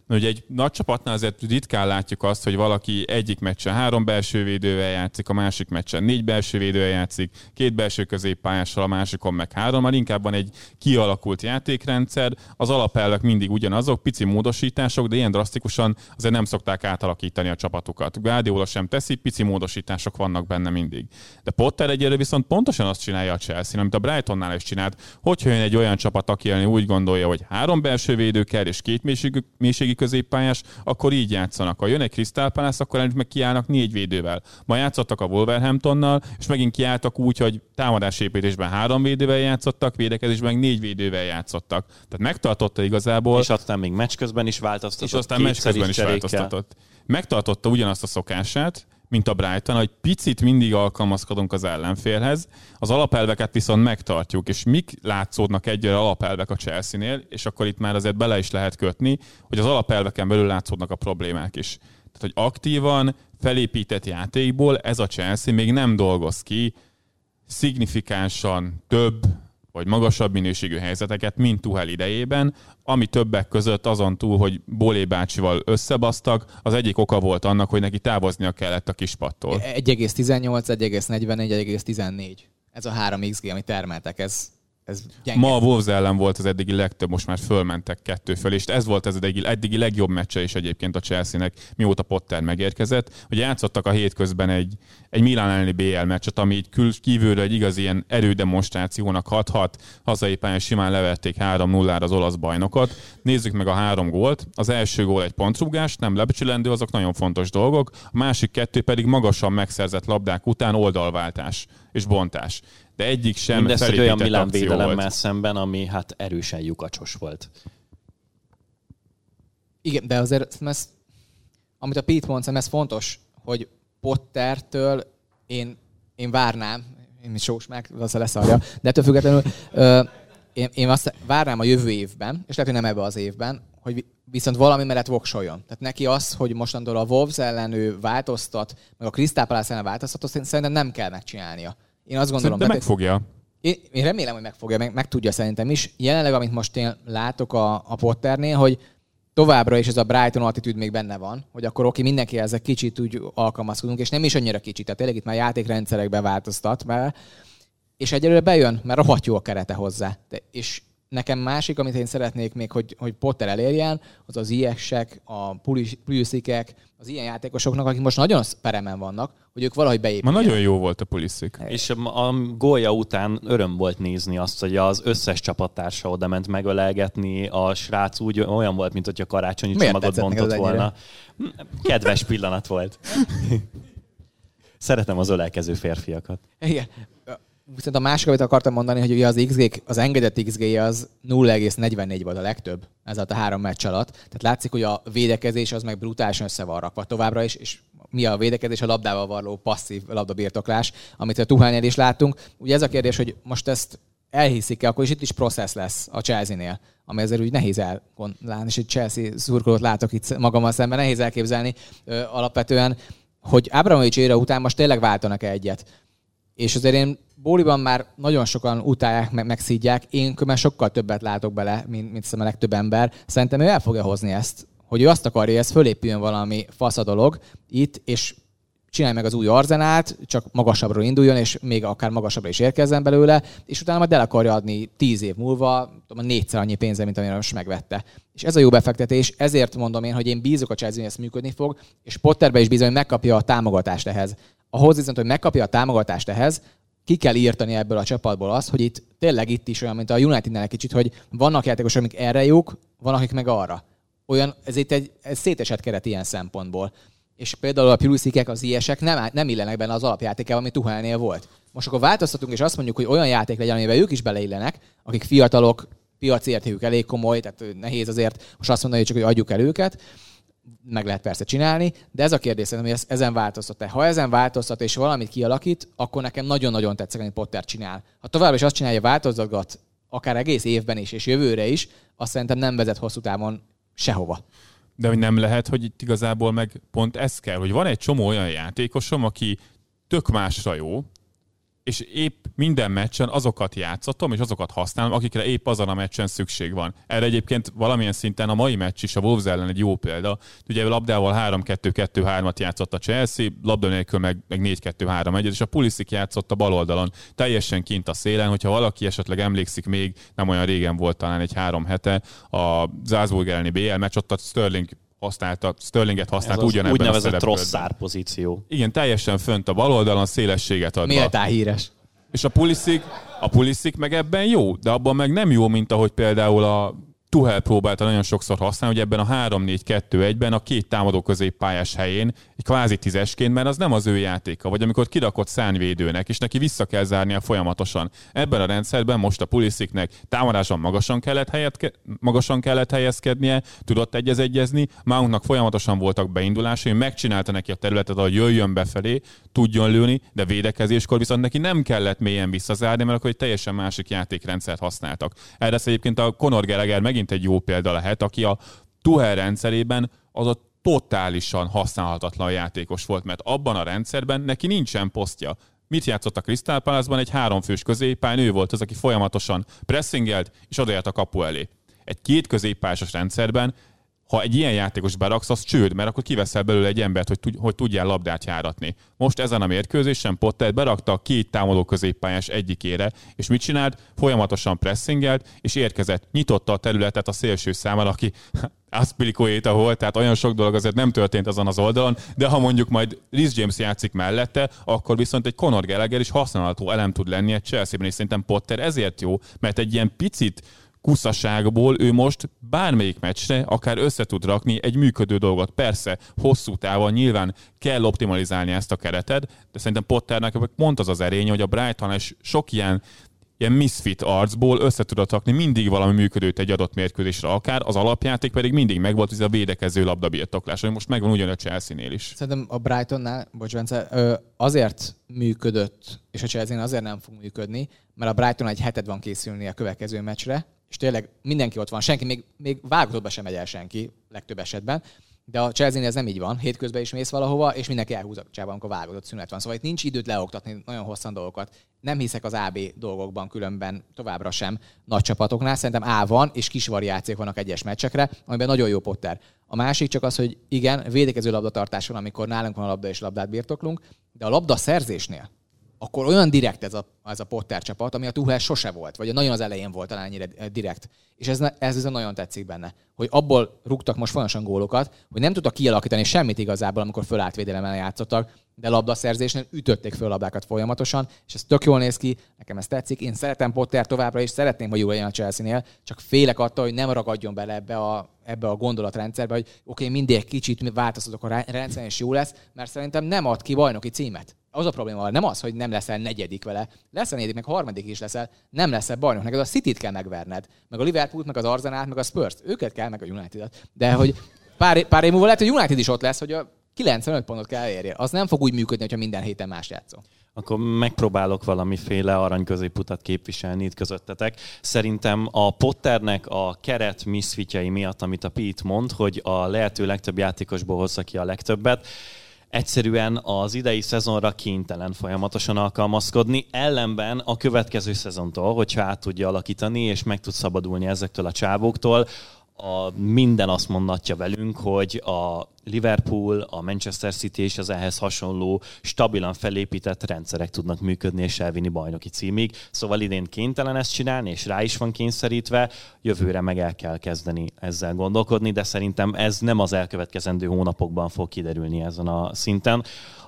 Ugye egy nagy csapatnál azért ritkán látjuk azt, hogy valaki egyik meccsen 3 belső védővel játszik, a másik meccsen 4 belső védővel játszik, 2 belső középpályással, a másikon meg 3, már inkább van egy kialakult játékrendszer, az alapelvek mindig ugyanazok, pici módosítások, de ilyen drasztikusan azért nem szokták átalakítani a csapatukat. Guardiola sem teszi, pici módosítások vannak benne mindig. De Potter egyelőre viszont pontosan azt csinálja a Chelsea, amit a Brightonnál is csinált, hogyha jön egy olyan csapat, aki úgy gondolja, hogy 3 belső védő kell és 2 mélységi középpályás, akkor így játszanak. Ha jön egy Crystal Palace, akkor meg kiállnak 4 védővel. Ma játszottak a Wolverhamptonnal, és megint kiálltak úgy, hogy támadásépítésben 3 védővel játszottak, védekezésben meg 4 védővel játszottak. Tehát megtartotta igazából. És aztán még meccs közben is változtatott. És aztán meccs közben is változtatott. Megtartotta ugyanazt a szokását, mint a Brighton, hogy picit mindig alkalmazkodunk az ellenfélhez, az alapelveket viszont megtartjuk, és mik látszódnak egyre alapelvek a Chelsea-nél, és akkor itt már azért bele is lehet kötni, hogy az alapelveken belül látszódnak a problémák is. Tehát, hogy aktívan felépített játékból ez a Chelsea még nem dolgoz ki szignifikánsan több vagy magasabb minőségű helyzeteket, mint Tuchel idejében, ami többek között azon túl, hogy Bolé bácsival összebasztak, az egyik oka volt annak, hogy neki távoznia kellett a kispattól. 1,18, 1,44, 1,14. Ez a 3 XG, amit termeltek, ez gyenge. Ma a Wolves ellen volt az eddigi legtöbb, most már fölmentek 2 fölé, és ez volt az eddigi legjobb meccse is egyébként a Chelsea-nek, mióta Potter megérkezett, hogy játszottak a hétközben egy Milan elleni BL meccset, ami így kívülről egy igazi ilyen erődemonstrációnak hathat, hazai pályán simán leverték 3-0-ra az olasz bajnokot. Nézzük meg a 3 gólt. Az első gól egy pontrugás, nem lebecsülendő, azok nagyon fontos dolgok. A másik 2 pedig magasan megszerzett labdák után oldalváltás és bontás. De egyik sem mindezt egy olyan Milán védelemmel volt szemben, ami hát erősen lyukacsos volt. Igen, de azért amit a Pete mond, ez fontos, hogy Pottertől én várnám, én sós meg, az leszarja, de ettől függetlenül én azt várnám a jövő évben, és lehet, hogy nem ebbe az évben, hogy viszont valami mellett voksoljon. Tehát neki az, hogy mostantól a Wolves ellen ő változtat, meg a Crystal Palace ellen változtat, szerintem nem kell megcsinálnia. Én azt gondolom, de megfogja. Én remélem, hogy megfogja, meg tudja szerintem is. Jelenleg, amit most én látok a Potternél, hogy továbbra is ez a Brighton attitűd még benne van, hogy akkor oké, mindenki ezzel kicsit úgy alkalmazkodunk, és nem is annyira kicsit, tehát tényleg itt már játékrendszerekbe változtat, és egyelőre bejön, mert rohadt jó a kerete hozzá. És nekem másik, amit én szeretnék még, hogy Potter elérjen, az IS-ek, a Pulisikek, az ilyen játékosoknak, akik most nagyon peremen vannak, hogy ők valahogy beépüljenek. Ma nagyon jó volt a Pulisic. És a gólja után öröm volt nézni azt, hogy az összes csapattársa oda ment megölelgetni, a srác úgy olyan volt, mint hogy a karácsonyi csomagot bontott volna. Kedves pillanat volt. Szeretem az ölelkező férfiakat. Igen. Viszont a másik, amit akartam mondani, hogy ugye az engedett XG-je az 0,44 volt a legtöbb ez alatt a 3 meccs alatt. Tehát látszik, hogy a védekezés az meg brutálisan össze van rakva továbbra is, és mi a védekezés? A labdával való passzív labdabirtoklás, amit a Tuchelnél is láttunk. Ugye ez a kérdés, hogy most ezt elhiszik-e, akkor is itt is processz lesz a Chelsea-nél, ami azért úgy nehéz elgondolni, és egy Chelsea szurkolót látok itt magammal szemben, nehéz elképzelni alapvetően, hogy Abramovich éra után most tényleg váltanak egyet. És azért én Bóliban már nagyon sokan utálják, megszídják, én már sokkal többet látok bele, mint a legtöbb ember. Szerintem ő el fogja hozni ezt, hogy ő azt akarja, hogy ez fölépüljön valami fasz a dolog itt, és csinálj meg az új arzenát, csak magasabbról induljon, és még akár magasabbra is érkezzen belőle, és utána majd el akarja adni 10 év múlva 4-szer annyi pénze, mint amire most megvette. És ez a jó befektetés, ezért mondom én, hogy én bízok a Chelsea, hogy ez működni fog, és Potterbe is bízom, hogy megkapja a támogatást ehhez. Ahhoz viszont, hogy megkapja a támogatást ehhez, ki kell írtani ebből a csapatból azt, hogy itt tényleg itt is olyan, mint a Unitednél egy kicsit, hogy vannak játékosok, amik erre jók, van akik meg arra. Olyan, ez itt egy szétesett keret ilyen szempontból. És például a Pulisikek, az IS-ek nem illenek benne az alapjátékában, ami Tuchelnél volt. Most akkor változtatunk, és azt mondjuk, hogy olyan játék legyen, amiben ők is beleillenek, akik fiatalok, piaci értékük elég komoly, tehát nehéz azért most azt mondani, hogy csak hogy adjuk el őket, meg lehet persze csinálni, de ez a kérdés, hogy ezen változtat-e. Ha ezen változtat és valamit kialakít, akkor nekem nagyon-nagyon tetszik, amit Potter csinál. Ha továbbra is azt csinálja, változgat akár egész évben is, és jövőre is, azt szerintem nem vezet hosszú távon sehova. De hogy nem lehet, hogy itt igazából meg pont ez kell, hogy van egy csomó olyan játékosom, aki tök másra jó, és épp minden meccsen azokat játszottam, és azokat használom, akikre épp azon a meccsen szükség van. Erre egyébként valamilyen szinten a mai meccs is a Wolves ellen egy jó példa. Ugye labdával 3-2-2-3-at játszott a Chelsea, labda nélkül meg 4-2-3-1, és a Pulisic játszott a bal oldalon, teljesen kint a szélen, hogyha valaki esetleg emlékszik még, nem olyan régen volt, talán egy 3 hete, a Salzburg elleni BL meccs, ott a Sterlinget használt ugyanebben a szerepkörben. Trosszár pozíció. Igen, teljesen fönt a bal oldalon, szélességet adva. Méltán híres. És a Pulisic meg ebben jó, de abban meg nem jó, mint ahogy például a Tuchel próbálta nagyon sokszor használni, hogy ebben a 3-4-2-1-ben a két támadó középpályás helyén egy kvázi tízesként, mert az nem az ő játéka, vagy amikor kirakott szárnyvédőnek, és neki vissza kell zárnia folyamatosan. Ebben a rendszerben most a Pulisicnek támadáson magasan kellett helyezkednie, tudott egyezni, Mountnak folyamatosan voltak beindulásai, megcsinálta neki a területet, hogy jöjjön befelé, tudjon lőni, de védekezéskor viszont neki nem kellett mélyen visszazárni, mert akkor egy teljesen másik játékrendszert használtak. Erre egyébként a Conor Gallagher megint egy jó példa lehet, aki a Tuchel rendszerében az a totálisan használhatatlan játékos volt, mert abban a rendszerben neki nincsen posztja. Mit játszott a Crystal Palace-ban? Egy 3 fős középpályán, ő volt az, aki folyamatosan pressingelt és odaért a kapu elé. Egy 2 középpályás rendszerben, ha egy ilyen játékos beraksz, az csőd, mert akkor kiveszel belőle egy embert, hogy tudjál labdát járatni. Most ezen a mérkőzésen Potter berakta a 2 támadó középpályás egyikére, és mit csinált? Folyamatosan pressingelt, és érkezett. Nyitotta a területet a szélső számára, aki Azpilicueta volt, tehát olyan sok dolog azért nem történt azon az oldalon, de ha mondjuk majd Reece James játszik mellette, akkor viszont egy Conor Gallagher is használható elem tud lenni egy Chelsea-ben, és szerintem Potter ezért jó, mert egy ilyen picit kuszaságból ő most bármelyik meccsre akár össze tud rakni egy működő dolgot. Persze, hosszú távon nyilván kell optimalizálni ezt a keretet, de szerintem Potternek pont az az erénye, hogy a Brighton és sok ilyen misfit arcból össze tudott rakni mindig valami működőt egy adott mérkőzésre akár, az alapjáték pedig mindig megvolt, ez a védekező labdabirtoklás, ami most megvan ugyan a Chelsea-nél is. Szerintem a Brightonnál, Bence, azért működött, és a Chelsea-nél azért nem fog működni, mert a Brighton egy heted van készülni a következő meccsre, és tényleg mindenki ott van, senki, még válogatottba sem megy el senki legtöbb esetben, de a Chelsea-nél ez nem így van, hétközben is mész valahova, és mindenki elhúz a csában, amikor válogatott szünet van. Szóval itt nincs időt leoktatni nagyon hosszan dolgokat. Nem hiszek az AB dolgokban különben továbbra sem nagy csapatoknál. Szerintem A van, és kis variációk vannak egyes meccsekre, amiben nagyon jó Potter. A másik csak az, hogy igen, védekező labdatartás van, amikor nálunk van a labda és labdát birtoklunk, de a labda szerzésnél akkor olyan direkt ez a Potter csapat, ami a Tuchel sose volt, vagy nagyon az elején volt talán ennyire direkt. És ez nagyon tetszik benne, hogy abból rúgtak most folyamatosan gólokat, hogy nem tudtak kialakítani semmit igazából, amikor fölállt védelemmel játszottak, de labdaszerzésnél ütötték föl labdákat folyamatosan, és ez tök jól néz ki, nekem ez tetszik. Én szeretem Potter továbbra is, szeretném, hogy jó legyen a Chelsea-nél, csak félek attól, hogy nem ragadjon bele ebbe a gondolatrendszerbe, hogy oké, mindig kicsit változtatok a rendszeren, és jó lesz, mert szerintem nem ad ki bajnoki címet. Az a probléma, nem az, hogy nem leszel negyedik vele, leszel negyedik, meg harmadik is leszel, nem leszel bajnok, neked a Cityt kell megverned, meg a Liverpoolt, meg az Arsenalt, meg a Spurs-t, őket kell, meg a United-et. De hogy pár év múlva lehet, hogy United is ott lesz, hogy a 95 pontot kell elérje. Az nem fog úgy működni, hogyha minden héten más játszol. Akkor megpróbálok valamiféle aranyközéputat képviselni itt közöttetek. Szerintem a Potternek a keret misfitjei miatt, amit a Pete mond, hogy a lehető legtöbb játékosból hozza ki a legtöbbet, egyszerűen az idei szezonra kénytelen folyamatosan alkalmazkodni, ellenben a következő szezontól, hogyha át tudja alakítani, és meg tud szabadulni ezektől a csávóktól, minden azt mondatja velünk, hogy a Liverpool, a Manchester City és az ehhez hasonló stabilan felépített rendszerek tudnak működni és elvinni bajnoki címig. Szóval idén kénytelen ezt csinálni, és rá is van kényszerítve, jövőre meg el kell kezdeni ezzel gondolkodni, de szerintem ez nem az elkövetkezendő hónapokban fog kiderülni ezen a szinten.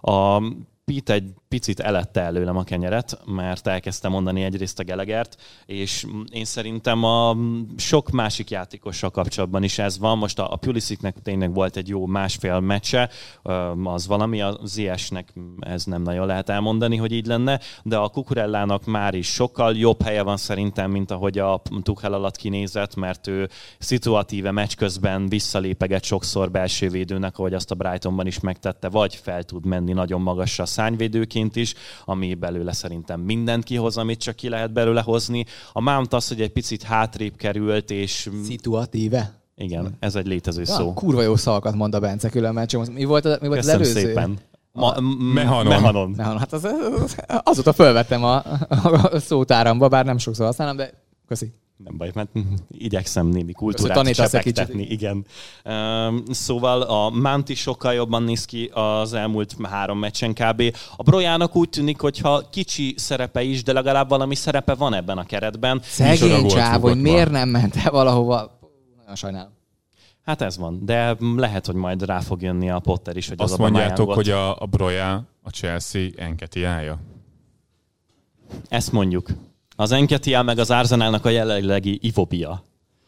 A Pete egy picit elette előlem a kenyeret, mert elkezdte mondani egyrészt a Gallaghert, és én szerintem a sok másik játékossal kapcsolatban is ez van. Most a Pulisicnek tényleg volt egy jó másfél meccse, az valami, a Ziyechnek ez nem nagyon lehet elmondani, hogy így lenne, de a Cucurellának már is sokkal jobb helye van szerintem, mint ahogy a Tuchel alatt kinézett, mert ő szituatíve meccs közben visszalépeget sokszor belső védőnek, ahogy azt a Brightonban is megtette, vagy fel tud menni nagyon magasra szárnyvédőként is, ami belőle szerintem mindent kihoz, amit csak ki lehet belőle hozni. A Mount az, hogy egy picit hátrébb került, és... Szituatíve? Igen, ez egy létező szó. Kurva jó szavakat mond a Bence különben. Mi volt az előző? Szépen. Mehanon. Hát azóta fölvettem a szótáramba, bár nem sokszor használom, de köszi. Nem baj, mert igyekszem némi kultúrát csepegtetni, igen. Szóval a Mount is sokkal jobban néz ki az elmúlt 3 meccsen kb. A Brojának úgy tűnik, hogyha kicsi szerepe is, de legalább valami szerepe van ebben a keretben. Szegény csáv, hogy miért nem ment el valahova. Nagyon sajnálom. Hát ez van, de lehet, hogy majd rá fog jönni a Potter is, hogy azt az mondjátok, hogy a Broja a Chelsea Nketiája? Ezt mondjuk. Az Nketiah meg az Arsenalnak a jelenlegi Ivobia.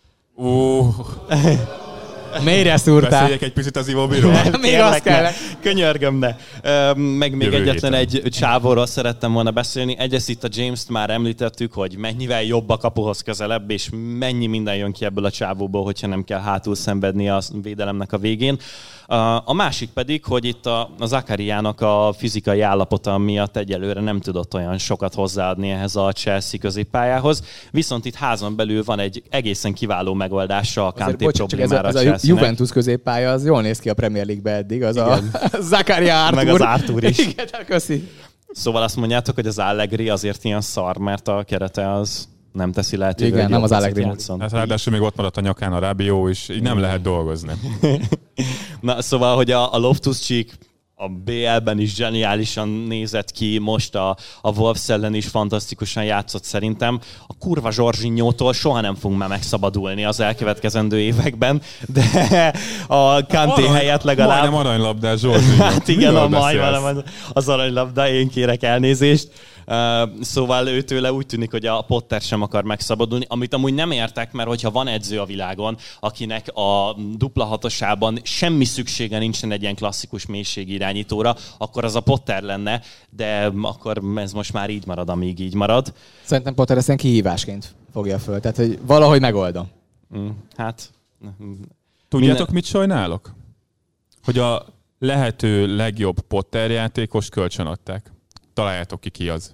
Mélyre szúrtál. Beszéljek egy picit az Iwobiról? Még azt kell. Könyörgöm, ne. Meg még Jövő egyetlen héten. egy csávóról szerettem volna beszélni. Egyrészt itt a James-t már említettük, hogy mennyivel jobb a kapuhoz közelebb, és mennyi minden jön ki ebből a csávóból, hogyha nem kell hátul szenvedni a védelemnek a végén. A másik pedig, hogy itt a Zakariának a fizikai állapota miatt egyelőre nem tudott olyan sokat hozzáadni ehhez a Chelsea középpályához. Viszont itt házon belül van egy egészen kiváló megoldása a Kanté problémára a Chelsea-nek. Ez a Juventus középpálya, az jól néz ki a Premier League-be eddig, az a Zakaria Arthur. Meg az Arthur is. Igen, köszi. Szóval azt mondjátok, hogy az Allegri azért ilyen szar, mert a kerete az nem teszi lehetővé. Igen, nem az Allegri. Hát ráadásul még ott maradt a nyakán a Rabiot, és így nem lehet dolgozni. Na, szóval, hogy a Loftus-Cheek a BL-ben is zseniálisan nézett ki, most a Wolves ellen is fantasztikusan játszott szerintem. A kurva Zsorzsinyótól soha nem fogunk már megszabadulni az elkövetkezendő években, de a Kanté helyett legalább... Majdnem aranylabdás Zsorzsinyó. Hát igen, az aranylabda, én kérek elnézést. Szóval őtőle úgy tűnik, hogy a Potter sem akar megszabadulni, amit amúgy nem értek, mert hogyha van edző a világon, akinek a dupla hatosában semmi szüksége nincsen egy ilyen klasszikus mélységirányítóra, akkor az a Potter lenne, de akkor ez most már így marad, amíg így marad. Szerintem Potter ezt kihívásként fogja föl, tehát hogy valahogy megoldom. Hát... Tudjátok, mit sajnálok? Hogy a lehető legjobb Potter játékost kölcsönadták. Találjátok ki az.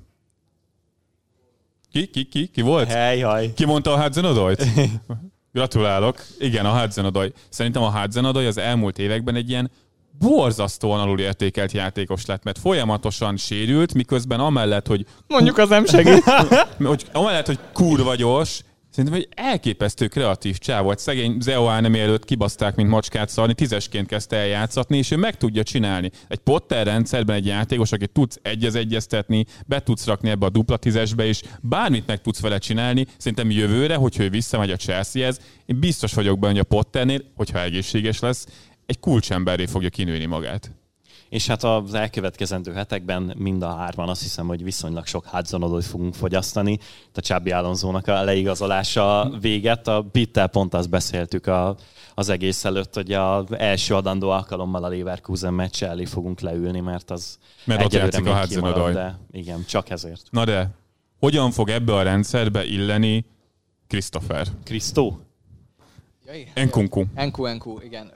Ki volt? Hely. Ki mondta a Hudson-Odoyt? Gratulálok. Igen, a Hudson-Odoy. Szerintem a Hudson-Odoy az elmúlt években egy ilyen borzasztóan alulértékelt játékos lett, mert folyamatosan sérült, miközben amellett, hogy... Mondjuk az nem segít. amellett, hogy kurva gyors, szerintem egy elképesztő kreatív csáv volt. Szegény Zeoá nem előtt kibaszták, mint macskát szarni, 10-esként kezdte el játszatni, és ő meg tudja csinálni. Egy Potter rendszerben egy játékos, akit tudsz egyeztetni, be tudsz rakni ebbe a dupla 10-esbe, és bármit meg tudsz vele csinálni. Szerintem jövőre, hogyha ő visszamegy a Chelseahez, én biztos vagyok benne, hogy a Potternél, hogyha egészséges lesz, egy kulcsemberré fogja kinőni magát. És hát az elkövetkezendő hetekben mind a hárman azt hiszem, hogy viszonylag sok Hudson-Odoyt fogunk fogyasztani. Itt a Xabi Alonso-nak a leigazolása véget. A Pittel pont azt beszéltük az egész előtt, hogy az első adandó alkalommal a Leverkusen meccs elé fogunk leülni, mert az ott játszik a Hudson-Odoy. De igen, csak ezért. Na de, hogyan fog ebbe a rendszerbe illeni Christopher? Krisztó? Nkunku, igen.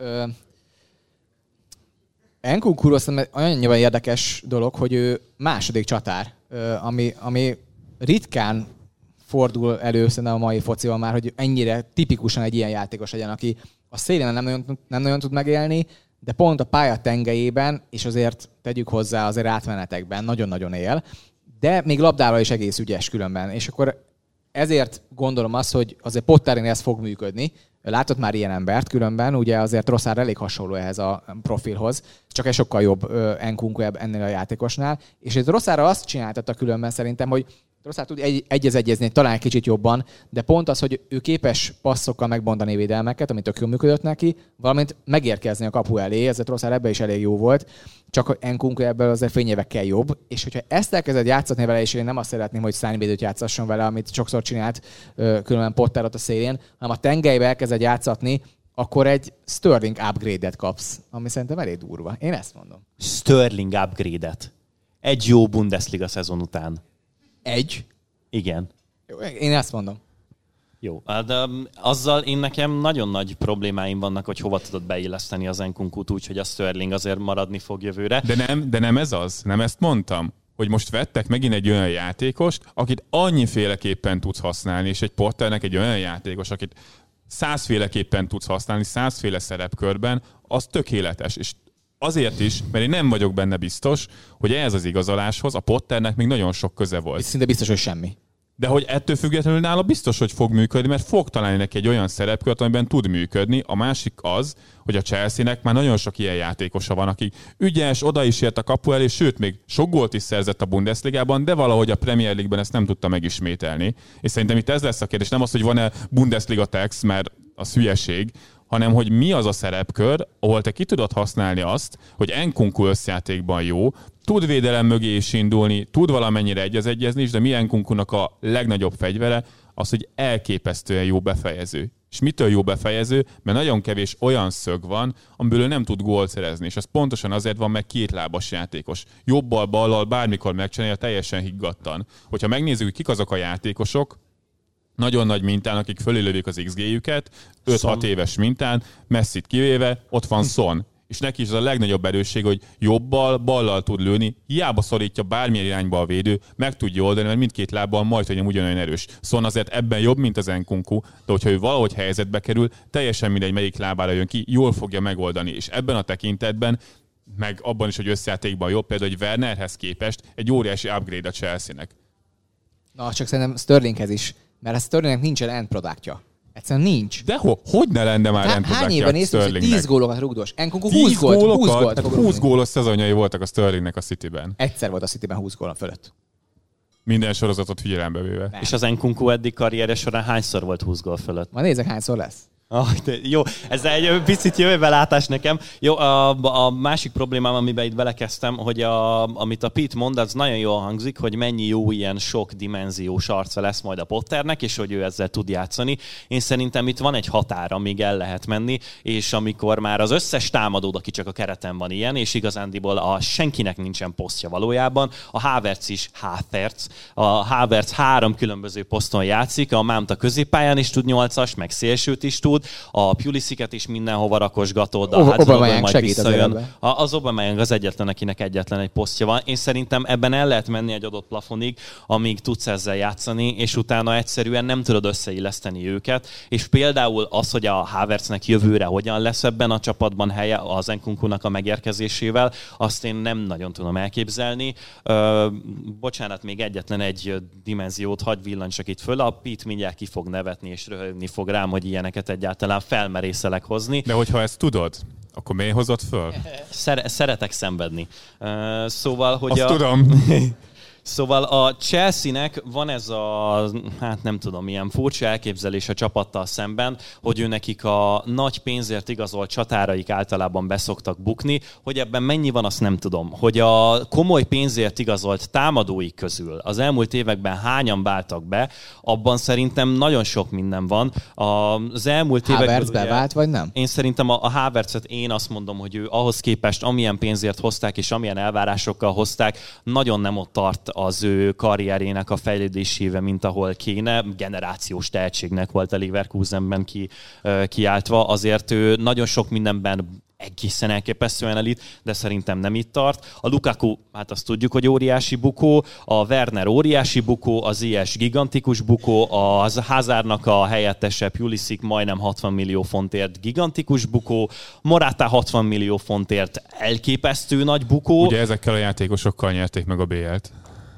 Nkunku annyiban érdekes dolog, hogy ő második csatár, ami ritkán fordul elő szerintem a mai fociban már, hogy ennyire tipikusan egy ilyen játékos legyen, aki a szélén nem nagyon tud megélni, de pont a pálya tengelyében, és azért tegyük hozzá azért átmenetekben nagyon-nagyon él, de még labdával is egész ügyes különben. És akkor ezért gondolom azt, hogy azért Potternél ez fog működni. Látott már ilyen embert különben, ugye azért Trossard elég hasonló ehhez a profilhoz, csak egy sokkal jobb Nkunku ennél a játékosnál. És itt Trossardra azt csináltatta különben szerintem, hogy Trossard tud egyezni talán egy kicsit jobban, de pont az, hogy ő képes passzokkal megbontani védelmeket, amit tök jól működött neki, valamint megérkezni a kapu elé, ez a Trossard ebben is elég jó volt, csak Nkunku ebből azért fényévekkel jobb, és hogyha ezt elkezded játszatni vele, és én nem azt szeretném, hogy szárnyvédőt játszasson vele, amit sokszor csinált különben Potter ott a szélén, hanem a tengelybe elkezded játszatni, akkor egy Sterling upgrade-et kapsz, ami szerintem elég durva. Én ezt mondom. Sterling upgrade-et. Egy jó Bundesliga szezon után. Egy? Igen. Én ezt mondom. Jó, de azzal én nekem nagyon nagy problémáim vannak, hogy hova tudod beilleszteni az Nkunkut úgy, hogy a Sterling azért maradni fog jövőre. De nem ez az, nem ezt mondtam, hogy most vettek megint egy olyan játékost, akit annyiféleképpen tudsz használni, és egy Potternek egy olyan játékos, akit 100-féleképpen tudsz használni, 100-féle szerepkörben, az tökéletes. És Azért is, mert én nem vagyok benne biztos, hogy ehhez az igazoláshoz a Potternek még nagyon sok köze volt. Szinte biztos, hogy semmi. De hogy ettől függetlenül nála biztos, hogy fog működni, mert fog találni neki egy olyan szerepkört, amiben tud működni. A másik az, hogy a Chelsea-nek már nagyon sok ilyen játékosa van, aki ügyes, oda is ért a kapu elé, sőt, még sok gólt is szerzett a Bundesligában, de valahogy a Premier League-ben ezt nem tudta megismételni. És szerintem itt ez lesz a kérdés, nem az, hogy van-e Bundesliga tax, mert az hülyeség, hanem hogy mi az a szerepkör, ahol te ki tudod használni azt, hogy Nkunku összjátékban jó, tud védelem mögé is indulni, tud valamennyire egyezni is, de mi Nkunkunak a legnagyobb fegyvere az, hogy elképesztően jó befejező. És mitől jó befejező? Mert nagyon kevés olyan szög van, amiből ő nem tud gólt szerezni, és az pontosan azért van, meg kétlábas játékos. Jobbal, ballal bármikor megcsinálja teljesen higgadtan. Hogyha megnézzük, hogy kik azok a játékosok, nagyon nagy mintán, akik fölülövik az XG-jüket, 5-6 éves mintán, Messit kivéve, ott van Son. És neki is az a legnagyobb erősség, hogy jobbal, ballal tud lőni, hiába szorítja bármilyen irányba a védő, meg tudja oldani, mert mindkét lábbal majdhogy ugyanolyan erős. Son azért ebben jobb, mint az Nkunku, de hogyha ő valahogy helyzetbe kerül, teljesen mindegy, melyik lábára jön ki, jól fogja megoldani. És ebben a tekintetben, meg abban is, hogy összjátékban jobb, például, hogy Wernerhez képest egy óriási upgrade a Chelsea-nek. Na, csak szerintem Sterlinghez is, mert a Sterlingnek nincsen end produktja. Egyszerűen nincs. De hogy ne lenne már end produktja hány évben néztük, hogy 10 gólokat rugdos? Nkunku 20 gólt. 20 gólos szezonjai voltak a Sterlingnek a Cityben. Egyszer volt a Cityben 20 gól fölött. Minden sorozatot figyelembe véve. Nem. És az Nkunku eddig karrierje során hányszor volt 20 gól fölött? Majd nézzek, hányszor lesz. Jó, ez egy picit jövőbelátás nekem. Jó, a másik problémám, amiben itt belekezdtem, hogy amit a Pete mond, az nagyon jól hangzik, hogy mennyi jó ilyen sok dimenziós arca lesz majd a Potternek, és hogy ő ezzel tud játszani. Én szerintem itt van egy határ, amíg el lehet menni, és amikor már az összes támadód, aki csak a kereten van ilyen, és igazándiból senkinek nincsen posztja valójában, a Havertz is a Havertz 3 különböző poszton játszik, a Mount a középpályán is tud 8-as, meg szélsőt is tud, a Pulisic-et is mindenhova rakosgatod, a Hudson-Odoi majd visszajön. Az Aubameyang az egyetlen, akinek egyetlen egy posztja van. Én szerintem ebben el lehet menni egy adott plafonig, amíg tudsz ezzel játszani, és utána egyszerűen nem tudod összeilleszteni őket. És például az, hogy a Havertznek jövőre hogyan lesz ebben a csapatban helye az Nkunkunak a megérkezésével, azt én nem nagyon tudom elképzelni. Bocsánat, még egyetlen egy dimenziót hagy villancsak itt föl. A Pete mindjárt ki fog nevetni, és röhögni fog rám, hogy ilyeneket egyáltalán felmerészelek hozni. De hogyha ezt tudod, akkor miért hozod föl? Szeretek szenvedni. Szóval, hogy azt tudom. Szóval a Chelsea-nek van ez a, hát nem tudom, ilyen furcsa elképzelés a csapattal szemben, hogy ő nekik a nagy pénzért igazolt csatáraik általában beszoktak bukni, hogy ebben mennyi van, azt nem tudom. Hogy a komoly pénzért igazolt támadóik közül az elmúlt években hányan váltak be, abban szerintem nagyon sok minden van. Az elmúlt években... Havertz bevált, vagy nem? Én szerintem a Havertzet én azt mondom, hogy ő ahhoz képest, amilyen pénzért hozták és amilyen elvárásokkal hozták, nagyon nem ott tart az ő karrierének a fejlődésével, mint ahol kéne. Generációs tehetségnek volt a Leverkusenben kiáltva. Azért ő nagyon sok mindenben egészen elképesztően elit, de szerintem nem itt tart. A Lukaku, hát azt tudjuk, hogy óriási bukó, a Werner óriási bukó, az IS gigantikus bukó, az Hazardnak a helyettese Pulisic majdnem 60 millió fontért gigantikus bukó, Morata 60 millió fontért elképesztő nagy bukó. Ugye ezekkel a játékosokkal nyerték meg a BL-t.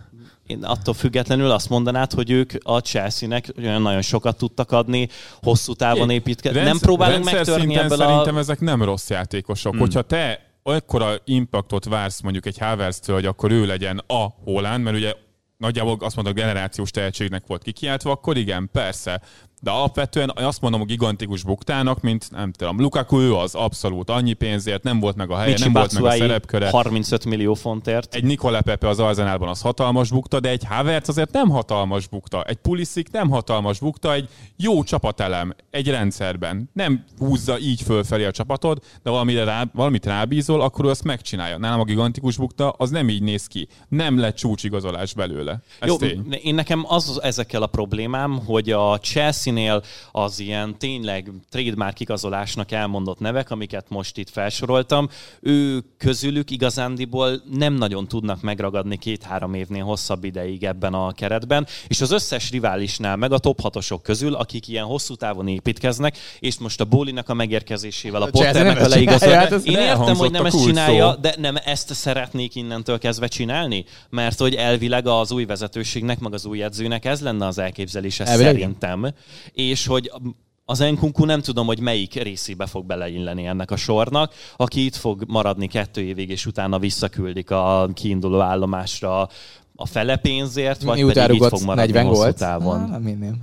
Én attól függetlenül azt mondanád, hogy ők a Chelsea-nek nagyon sokat tudtak adni, hosszú távon építkezni. Nem próbálunk megtörni ebből szerintem ezek nem rossz játékosok. Hogyha te akkora impactot vársz mondjuk egy Havertztől, hogy akkor ő legyen a Haaland, mert ugye nagyjából azt mondom, generációs tehetségnek volt kikiáltva, akkor igen, persze. De alapvetően azt mondom a gigantikus buktának, mint nem tudom, Lukaku ő az abszolút annyi pénzért, nem volt meg a helye, nem volt meg a szerepköre. 35 millió fontért. Egy Nicola Pepe az Arsenalban az hatalmas bukta, de egy Havertz azért nem hatalmas bukta. Egy Pulisic nem hatalmas bukta, egy jó csapatelem egy rendszerben. Nem húzza így fölfelé a csapatod, de valamit rábízol, akkor ő azt megcsinálja. Nálam a gigantikus bukta az nem így néz ki. Nem lett csúcsigazolás belőle. Ez jó, tény. én nekem az ezekkel a problémám, hogy a Chelsea Chelsea-nél az ilyen tényleg trademark igazolásnak elmondott nevek, amiket most itt felsoroltam, ő közülük igazándiból nem nagyon tudnak megragadni 2-3 évnél hosszabb ideig ebben a keretben, és az összes riválisnál, meg a top 6-osok közül, akik ilyen hosszú távon építkeznek, és most a Bowleynak a megérkezésével, a Potternek a leigazolásával. Én értem, hogy nem ezt csinálja, de nem ezt szeretnék innentől kezdve csinálni, mert hogy elvileg az új vezetőségnek, meg az új edzőnek ez lenne az elképzelése szerintem. És hogy az Nkunku nem tudom, hogy melyik részébe fog beleilleni ennek a sornak, aki itt fog maradni 2 évig, és utána visszaküldik a kiinduló állomásra a fele pénzért, vagy pedig itt fog maradni 40 hosszú távon. Minél.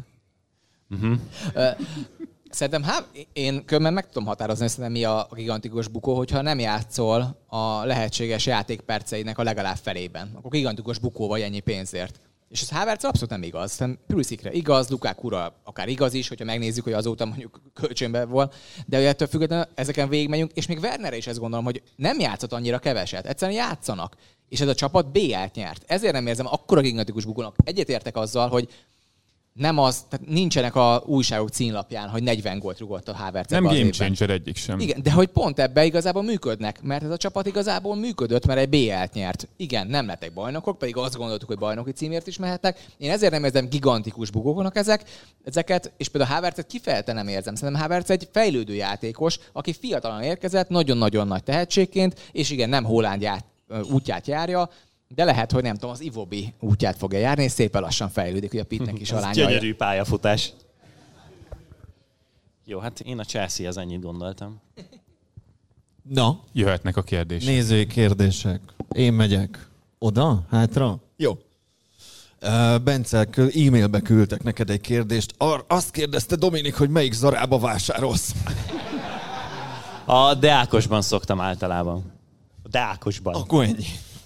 Szerintem én különben meg tudom határozni, hogy szerintem mi a gigantikus bukó, hogyha nem játszol a lehetséges játékperceinek a legalább felében. Akkor gigantikus bukó vagy ennyi pénzért. És ez Havertz abszolút nem igaz. Szerintem Pulisicre igaz, Lukákura akár igaz is, hogyha megnézzük, hogy azóta mondjuk kölcsönben volt. De ettől függetlenül ezeken végigmegyünk, és még Wernerre is ezt gondolom, hogy nem játszott annyira keveset. Egyszerűen játszanak. És ez a csapat BL-t nyert. Ezért nem érzem akkora gigantikus bukónak. Egyetértek azzal, hogy nem az, tehát nincsenek a újságok címlapján, hogy 40 gólt rugott a Havertz. Nem game changer egyik sem. Igen, de hogy pont ebbe igazából működnek, mert ez a csapat igazából működött, mert egy BL-t nyert. Igen, nem lettek bajnokok, pedig azt gondoltuk, hogy bajnoki címért is mehetnek. Én ezért nem érzem gigantikus bugóknak ezeket, és például Havertzet kifejezetten nem érzem. Szerintem Havertz egy fejlődő játékos, aki fiatalan érkezett, nagyon-nagyon nagy tehetségként, és igen, nem Haaland útját járja, de lehet, hogy nem tudom, az Iwobi útját fogja járni, és szépen lassan fejlődik, hogy a Pittnek is alányolja. Gyönyörű pályafutás. Jó, hát én a Chelsea-hez ennyit gondoltam. Na, jöhetnek a kérdések. Nézői kérdések. Én megyek. Oda? Hátra? Jó. Bence, e-mailbe küldtek neked egy kérdést. Azt kérdezte Dominik, hogy melyik Zarába vásárolsz. A Deákosban szoktam általában. A Deákosban. Akkor ennyi.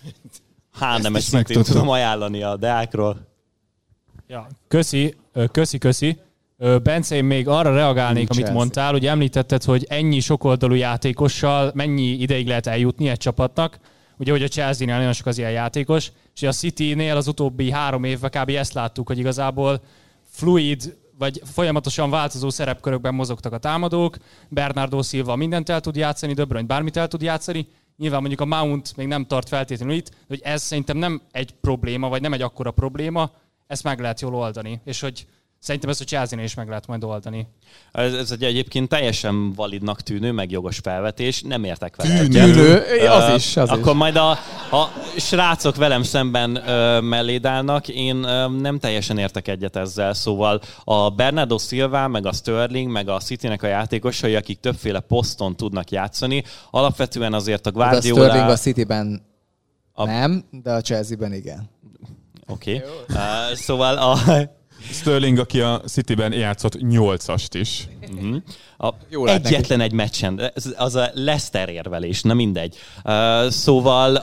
Nem ezt szintén tudom ajánlani a Deákról. Ja, köszi. Bence, én még arra reagálnék, amit mondtál, hogy említetted, hogy ennyi sokoldalú játékossal mennyi ideig lehet eljutni egy csapatnak. Ugye, hogy a Chelsea-nél nagyon sok az ilyen játékos, és a City-nél az utóbbi 3 évben kb. Ezt láttuk, hogy igazából fluid, vagy folyamatosan változó szerepkörökben mozogtak a támadók. Bernardo Silva mindent el tud játszani, De Bruyne bármit el tud játszani. Nyilván mondjuk a Mount még nem tart feltétlenül itt, hogy ez szerintem nem egy probléma, vagy nem egy akkora probléma, ezt meg lehet jól oldani. És hogy szerintem ezt a Chelsea-nél is meg lehet majd oldani. Ez egy egyébként teljesen validnak tűnő, meg jogos felvetés, nem értek vele. Az is. Akkor majd a srácok velem szemben melléd állnak, én nem teljesen értek egyet ezzel, szóval a Bernardo Silva, meg a Sterling, meg a Citynek a játékosai, akik többféle poszton tudnak játszani, alapvetően azért a Guardiola... A Sterling a Cityben nem, de a Chelsea-ben igen. Oké. Szóval Sterling, aki a Cityben játszott 8-ast is. Egyetlen egy meccsen. Az a Leicester érvelés, na mindegy. Szóval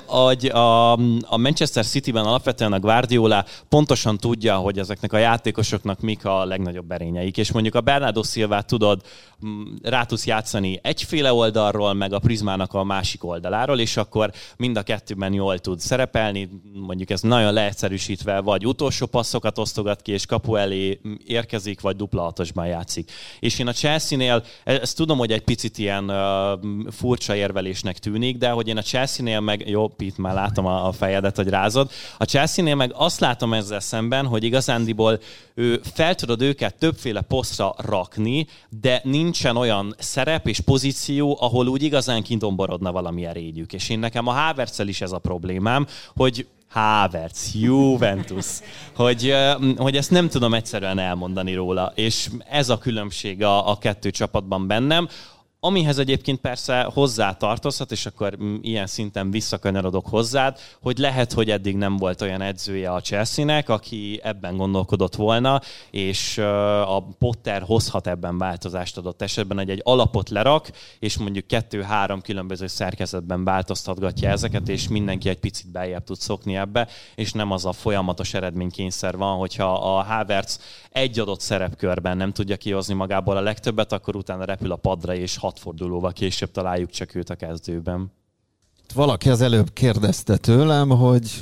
a Manchester Cityben alapvetően a Guardiola pontosan tudja, hogy ezeknek a játékosoknak mik a legnagyobb erényeik. És mondjuk a Bernardo Silvát tudod, rá tudsz játszani egyféle oldalról, meg a prizmának a másik oldaláról, és akkor mind a kettőben jól tud szerepelni. Mondjuk ez nagyon leegyszerűsítve, vagy utolsó passzokat osztogat ki, és kapu elé érkezik, vagy dupla hatosban játszik. És én a Chelsea-nél, ezt tudom, hogy egy picit ilyen furcsa érvelésnek tűnik, de hogy én a Chelsea-nél meg, jó, Pete, már látom a fejedet, hogy rázod, a Chelsea-nél meg azt látom ezzel szemben, hogy igazándiból fel tudod őket többféle posztra rakni, de nincsen olyan szerep és pozíció, ahol úgy igazán kintomborodna valami erényük. És én nekem a Havertzel is ez a problémám, hogy Havertz, Juventus, hogy ezt nem tudom egyszerűen elmondani róla, és ez a különbség a kettő csapatban bennem, amihez egyébként persze hozzátartozhat, és akkor ilyen szinten visszakanyarodok hozzád, hogy lehet, hogy eddig nem volt olyan edzője a Chelsea-nek, aki ebben gondolkodott volna, és a Potter hozhat ebben változást adott esetben, hogy egy alapot lerak, és mondjuk 2-3 különböző szerkezetben változtatgatja ezeket, és mindenki egy picit beljebb tud szokni ebbe, és nem az a folyamatos eredménykényszer van, hogyha a Havertz egy adott szerepkörben nem tudja kihozni magából a legtöbbet, akkor utána repül a padra, és 6 fordulóval később találjuk csak őt a kezdőben. Valaki az előbb kérdezte tőlem, hogy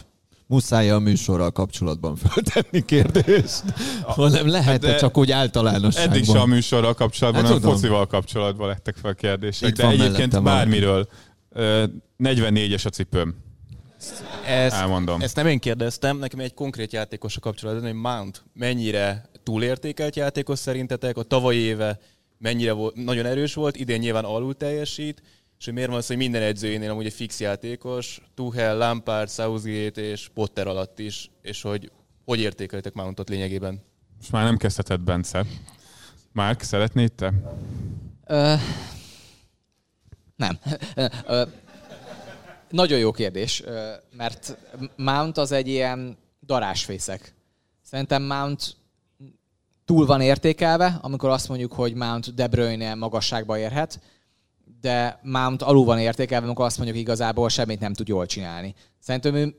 muszáj a műsorral kapcsolatban föltenni kérdést, hanem lehet csak úgy általánosságban. Eddig sem a műsorral kapcsolatban, hát, hanem focival kapcsolatban lettek fel kérdések. Itt de egyébként bármiről. 44-es a cipőm. Elmondom. Ezt nem én kérdeztem, nekem egy konkrét játékosra kapcsolatban, hogy Mount mennyire túlértékelt játékos szerintetek, a tavalyi éve mennyire volt, nagyon erős volt, idén nyilván alul teljesít, és hogy miért van az, hogy minden edzőjénél amúgy egy fix játékos, Tuchel, Lampard, Southgate és Potter alatt is, és hogy értékelitek Mountot lényegében? Most már nem kezdheted, Bence. Márk, szeretnéd te? Nem. Nagyon jó kérdés, mert Mount az egy ilyen darásfészek. Szerintem Mount túl van értékelve, amikor azt mondjuk, hogy Mount De Bruyne magasságba érhet, de Mount alul van értékelve, amikor azt mondjuk, igazából semmit nem tud jól csinálni. Szerintem ő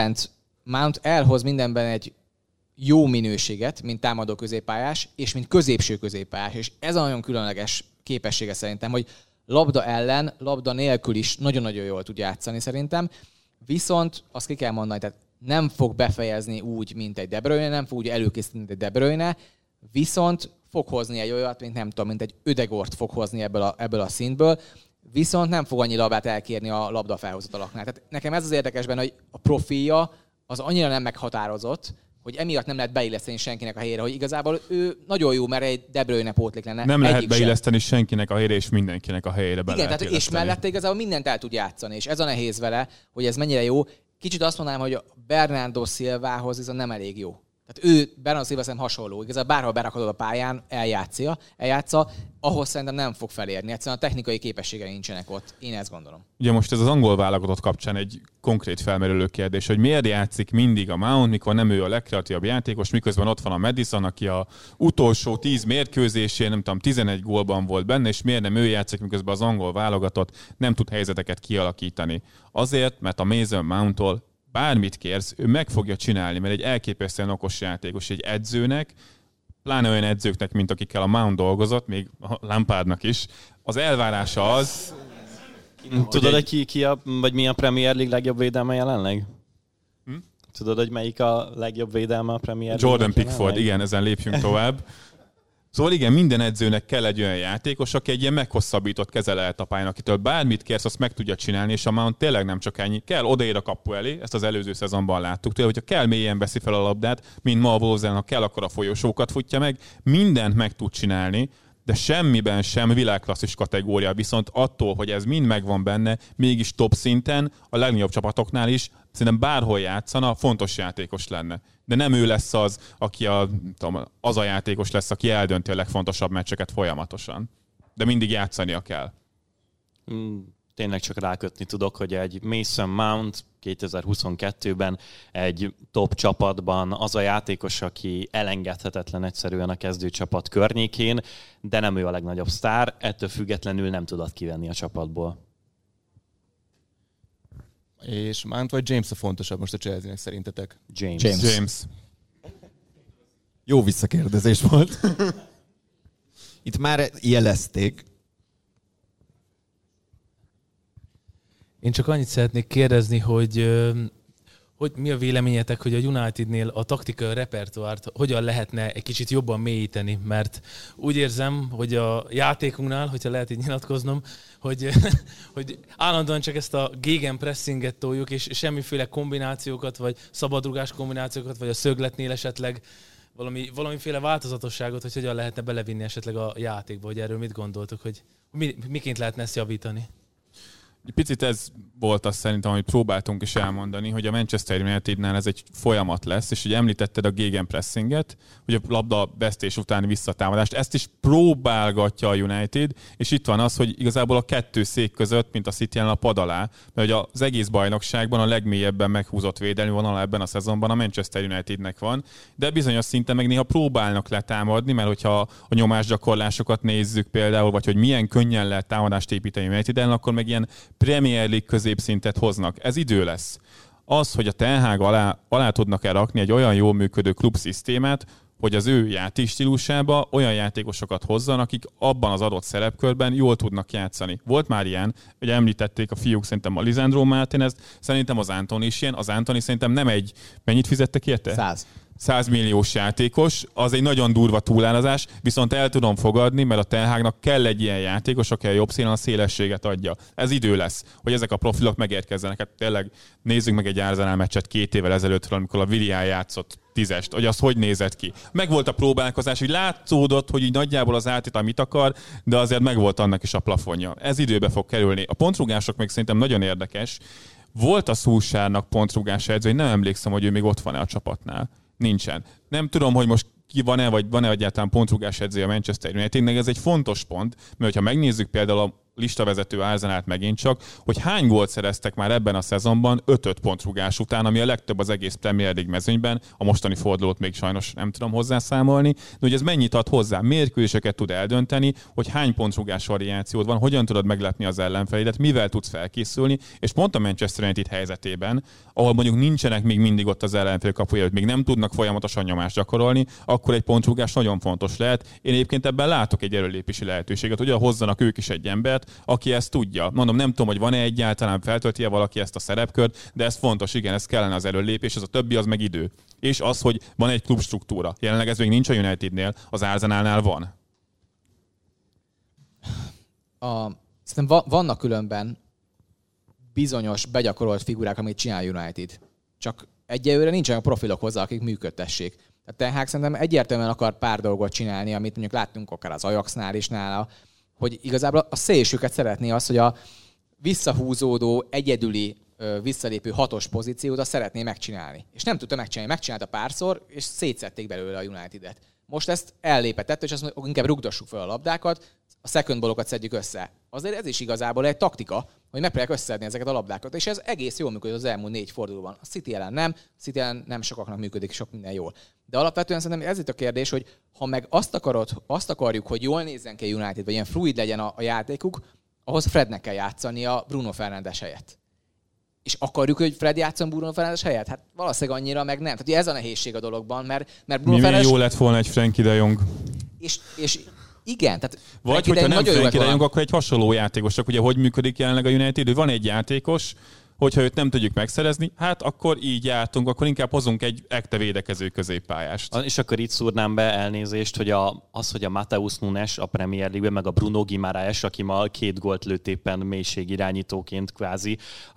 Mount elhoz mindenben egy jó minőséget, mint támadó középpályás, és mint középső középpályás. És ez a nagyon különleges képessége szerintem, hogy labda ellen, labda nélkül is nagyon-nagyon jól tud játszani szerintem. Viszont azt ki kell mondani, tehát nem fog befejezni úgy, mint egy De Bruyne, nem fog úgy előkészíteni, mint egy De Bruyne, viszont fog hozni egy olyat, mint egy Ödegort fog hozni ebből a szintből, viszont nem fog annyi labdát elkérni a labda felhozatalaknál. Tehát nekem ez az érdekes benne, hogy a profilja az annyira nem meghatározott, hogy emiatt nem lehet beilleszteni senkinek a helyére, hogy igazából ő nagyon jó, mert egy De Bruyne pótlék lenne. Nem lehet beilleszteni senkinek a helyére, és mindenkinek a helyére be lehet illeszteni. És mellette igazából mindent el tud játszani, és ez a nehéz vele, hogy ez mennyire jó. Kicsit azt mondanám, hogy a Bernardo Silvához ez nem elég jó. Tehát ő, Bernardo Silva szerintem hasonló. Igazából bárhol berakhatod a pályán, eljátsza, ahhoz szerintem nem fog felérni. Egyszerűen a technikai képességei nincsenek ott. Én ezt gondolom. Ugye most ez az angol válogatott kapcsán egy konkrét felmerülő kérdés, hogy miért játszik mindig a Mount, mikor nem ő a legkreatívabb játékos, miközben ott van a Madison, aki a utolsó 10 mérkőzésén, nem tudom, 11 gólban volt benne, és miért nem ő játszik, miközben az angol válogatott nem tud helyzeteket kialakítani. Azért, mert a Mason Mounttól bármit kérsz, ő meg fogja csinálni, mert egy elképesztően okos játékos, egy edzőnek, pláne olyan edzőknek, mint akikkel a Mount dolgozott, még a Lampardnak is, az elvárása az... Tudod, hogy vagy mi a Premier League legjobb védelme jelenleg? Tudod, hogy melyik a legjobb védelme a Premier League? Jordan Pickford, igen, ezen lépjünk tovább. Szóval igen, minden edzőnek kell egy olyan játékos, aki egy ilyen meghosszabbított keze lehet a pályán, akitől bármit kérsz, azt meg tudja csinálni, és a Mount tényleg nem csak ennyi. Kell odaér a kapu elé, ezt az előző szezonban láttuk. Tényleg, hogyha kell mélyen veszi fel a labdát, mint ma a Wolves-en, ha kell, akkor a folyosókat futja meg, mindent meg tud csinálni, de semmiben sem világklasszis kategória, viszont attól, hogy ez mind megvan benne, mégis top szinten, a legnagyobb csapatoknál is, szerintem bárhol játszana, fontos játékos lenne. De nem ő lesz az, aki az a játékos lesz, aki eldönti a legfontosabb meccseket folyamatosan. De mindig játszania kell. Tényleg csak rákötni tudok, hogy egy Mason Mount 2022-ben egy top csapatban az a játékos, aki elengedhetetlen egyszerűen a kezdőcsapat környékén, de nem ő a legnagyobb sztár, ettől függetlenül nem tudod kivenni a csapatból. És Mount vagy James a fontosabb most a Chelsea-nek szerintetek? James. Jó visszakérdezés volt. Itt már jelezték. Én csak annyit szeretnék kérdezni, hogy mi a véleményetek, hogy a Unitednél a taktikai repertoárt hogyan lehetne egy kicsit jobban mélyíteni, mert úgy érzem, hogy a játékunknál, hogyha lehet így nyilatkoznom, hogy állandóan csak ezt a gegenpressinget toljuk, és semmiféle kombinációkat, vagy szabadrugás kombinációkat, vagy a szögletnél esetleg valamiféle változatosságot, hogy hogyan lehetne belevinni esetleg a játékba, hogy erről mit gondoltok, hogy miként lehetne ezt javítani? Picit ez volt azt szerintem, hogy próbáltunk is elmondani, hogy a Manchester Unitednál ez egy folyamat lesz, és hogy említetted a gegenpressinget, hogy a labda vesztés utáni visszatámadást, ezt is próbálgatja a United, és itt van az, hogy igazából a kettő szék között, mint a City a pad alá, mert hogy az egész bajnokságban a legmélyebben meghúzott védelmi vonal ebben a szezonban a Manchester Unitednek van, de bizonyos szinten meg néha próbálnak letámadni, mert hogyha a nyomásgyakorlásokat nézzük például, vagy hogy milyen könnyen lehet támadást építeni a United-en, akkor meg ilyen Premier League középszintet hoznak. Ez idő lesz. Az, hogy a Ten Hag alá tudnak-e rakni egy olyan jól működő klubszisztémát, hogy az ő játékstílusába olyan játékosokat hozzon, akik abban az adott szerepkörben jól tudnak játszani. Volt már ilyen, hogy említették a fiúk, szerintem a Lisandro Martínez, szerintem az Antony is ilyen, az Antony szerintem nem egy, mennyit fizettek érte? 100 milliós játékos, az egy nagyon durva túlárazás, viszont el tudom fogadni, mert a Ten Hagnak kell egy ilyen játékos, aki a jobb szélen a szélességet adja. Ez idő lesz, hogy ezek a profilok megérkezzenek. Hát tényleg nézzük meg egy Arsenal meccset 2 évvel ezelőttről, amikor a Willian játszott 10-est, hogy az hogy nézett ki. Megvolt a próbálkozás, hogy látszódott, hogy így nagyjából az átétel mit akar, de azért megvolt annak is a plafonja. Ez időbe fog kerülni. A pontrugások még szerintem nagyon érdekes. Volt a Solskjaernak pontrugás edző, nem emlékszem, hogy ő még ott van-e a csapatnál. Nincsen. Nem tudom, hogy most ki van-e, vagy van-e egyáltalán pontrugás edzője a Manchester Unitednek. Ez egy fontos pont, mert ha megnézzük például a listavezető Arsenalt megint csak, hogy hány gólt szereztek már ebben a szezonban 5-5 pontrugás után, ami a legtöbb az egész Premier League mezőnyben, a mostani fordulót még sajnos nem tudom hozzászámolni, de hogy ez mennyit ad hozzá, mérkőzéseket tud eldönteni, hogy hány pontrugás variációd van, hogyan tudod meglepni az ellenfelédet, mivel tudsz felkészülni, és pont a Manchester United helyzetében, ahol mondjuk nincsenek még mindig ott az ellenfél kapuja, hogy még nem tudnak folyamatosan nyomást gyakorolni, akkor egy pontrugás nagyon fontos lehet. Én egyébként ebben látok egy előlépési lehetőséget, hogy hozzanak ők is egy embert, aki ezt tudja. Mondom, nem tudom, hogy van-e egyáltalán, feltölti-e valaki ezt a szerepkört, de ez fontos, igen, ez kellene az előlépés, az a többi az meg idő. És az, hogy van egy klubstruktúra. Jelenleg ez még nincs a Unitednél, az Arsenalnál van. Szerintem vannak különben bizonyos begyakorolt figurák, amit csinál United. Csak egyelőre nincsenek profilok hozzá, akik működtessék. Tehát Ten Hag szerintem egyértelműen akar pár dolgot csinálni, amit mondjuk láttunk akár az Ajaxnál is nála, hogy igazából a szélsőket szeretné azt, hogy a visszahúzódó, egyedüli, visszalépő 6-os pozíciót azt szeretné megcsinálni. És nem tudta megcsinálni. Megcsinálta párszor, és szétszették belőle a United-et. Most ezt ellépetett, és azt mondjuk, inkább rugdossuk fel a labdákat, a second ballokat szedjük össze. Azért ez is igazából egy taktika, hogy megpróbálják összeszedni ezeket a labdákat, és ez egész jól működik az elmúlt 4 fordulóban. A City ellen nem, a City ellen nem sokaknak működik, sok minden jól. De alapvetően szerintem ez itt a kérdés, hogy ha meg azt akarjuk, hogy jól nézzen ki a United, vagy ilyen fluid legyen a játékuk, ahhoz Frednek kell játszani a Bruno Fernandes helyett. És akarjuk, hogy Fred játszon Bruno Fernandes helyett? Hát valószínűleg annyira meg nem. Tehát ez a nehézség a dologban, mert Bruno Fernandes... jó lett volna egy Frenkie de Jong. És igen, tehát... Vagy, hogyha nem Frenkie de Jong, akkor egy hasonló játékos. Csak ugye hogy működik jelenleg a United, hogy van egy játékos, hogyha őt nem tudjuk megszerezni, hát akkor így jártunk, akkor inkább hozunk egy ekte védekező középpályást. És akkor itt szúrnám be elnézést, hogy hogy a Mateus Nunes a Premier League-ben, meg a Bruno Guimaraes, aki ma 2 gólt lőtt éppen mélységirányítóként kvázi,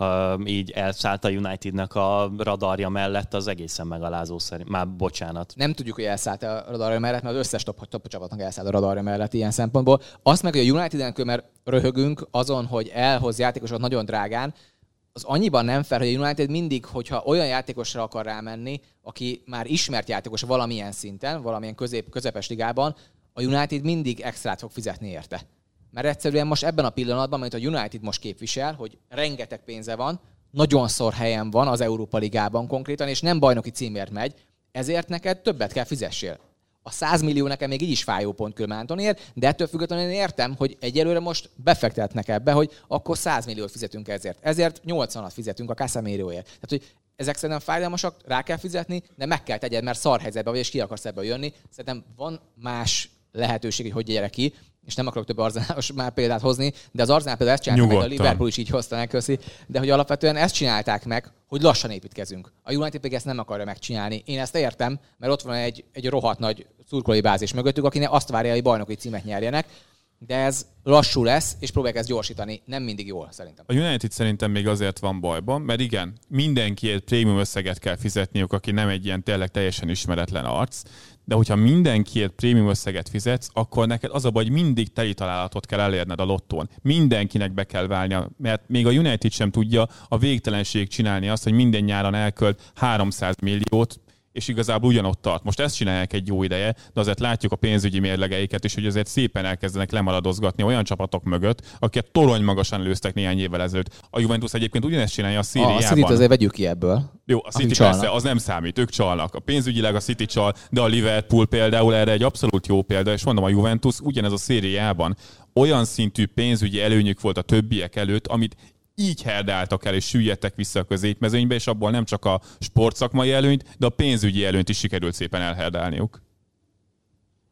így elszállt a Unitednek a radarja mellett, az egészen megalázó szerint. Már bocsánat. Nem tudjuk, hogy elszállt a radarja mellett, mert az összes top csapatnak elszállt a radarja mellett ilyen szempontból. Azt meg, hogy a United-en mert röhögünk azon, hogy elhoz játékosokat nagyon drágán, az annyiban nem fel, hogy a United mindig, hogyha olyan játékosra akar rámenni, aki már ismert játékos valamilyen szinten, valamilyen közepes ligában, a United mindig extrát fog fizetni érte. Mert egyszerűen most ebben a pillanatban, amit a United most képvisel, hogy rengeteg pénze van, nagyon szor helyen van az Európa Ligában konkrétan, és nem bajnoki címért megy, ezért neked többet kell fizessél. A 100 millió nekem még így is fájó pont Kölmán Antoniért, de ettől függetlenül én értem, hogy egyelőre most befektetnek ebbe, hogy akkor 100 milliót fizetünk ezért. Ezért 80-at fizetünk a Casemiroért. Tehát, hogy ezek szerintem fájdalmasak, rá kell fizetni, de meg kell tegyed, mert szar helyzetben vagy, és ki akarsz ebből jönni. Szerintem van más lehetőség, hogy gyere ki, és nem akarok több arzenálos már példát hozni, de az Arzenál például ezt csinálták meg, a Liverpool is így hozta meg, köszi, de hogy alapvetően ezt csinálták meg, hogy lassan építkezünk. A United pedig ezt nem akarja megcsinálni. Én ezt értem, mert ott van egy rohadt nagy szurkolói bázis mögöttük, akinek azt várja, hogy bajnoki címet nyerjenek, de ez lassú lesz, és próbálják ezt gyorsítani. Nem mindig jól, szerintem. A United szerintem még azért van bajban, mert igen, mindenkiért prémium összeget kell fizetniük, aki nem egy ilyen tényleg teljesen ismeretlen arc, de hogyha mindenkiért prémium összeget fizetsz, akkor neked az a baj, hogy mindig teli találatot kell elérned a lottón. Mindenkinek be kell válnia, mert még a United sem tudja a végtelenség csinálni azt, hogy minden nyáron elkölt 300 milliót, és igazából ugyanott tart. Most ezt csinálják egy jó ideje, de azért látjuk a pénzügyi mérlegeiket is, hogy azért szépen elkezdenek lemaradozgatni olyan csapatok mögött, akiket torony magasan lőztek néhány évvel ezelőtt. A Juventus egyébként ugyanezt csinálja a Szériában. A City-t azért vegyük ki ebből. Jó, a City persze, az nem számít, ők csalnak. A pénzügyileg a City csal, de a Liverpool például erre egy abszolút jó példa, és mondom, a Juventus ugyanez a Szériában olyan szintű pénzügyi előnyük volt a többiek előtt, amit így herdáltak el és süllyedtek vissza a középmezőnybe, és abból nem csak a sportszakmai előnyt, de a pénzügyi előnyt is sikerült szépen elherdálniuk.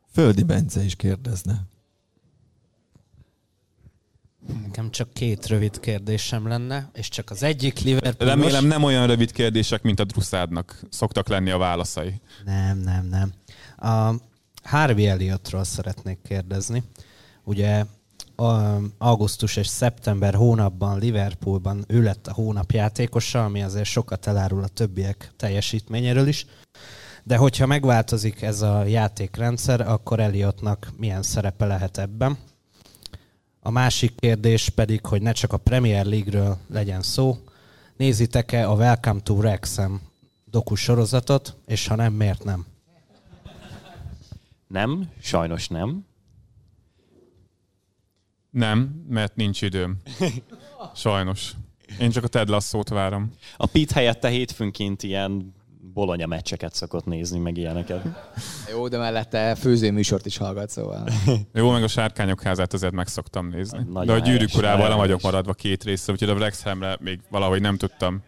Földi Bence is kérdezne. Nekem csak 2 rövid kérdésem lenne, és csak az egyik Liverpoolos... Remélem nem olyan rövid kérdések, mint a Druszádnak szoktak lenni a válaszai. Nem. A Harvey Elliottról szeretnék kérdezni. Ugye augusztus és szeptember hónapban Liverpoolban ő lett a hónap játékosa, ami azért sokat elárul a többiek teljesítményéről is. De hogyha megváltozik ez a játékrendszer, akkor Elliottnak milyen szerepe lehet ebben? A másik kérdés pedig, hogy ne csak a Premier League-ről legyen szó. Nézitek-e a Welcome to Wrexham dokusorozatot, és ha nem, miért nem? Nem, sajnos nem. Nem, mert nincs időm. Sajnos. Én csak a Ted Lasso-t várom. A Pete helyette hétfőnként ilyen Bologna meccseket szokott nézni, meg ilyeneket. Jó, de mellette főzőműsort is hallgat, szóval. Jó, meg a Sárkányok házát azért meg szoktam nézni. Nagyon de a Gyűrűk helyes, urával nem nagyon vagyok helyes. maradva 2 részre, úgyhogy a Wrexhamre még valahogy nem tudtam.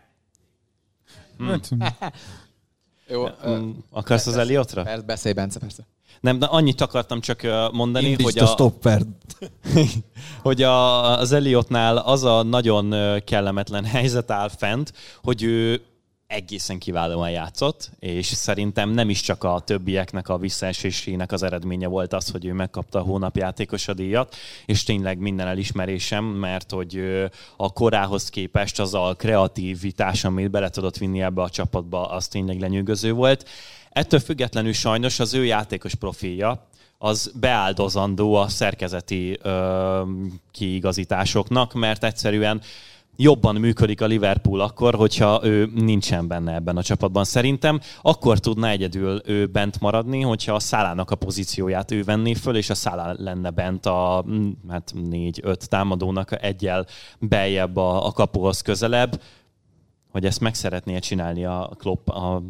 Jó, Akarsz az Elliotra? persze, beszélj, Bence, persze. Nem, de annyit akartam csak mondani, Indítsd hogy a stopper. hogy az Elliottnál az a nagyon kellemetlen helyzet áll fent, hogy ő egészen kiválóan játszott, és szerintem nem is csak a többieknek a visszaesésének az eredménye volt az, hogy ő megkapta a hónap játékosa díjat, és tényleg minden elismerésem, mert hogy a korához képest az a kreativitás, amit bele tudott vinni ebbe a csapatba, az tényleg lenyűgöző volt. Ettől függetlenül sajnos az ő játékos profilja az beáldozandó a szerkezeti kiigazításoknak, mert egyszerűen jobban működik a Liverpool akkor, hogyha ő nincsen benne ebben a csapatban. Szerintem akkor tudna egyedül ő bent maradni, hogyha a Salának a pozícióját ő venné föl, és a Salah lenne bent a 4-5 támadónak egyel beljebb a kapuhoz közelebb, hogy ezt meg szeretné csinálni a Klopp,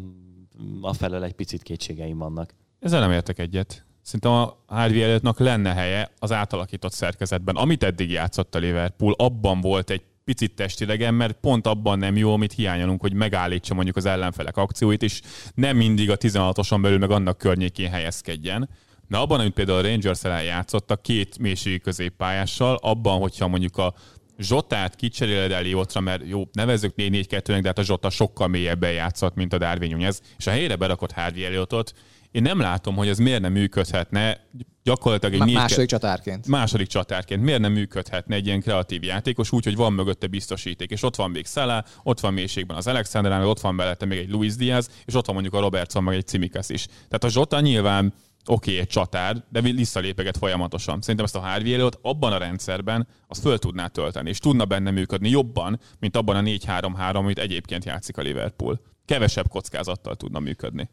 a felől egy picit kétségeim vannak. Ezzel nem értek egyet. Szerintem a Harvey Elliottnak lenne helye az átalakított szerkezetben. Amit eddig játszott a Liverpool, abban volt egy picit testilegen, mert pont abban nem jó, amit hiányolunk, hogy megállítsa mondjuk az ellenfelek akcióit, és nem mindig a 16-oson belül meg annak környékén helyezkedjen. De abban, amit például a Rangers ellen játszottak 2 mélységi középpályással, abban, hogyha mondjuk a Zsotát kicseréled Elliotra, mert jó, nevezzük 4-4-2-nek, de hát a Zsota sokkal mélyebben játszott, mint a Darwin Núñez, és a helyre berakott Harvey Elliotot, én nem látom, hogy ez miért nem működhetne gyakorlatilag egy Második csatárként. Második csatárként. Miért nem működhetne egy ilyen kreatív játékos úgy, hogy van mögötte biztosíték, és ott van még Salah, ott van mélységben az Alexander, ott van mellette még egy Luis Diaz, és ott van mondjuk a Robertson, meg egy Tsimikas is. Tehát a Zsota nyilván egy csatár, de visszalépeget folyamatosan. Szerintem ezt a Harvey Elliott abban a rendszerben azt föl tudná tölteni, és tudna benne működni jobban, mint abban a 4-3-3, amit egyébként játszik a Liverpool. Kevesebb kockázattal tudna működni.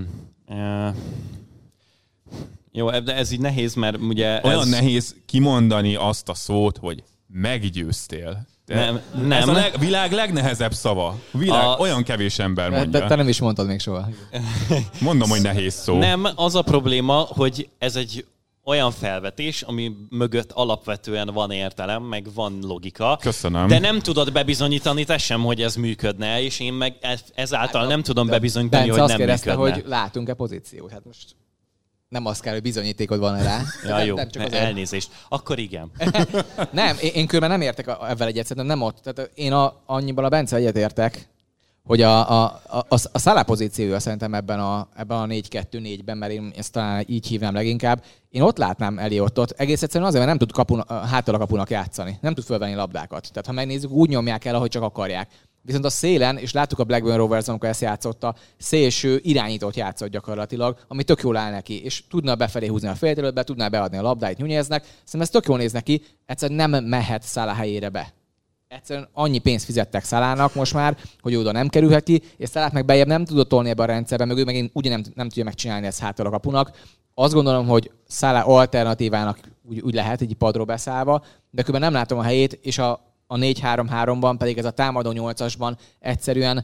Jó, de ez így nehéz, mert ugye... Olyan nehéz kimondani azt a szót, hogy meggyőztél. Nem. Ez a világ legnehezebb szava. Olyan kevés ember mondja. Te nem is mondtad még soha. Mondom, hogy nehéz szó. Nem, az a probléma, hogy ez egy olyan felvetés, ami mögött alapvetően van értelem, meg van logika. Köszönöm. De nem tudod bebizonyítani te sem, hogy ez működne, és én meg ezáltal nem tudom bebizonyítani, hogy nem kérdezte, működne. hogy látunk-e pozíciót. Hát most nem azt kell, hogy bizonyítékod van rá. Ja, jó, nem csak azért. elnézést. Akkor igen. Nem, én különben nem értek ebben egyet, szerintem nem ott. Tehát én annyiban a Bence egyetértek, hogy a Salah pozíciója szerintem ebben a 4-2-4-ben, mert én ezt talán így hívnám leginkább, én ott látnám Elliottot, egész egyszerűen azért, mert nem tud hátul a kapunak játszani, nem tud fölvenni labdákat. Tehát ha megnézzük, úgy nyomják el, ahogy csak akarják. Viszont a szélen, és láttuk a Blackburn Rovers, amikor ezt játszotta, szélső irányítót játszott gyakorlatilag, ami tök jól áll neki, és tudna befelé húzni a félterületbe, tudná beadni a labdáit Núñeznek, szerintem ez tök jól néz neki, egyszerűen nem mehet Salah helyére be. Egyszerűen annyi pénzt fizettek Salahnak most már, hogy oda nem kerülhet ki, és Salah meg bejebb nem tudott tolni ebbe a rendszerbe, meg ő meg ugye nem tudja megcsinálni ezt hátul a kapunak. Azt gondolom, hogy Salah alternatívának úgy lehet, így padról beszállva, de különben nem látom a helyét, és a 4-3-3-ban pedig ez a támadó 8-asban egyszerűen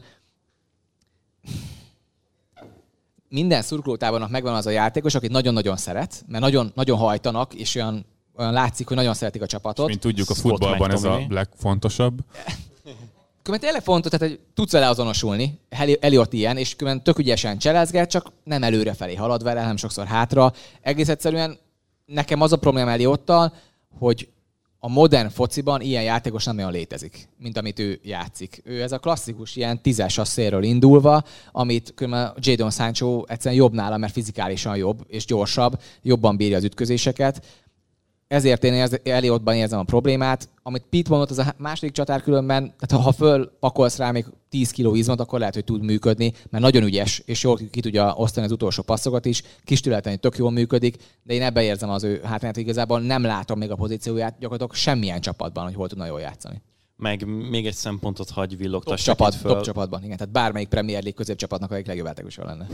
minden szurkolótábornak megvan az a játékos, akit nagyon-nagyon szeret, mert nagyon, nagyon hajtanak, és olyan látszik, hogy nagyon szeretik a csapatot. Mint tudjuk, a futballban ez a legfontosabb. tényleg fontos, tehát hogy tudsz vele azonosulni, Elliott ilyen, és tök ügyesen cselezget, csak nem előrefelé halad vele, hanem sokszor hátra. Egész egyszerűen nekem az a probléma Elliottal, hogy a modern fociban ilyen játékos nem olyan létezik, mint amit ő játszik. Ő ez a klasszikus ilyen 10-es a szélről indulva, amit különben Jadon Sancho egyszerűen jobb nála, mert fizikálisan jobb és gyorsabb, jobban bírja az ütközéseket. Ezért én Elliottban érzem a problémát. Amit Pete mondott, az a második csatár különben, tehát ha fölpakolsz rá még 10 kg izmot, akkor lehet, hogy tud működni, mert nagyon ügyes, és jól ki tudja osztani az utolsó passzokat is, kis területen tök jól működik, de én ebben érzem az ő hátrányát, hogy igazából nem látom még a pozícióját gyakorlatilag semmilyen csapatban, hogy hol tudna jól játszani. Meg még egy szempontot hagy villogtass. Top csapatban, igen. Tehát bármelyik Premier League középcsapatnak egyik legjobb játékosa lenne.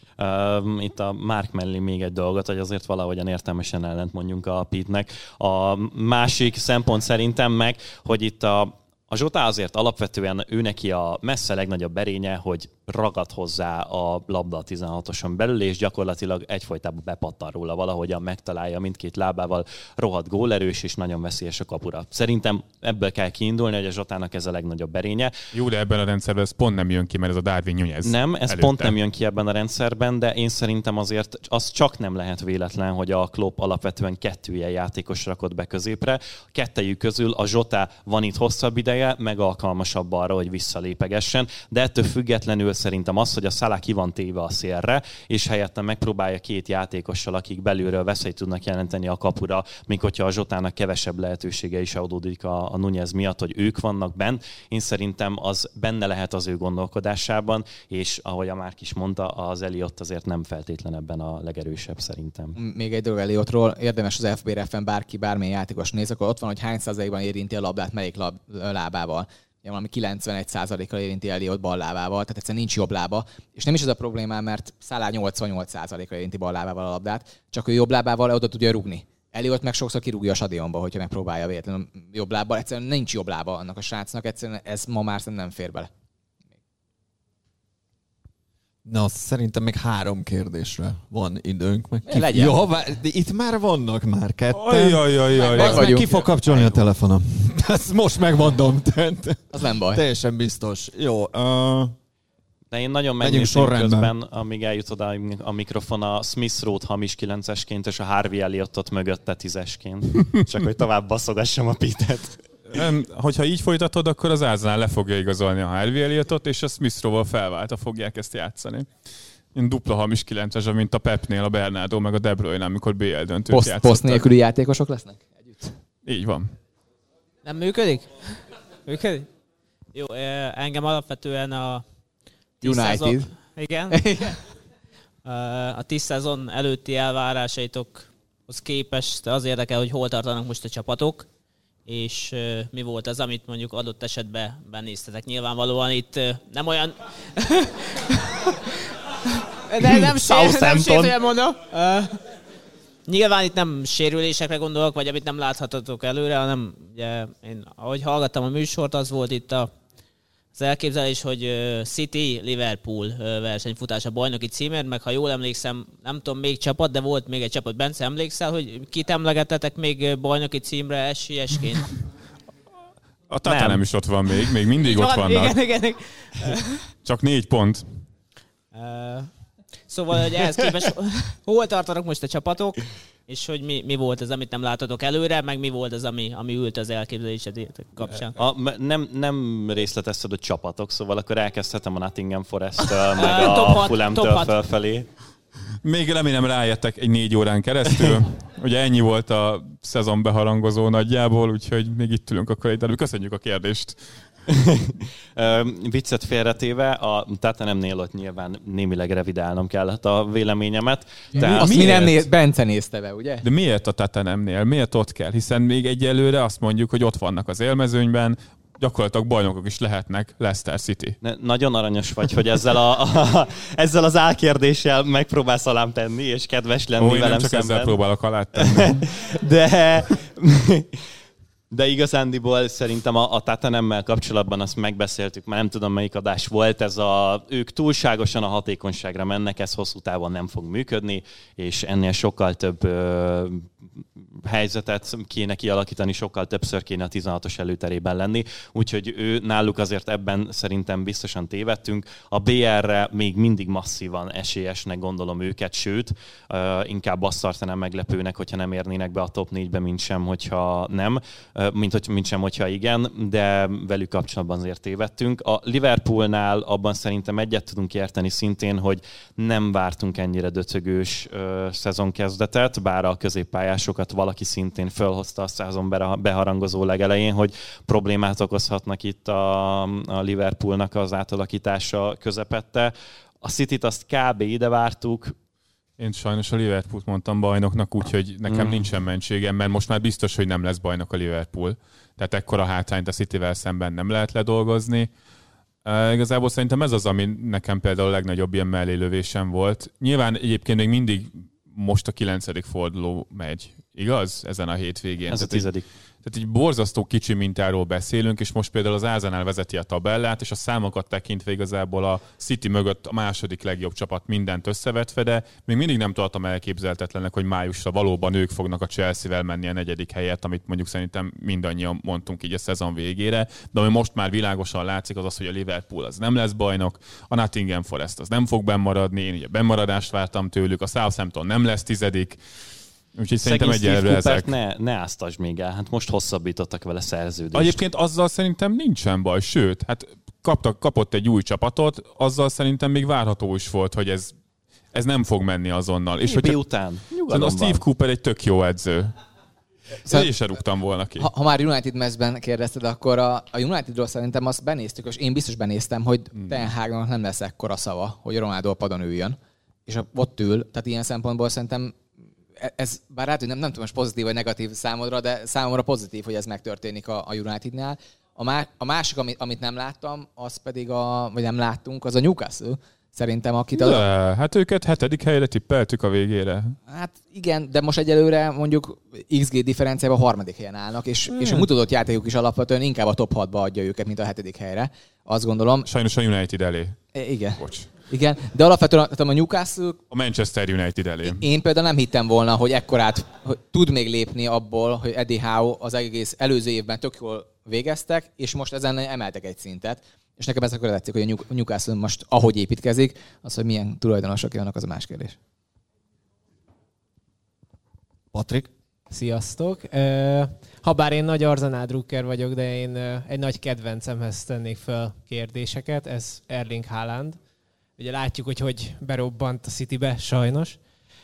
Itt a Mark mellé még egy dolgot, hogy azért valahogyan értelmesen ellent mondjunk a Pete-nek. A másik szempont szerintem meg, hogy itt a Zsota azért alapvetően ő neki a messze legnagyobb erénye, hogy ragad hozzá a labda a 16-oson belül, és gyakorlatilag egyfolytában bepattan róla, valahogyan megtalálja mindkét lábával, rohadt gólerős és nagyon veszélyes a kapura. Szerintem ebből kell kiindulni, hogy a Zsotának ez a legnagyobb erénye. Jó, de ebben a rendszerben ez pont nem jön ki, mert ez a Darwin Núñez. Nem, ez pont nem jön ki ebben a rendszerben, de én szerintem azért az csak nem lehet véletlen, hogy a Klopp alapvetően 2 ilyen játékos rakott be középre. A kettejük közül a Zsota van itt hosszabb ideje, meg alkalmasabb arra, hogy visszalépegessen, de ettől függetlenül szerintem az, hogy a Salah ki van téve a szélre, és helyette megpróbálja 2 játékossal, akik belülről veszélyt tudnak jelenteni a kapura, míg hogyha a Zsotának kevesebb lehetősége is adódik a Núñez miatt, hogy ők vannak bent. Én szerintem az benne lehet az ő gondolkodásában, és ahogy a Márk is mondta, az Elliott azért nem feltétlen ebben a legerősebb szerintem. Még egy dolog Elliottról, érdemes az FBRF-en bármilyen játékos néz, akkor ott van, hogy hány százalékban érinti a labdát melyik lábával. Valami 91%-kal érinti Elliott bal lábával, tehát egyszerűen nincs jobb lába. És nem is ez a problémám, mert Salah 88%-kal érinti bal lábával a labdát, csak ő jobb lábával oda tudja rugni. Elliott meg sokszor kirúgja a stadionba, hogyha megpróbálja véletlenül jobb lábbal. Egyszerűen nincs jobb lába annak a srácnak, egyszerűen ez ma már nem fér bele. Na, szerintem még 3 kérdésre van időnk. Legyen. Jó, de itt már vannak már 2. Ajjajjaj. Ki fog kapcsolni a telefonom? Ezt most megmondom. Az nem baj. Teljesen biztos. Jó. De én nagyon megnézném közben, amíg eljut oda a mikrofon, a Smith Rowe hamis 9-esként, és a Harvey Elliottot mögötte 10-esként. Csak hogy tovább baszogassam a Pitet. Hogyha így folytatod, akkor az Arsenal le fogja igazolni a Harvey Elliotot, és a Smith Rowe-val felváltva fogják ezt játszani. Én dupla hamis 9-es, mint a Pepnél a Bernardo, meg a De Bruyne, amikor BL döntőt játszottak. Poszt nélküli játékosok lesznek együtt? Így van. Nem működik? Működik? Jó, engem alapvetően a United. Igen. A 10 szezon előtti elvárásaitokhoz képest az érdekel, hogy hol tartanak most a csapatok, és mi volt az, amit mondjuk adott esetben benéztetek. Nyilvánvalóan itt nem olyan... De nem sérülésre mondom. Nyilván itt nem sérülésekre gondolok, vagy amit nem láthatatok előre, hanem ugye én, ahogy hallgattam a műsort, az volt itt az elképzelés, hogy City-Liverpool versenyfutás a bajnoki címért, meg ha jól emlékszem, nem tudom még csapat, de volt még egy csapat. Bence, emlékszel, hogy kit emlegettetek még bajnoki címre esélyesként? A Tottenham is ott van még mindig ott vannak. Igen. Csak 4 pont. Szóval, hogy ehhez képest hol tartanak most a csapatok, és hogy mi volt az, amit nem láttatok előre, meg mi volt az, ami ült az elképzelésed kapcsán? Nem részletezted a csapatok, szóval akkor elkezdhetem a Nottingham Forest-től, meg a Fulham-től felfelé. Még remélem rájöttek egy 4 órán keresztül. Ugye ennyi volt a szezon beharangozó nagyjából, úgyhogy még itt ülünk akkor egy köszönjük a kérdést. Viccet félretéve, a Tottenhamnél ott nyilván némileg revidálnom kellett a véleményemet. Azt mi nem Bence nézte be, ugye? De miért a Tottenhamnél? Miért ott kell? Hiszen még egyelőre azt mondjuk, hogy ott vannak az élmezőnyben, gyakorlatilag bajnokok is lehetnek, Leicester City. Nagyon aranyos vagy, hogy ezzel az álkérdéssel megpróbálsz alám tenni, és kedves lenni velem nem csak szemben. ezzel próbálok alá tenni. De igazándiból szerintem a Tottenhammel kapcsolatban azt megbeszéltük, már nem tudom melyik adás volt, ők túlságosan a hatékonyságra mennek, ez hosszú távon nem fog működni, és ennél sokkal több helyzetet kéne kialakítani, sokkal többször kéne a 16-os előterében lenni, úgyhogy náluk azért ebben szerintem biztosan tévedtünk. A BR-re még mindig masszívan esélyesnek gondolom őket, sőt, inkább azt tartanám meglepőnek, hogyha nem érnének be a top 4-be, mint sem, hogyha nem, mint sem, hogyha igen, de velük kapcsolatban azért tévedtünk. A Liverpoolnál abban szerintem egyet tudunk érteni szintén, hogy nem vártunk ennyire döcögős szezonkezdetet, bár a középpályásokat valaki szintén fölhozta a szezon beharangozó legelején, hogy problémát okozhatnak itt a Liverpoolnak az átalakítása közepette. A Cityt azt kb. Ide vártuk. Én sajnos a Liverpoolt mondtam bajnoknak, úgyhogy nekem nincsen mentségem, mert most már biztos, hogy nem lesz bajnok a Liverpool. Tehát ekkora hátrányt a Cityvel szemben nem lehet ledolgozni. Igazából szerintem ez az, ami nekem például a legnagyobb ilyen mellélövésem volt. Nyilván egyébként még mindig most a 9. forduló megy, igaz? Ezen a hétvégén. Ez a 10. Tehát egy borzasztó kicsi mintáról beszélünk, és most például az Arsenal vezeti a tabellát, és a számokat tekintve igazából a City mögött a második legjobb csapat mindent összevetve, de még mindig nem tartom elképzelhetetlenek, hogy májusra valóban ők fognak a Chelsea-vel menni a 4. helyet, amit mondjuk szerintem mindannyian mondtunk így a szezon végére, de ami most már világosan látszik az, hogy a Liverpool az nem lesz bajnok, a Nottingham Forest az nem fog bennmaradni, én ugye bennmaradást vártam tőlük, a Southampton nem lesz 10. Úgyhogy szerintem egyelőre ezek. Ne áztasd még el, hát most hosszabbítottak vele szerződést. Egyébként azzal szerintem nincsen baj, sőt, hát kapott egy új csapatot, azzal szerintem még várható is volt, hogy ez nem fog menni azonnal. És hogy után. A Steve Cooper egy tök jó edző. Szóval én sem rúgtam volna ki. Ha már United mezben kérdezted, akkor a Unitedról szerintem azt benéztük, és én biztos benéztem, hogy Ten Hagnak nem lesz ekkora szava, hogy Ronaldo a padon üljön. És ott ül, tehát ilyen szempontból szerintem ez bár lehet, hogy nem tudom, most pozitív vagy negatív számodra, de számomra pozitív, hogy ez megtörténik a Unitednál. A másik, amit nem láttam, az pedig vagy nem láttunk, az a Newcastle. Szerintem hát őket 7. helyre tippeltük a végére. Hát igen, de most egyelőre mondjuk XG differenciában a 3. helyen állnak, és a mutatott játékuk is alapvetően inkább a top 6-ba adja őket, mint a 7. helyre. Azt gondolom. Sajnos a United elé. Igen. Bocs. Igen, de alapvetően a Newcastle... A Manchester United elé. Én például nem hittem volna, hogy ekkorát hogy tud még lépni abból, hogy Eddie Howe az egész előző évben tök jól végeztek, és most ezen emeltek egy szintet. És nekem ez akkor tetszik, hogy a Newcastle most ahogy építkezik, az, hogy milyen tulajdonosok jönnek, az a más kérdés. Patrik? Sziasztok! Habár én nagy Arsenal drukker vagyok, de én egy nagy kedvencemhez tennék fel kérdéseket, ez Erling Haaland. Ugye látjuk, hogy berobbant a Citybe, sajnos.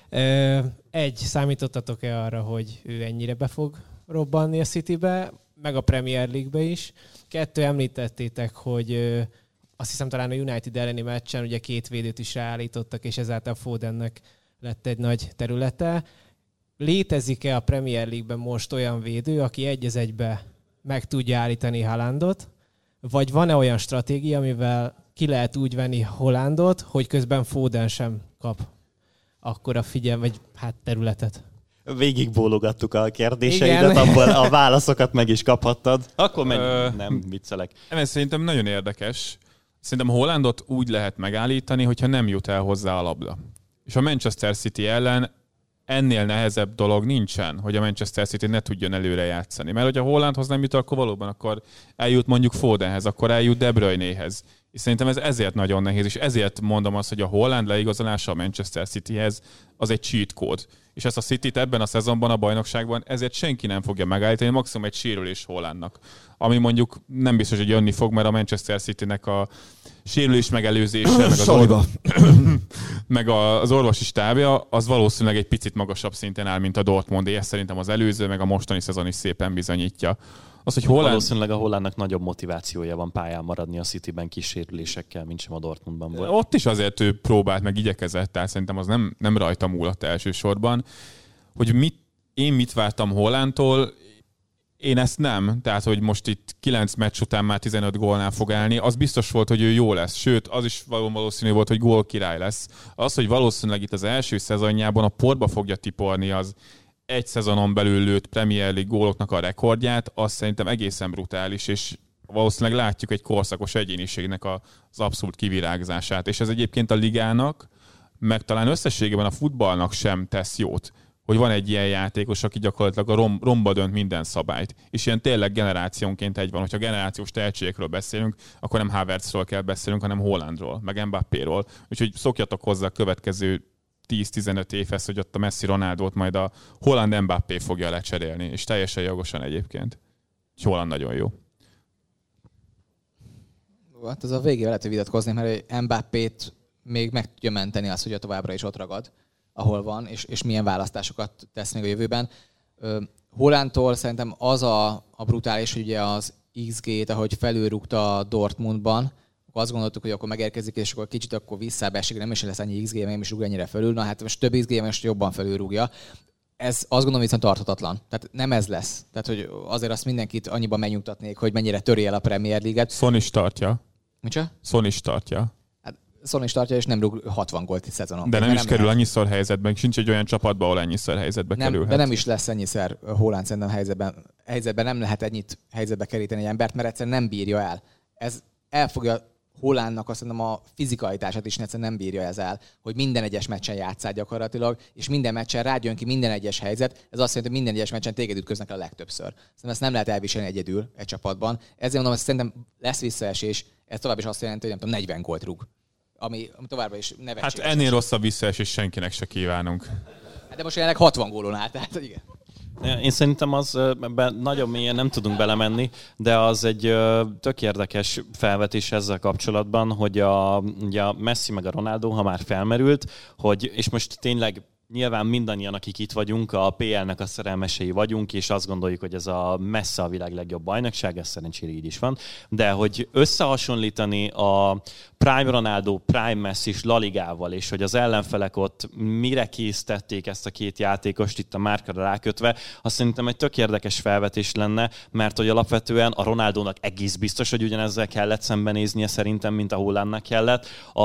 Számítottatok-e arra, hogy ő ennyire be fog robbanni a Citybe, meg a Premier League-be is? 2, említettétek, hogy azt hiszem talán a United elleni meccsen ugye 2 védőt is ráállítottak, és ezáltal Fodennek lett egy nagy területe. Létezik-e a Premier League-ben most olyan védő, aki 1-1 meg tudja állítani Haalandot, vagy van-e olyan stratégia, amivel ki lehet úgy venni Haalandot, hogy közben Foden sem kap akkora vagy területet? Végigbólogattuk a kérdéseidet, abból a válaszokat meg is kaphattad. Akkor nem viccelek. Ez szerintem nagyon érdekes. Szerintem Haalandot úgy lehet megállítani, hogyha nem jut el hozzá a labda. És a Manchester City ellen ennél nehezebb dolog nincsen, hogy a Manchester City ne tudjon előre játszani. Mert hogyha Haalandhoz nem jut, akkor valóban akkor eljut mondjuk Fodenhez, akkor eljut De Bruynéhez. És szerintem ez ezért nagyon nehéz, és ezért mondom azt, hogy a Haaland leigazolása a Manchester Cityhez az egy cheat code. És ezt a Cityt ebben a szezonban, a bajnokságban ezért senki nem fogja megállítani, maximum egy sérülés Haalandnak. Ami mondjuk nem biztos, hogy jönni fog, mert a Manchester Citynek a sérülés megelőzése, meg az orvosi stábja, az valószínűleg egy picit magasabb szinten áll, mint a Dortmundé. Ez szerintem az előző, meg a mostani szezon is szépen bizonyítja. Az, hogy valószínűleg a Haalandnak nagyobb motivációja van pályán maradni a Cityben kis sérülésekkel, mint sem a Dortmundban volt. Ott is azért ő próbált, meg igyekezett, tehát szerintem az nem rajta múlott elsősorban. Hogy én mit vártam Haalandtól, én ezt nem. Tehát, hogy most itt 9 meccs után már 15 gólnál fog állni, az biztos volt, hogy ő jó lesz. Sőt, az is valószínű volt, hogy gól király lesz. Az, hogy valószínűleg itt az első szezonjában a porba fogja tiporni, az egy szezonon belül lőtt Premier League góloknak a rekordját, az szerintem egészen brutális, és valószínűleg látjuk egy korszakos egyéniségnek az abszolút kivirágzását. És ez egyébként a ligának, meg talán összességében a futballnak sem tesz jót, hogy van egy ilyen játékos, aki gyakorlatilag a romba dönt minden szabályt. És ilyen tényleg generációnként egy van. Hogyha generációs tehetségekről beszélünk, akkor nem Havertzről kell beszélnünk, hanem Haalandról, meg Mbappéról. Úgyhogy szokjatok hozzá a következő 10-15 évhez, hogy ott a Messi Ronaldót majd a Haaland Mbappé fogja lecserélni. És teljesen jogosan egyébként. És Haaland nagyon jó. Hát az a végével lehet, hogy vitatkozni, mert Mbappét még meg tudja menteni azt, hogy a továbbra is ott ragad, ahol van, és milyen választásokat tesz még a jövőben. Haalandtól szerintem az a brutális, hogy ugye az XG-t, ahogy felülrúgta Dortmundban, akkor azt gondoltuk, hogy akkor megérkezik, és akkor kicsit akkor visszábesik, nem is lesz ennyi XG, nem is rúg ennyire felül. Na hát most több XG, most jobban felülrúgja. Ez azt gondolom viszont tarthatatlan. Tehát nem ez lesz. Tehát hogy azért azt mindenkit annyiban megnyugtatnék, hogy mennyire töri el a Premier League-et. Son is tartja. Micsoda? Son is tartja. Son is tartja, és nem rúg 60 gólt egy szezonon. De nem is kerül annyiszor helyzetben, sincs egy olyan csapatban, ahol ennyiszer helyzetbe kerülhet. De nem is lesz ennyiszer Haaland szerintem helyzetben nem lehet ennyit helyzetbe keríteni egy embert, mert egyszerűen nem bírja el. Ez elfogja Haalandnak azt mondom, a fizikalitását is egyszerűen nem bírja ez el, hogy minden egyes meccsen játsszál gyakorlatilag, és minden meccsen rájön ki minden egyes helyzet. Ez azt jelenti, hogy minden egyes meccsen téged ütköznek a legtöbbször. Szerintem ezt nem lehet elviselni egyedül egy csapatban. Ezért mondom, hogy szerintem lesz visszaesés, ez tovább is azt jelenti, hogy nem tudom, 40 gólt rúg. Ami továbbra is nevetséges. Hát ennél rosszabb visszaesés senkinek se kívánunk. De most jelenleg 60 gólon áll, tehát igen. Én szerintem ebben nagyon mélyen nem tudunk belemenni, de az egy tök érdekes felvetés ezzel kapcsolatban, hogy ugye a Messi meg a Ronaldo, ha már felmerült, hogy, és most tényleg nyilván mindannyian, akik itt vagyunk, a PL-nek a szerelmesei vagyunk, és azt gondoljuk, hogy ez a messze a világ legjobb bajnokság, ez szerencsére így is van, de hogy összehasonlítani a Prime Ronaldo, Prime Messi és La Ligával, és hogy az ellenfelek ott mire késztették ezt a két játékost itt a márkára rákötve, azt szerintem egy tök érdekes felvetés lenne, mert hogy alapvetően a Ronaldónak egész biztos, hogy ugyanezzel kellett szembenéznie szerintem, mint a Haalandnak kellett,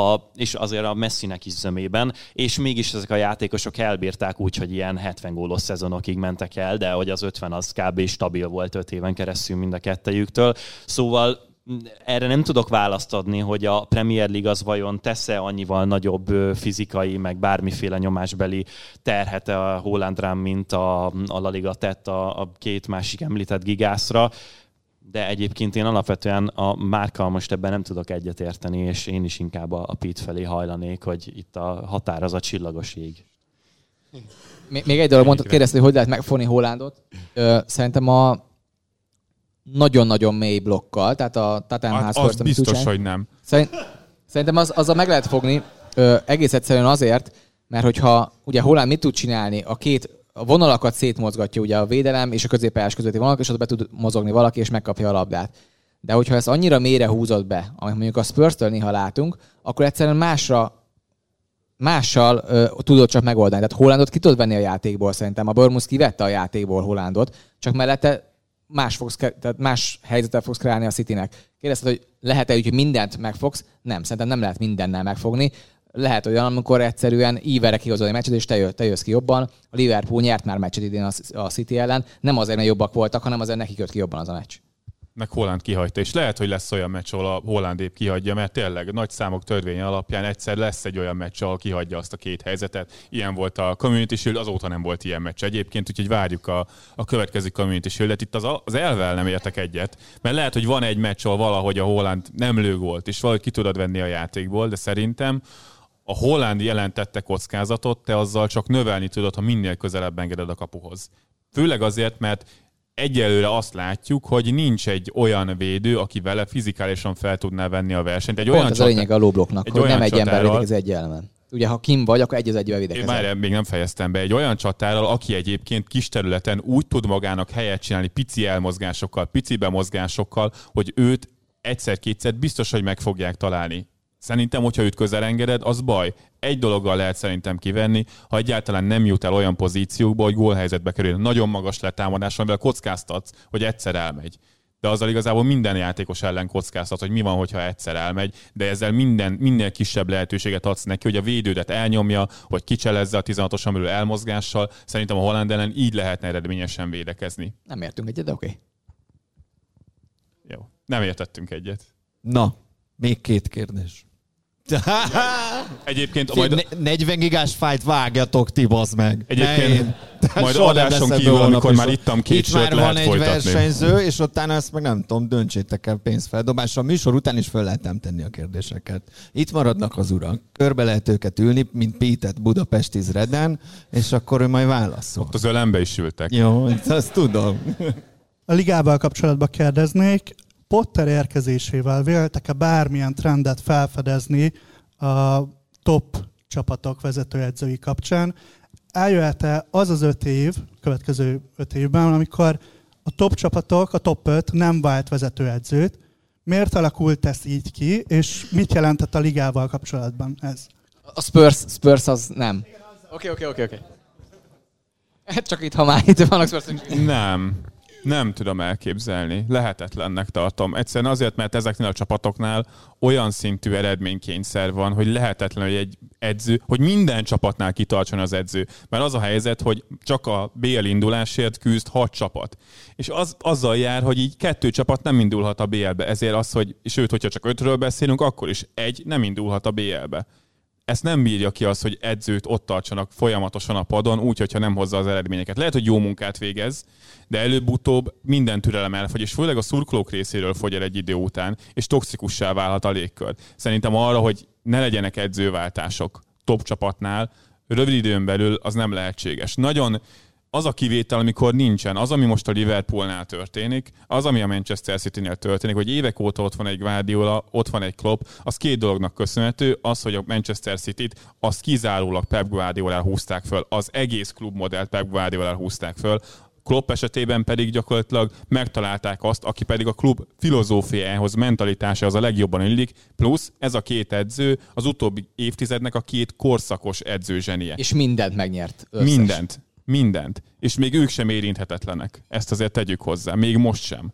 és azért a Messinek is zömében, és mégis ezek a játékosok elbírták úgy, hogy ilyen 70 gólos szezonokig mentek el, de hogy az 50 az kb. Stabil volt 5 éven keresztül mind a kettejüktől. Szóval erre nem tudok választ adni, hogy a Premier League az vajon tesz-e annyival nagyobb fizikai, meg bármiféle nyomásbeli terhet a Haaland rám, mint a La Liga tett a két másik említett gigászra. De egyébként én alapvetően a Márkkal most ebben nem tudok egyetérteni, és én is inkább a Pete felé hajlanék, hogy itt a határ az a csillagos ég. Még egy dolog mondtad, kérdezted, hogy lehet megfogni Haalandot. Szerintem a nagyon-nagyon mély blokkal, tehát a Tottenham Hotspur... Az biztos, hogy nem. Szerintem azzal meg lehet fogni, egész egyszerűen azért, mert hogyha ugye Haaland mit tud csinálni, a vonalakat szétmozgatja, ugye a védelem és a középpályás közötti vonalak, és ott be tud mozogni valaki, és megkapja a labdát. De hogyha ezt annyira mélyre húzott be, amit mondjuk a Spurs-től néha látunk, akkor egyszerűen mással tudod csak megoldani. Tehát Haalandot ki tudod venni a játékból szerintem. A Bournemouth kivette a játékból Haalandot, csak mellette más helyzetet fogsz kreálni a Citynek. Kérdezted, hogy lehet-e úgy, hogy mindent megfogsz? Nem, szerintem nem lehet mindennel megfogni. Lehet olyan, amikor egyszerűen íverre kihozod egy meccset, és te jössz ki jobban. A Liverpool nyert már meccset idén a City ellen. Nem azért, mert jobbak voltak, hanem azért nekik jött ki jobban az a meccs. Meg Haaland kihagyta, és lehet, hogy lesz olyan meccs, ahol a Haaland épp kihagyja, mert tényleg nagy számok törvénye alapján egyszer lesz egy olyan meccs, ahol kihagyja azt a két helyzetet. Ilyen volt a Community Shield, azóta nem volt ilyen meccs egyébként, úgyhogy várjuk a következő Community Shieldet. Itt az elvvel nem értek egyet, mert lehet, hogy van egy meccs, ahol valahogy a Haaland nem lő gólt, és valahogy ki tudod venni a játékból, de szerintem a Haaland jelentette kockázatot, te azzal csak növelni tudod, ha minél közelebb engeded a kapuhoz. Főleg azért, mert egyelőre azt látjuk, hogy nincs egy olyan védő, aki vele fizikálisan fel tudná venni a versenyt. Pont ez a lényeg a lóblokknak, hogy nem egy ember védik az egy elemen. Ugye, ha Kim vagy, akkor egy az egyvel védekezel. Én már még nem fejeztem be. Egy olyan csatárral, aki egyébként kis területen úgy tud magának helyet csinálni pici elmozgásokkal, pici bemozgásokkal, hogy őt egyszer-kétszer biztos, hogy meg fogják találni. Szerintem, hogyha őt közel engeded, az baj. Egy dologgal lehet szerintem kivenni, ha egyáltalán nem jut el olyan pozíciókba, hogy gólhelyzetbe kerül. Nagyon magas letámadás, amivel kockáztatsz, hogy egyszer elmegy. de azzal igazából minden játékos ellen kockáztat, hogy mi van, hogyha egyszer elmegy, de ezzel minél kisebb lehetőséget adsz neki, hogy a védődet elnyomja, hogy kicselezze a 16-oson belül elmozgással. Szerintem a Holland ellen így lehetne eredményesen védekezni. Nem értünk egyet, de oké. Jó. Nem értettünk egyet. Na, még 2 kérdés. Egyébként majd... 40 gigás fájt vágjatok ti, bazd meg. Egyébként majd adáson kívül, amikor már ittam 2 sört, lehet folytatni. Itt már van egy versenyző, és utána ezt meg nem tudom, döntsétek el pénzfeldobásra. A műsor után is föl lehetem tenni a kérdéseket. Itt maradnak az urak. Körbe lehet őket ülni, mint Pítet Budapest Reden, és akkor ő majd válaszol. Ott az ölembe is ültek. Jó, azt tudom. A ligával kapcsolatban kérdeznék. Potter érkezésével véltek-e bármilyen trendet felfedezni a top csapatok vezetőedzői kapcsán? Eljöhet-e az az 5 év, következő 5 évben, amikor a top csapatok, a top 5 nem vált vezetőedzőt? Miért alakult ez így ki, és mit jelentett a ligával kapcsolatban ez? A Spurs az nem. Oké. Csak itt, ha már itt vannak Spurs. Nem tudom elképzelni. Lehetetlennek tartom. Egyszerűen azért, mert ezeknél a csapatoknál olyan szintű eredménykényszer van, hogy lehetetlen, hogy egy edző, hogy minden csapatnál kitartson az edző. Mert az a helyzet, hogy csak a BL indulásért küzd 6 csapat. És azzal jár, hogy így 2 csapat nem indulhat a BL-be. Ezért az, hogy, sőt, hogyha csak 5-ről beszélünk, akkor is 1 nem indulhat a BL-be. Ezt nem bírja ki az, hogy edzőt ott tartsanak folyamatosan a padon, úgy, hogyha nem hozza az eredményeket. Lehet, hogy jó munkát végez, de előbb-utóbb minden türelem elfogy, és főleg a szurkolók részéről fogy el egy idő után, és toxikussá válhat a légkör. Szerintem arra, hogy ne legyenek edzőváltások top csapatnál, rövid időn belül az nem lehetséges. Nagyon az a kivétel, amikor nincsen, az, ami most a Liverpoolnál történik, az, ami a Manchester Citynél történik, hogy évek óta ott van egy Guardiola, ott van egy Klopp, az 2 dolognak köszönhető, az, hogy a Manchester Cityt, azt kizárólag Pep Guardiola húzták föl, az egész klubmodellt Pep Guardiola húzták föl, Klopp esetében pedig gyakorlatilag megtalálták azt, aki pedig a klub filozófiájához, mentalitása az a legjobban illik, plusz ez a 2 edző az utóbbi évtizednek a 2 korszakos edzőzsenie. És mindent megnyert. Mindent. És még ők sem érinthetetlenek. Ezt azért tegyük hozzá. Még most sem.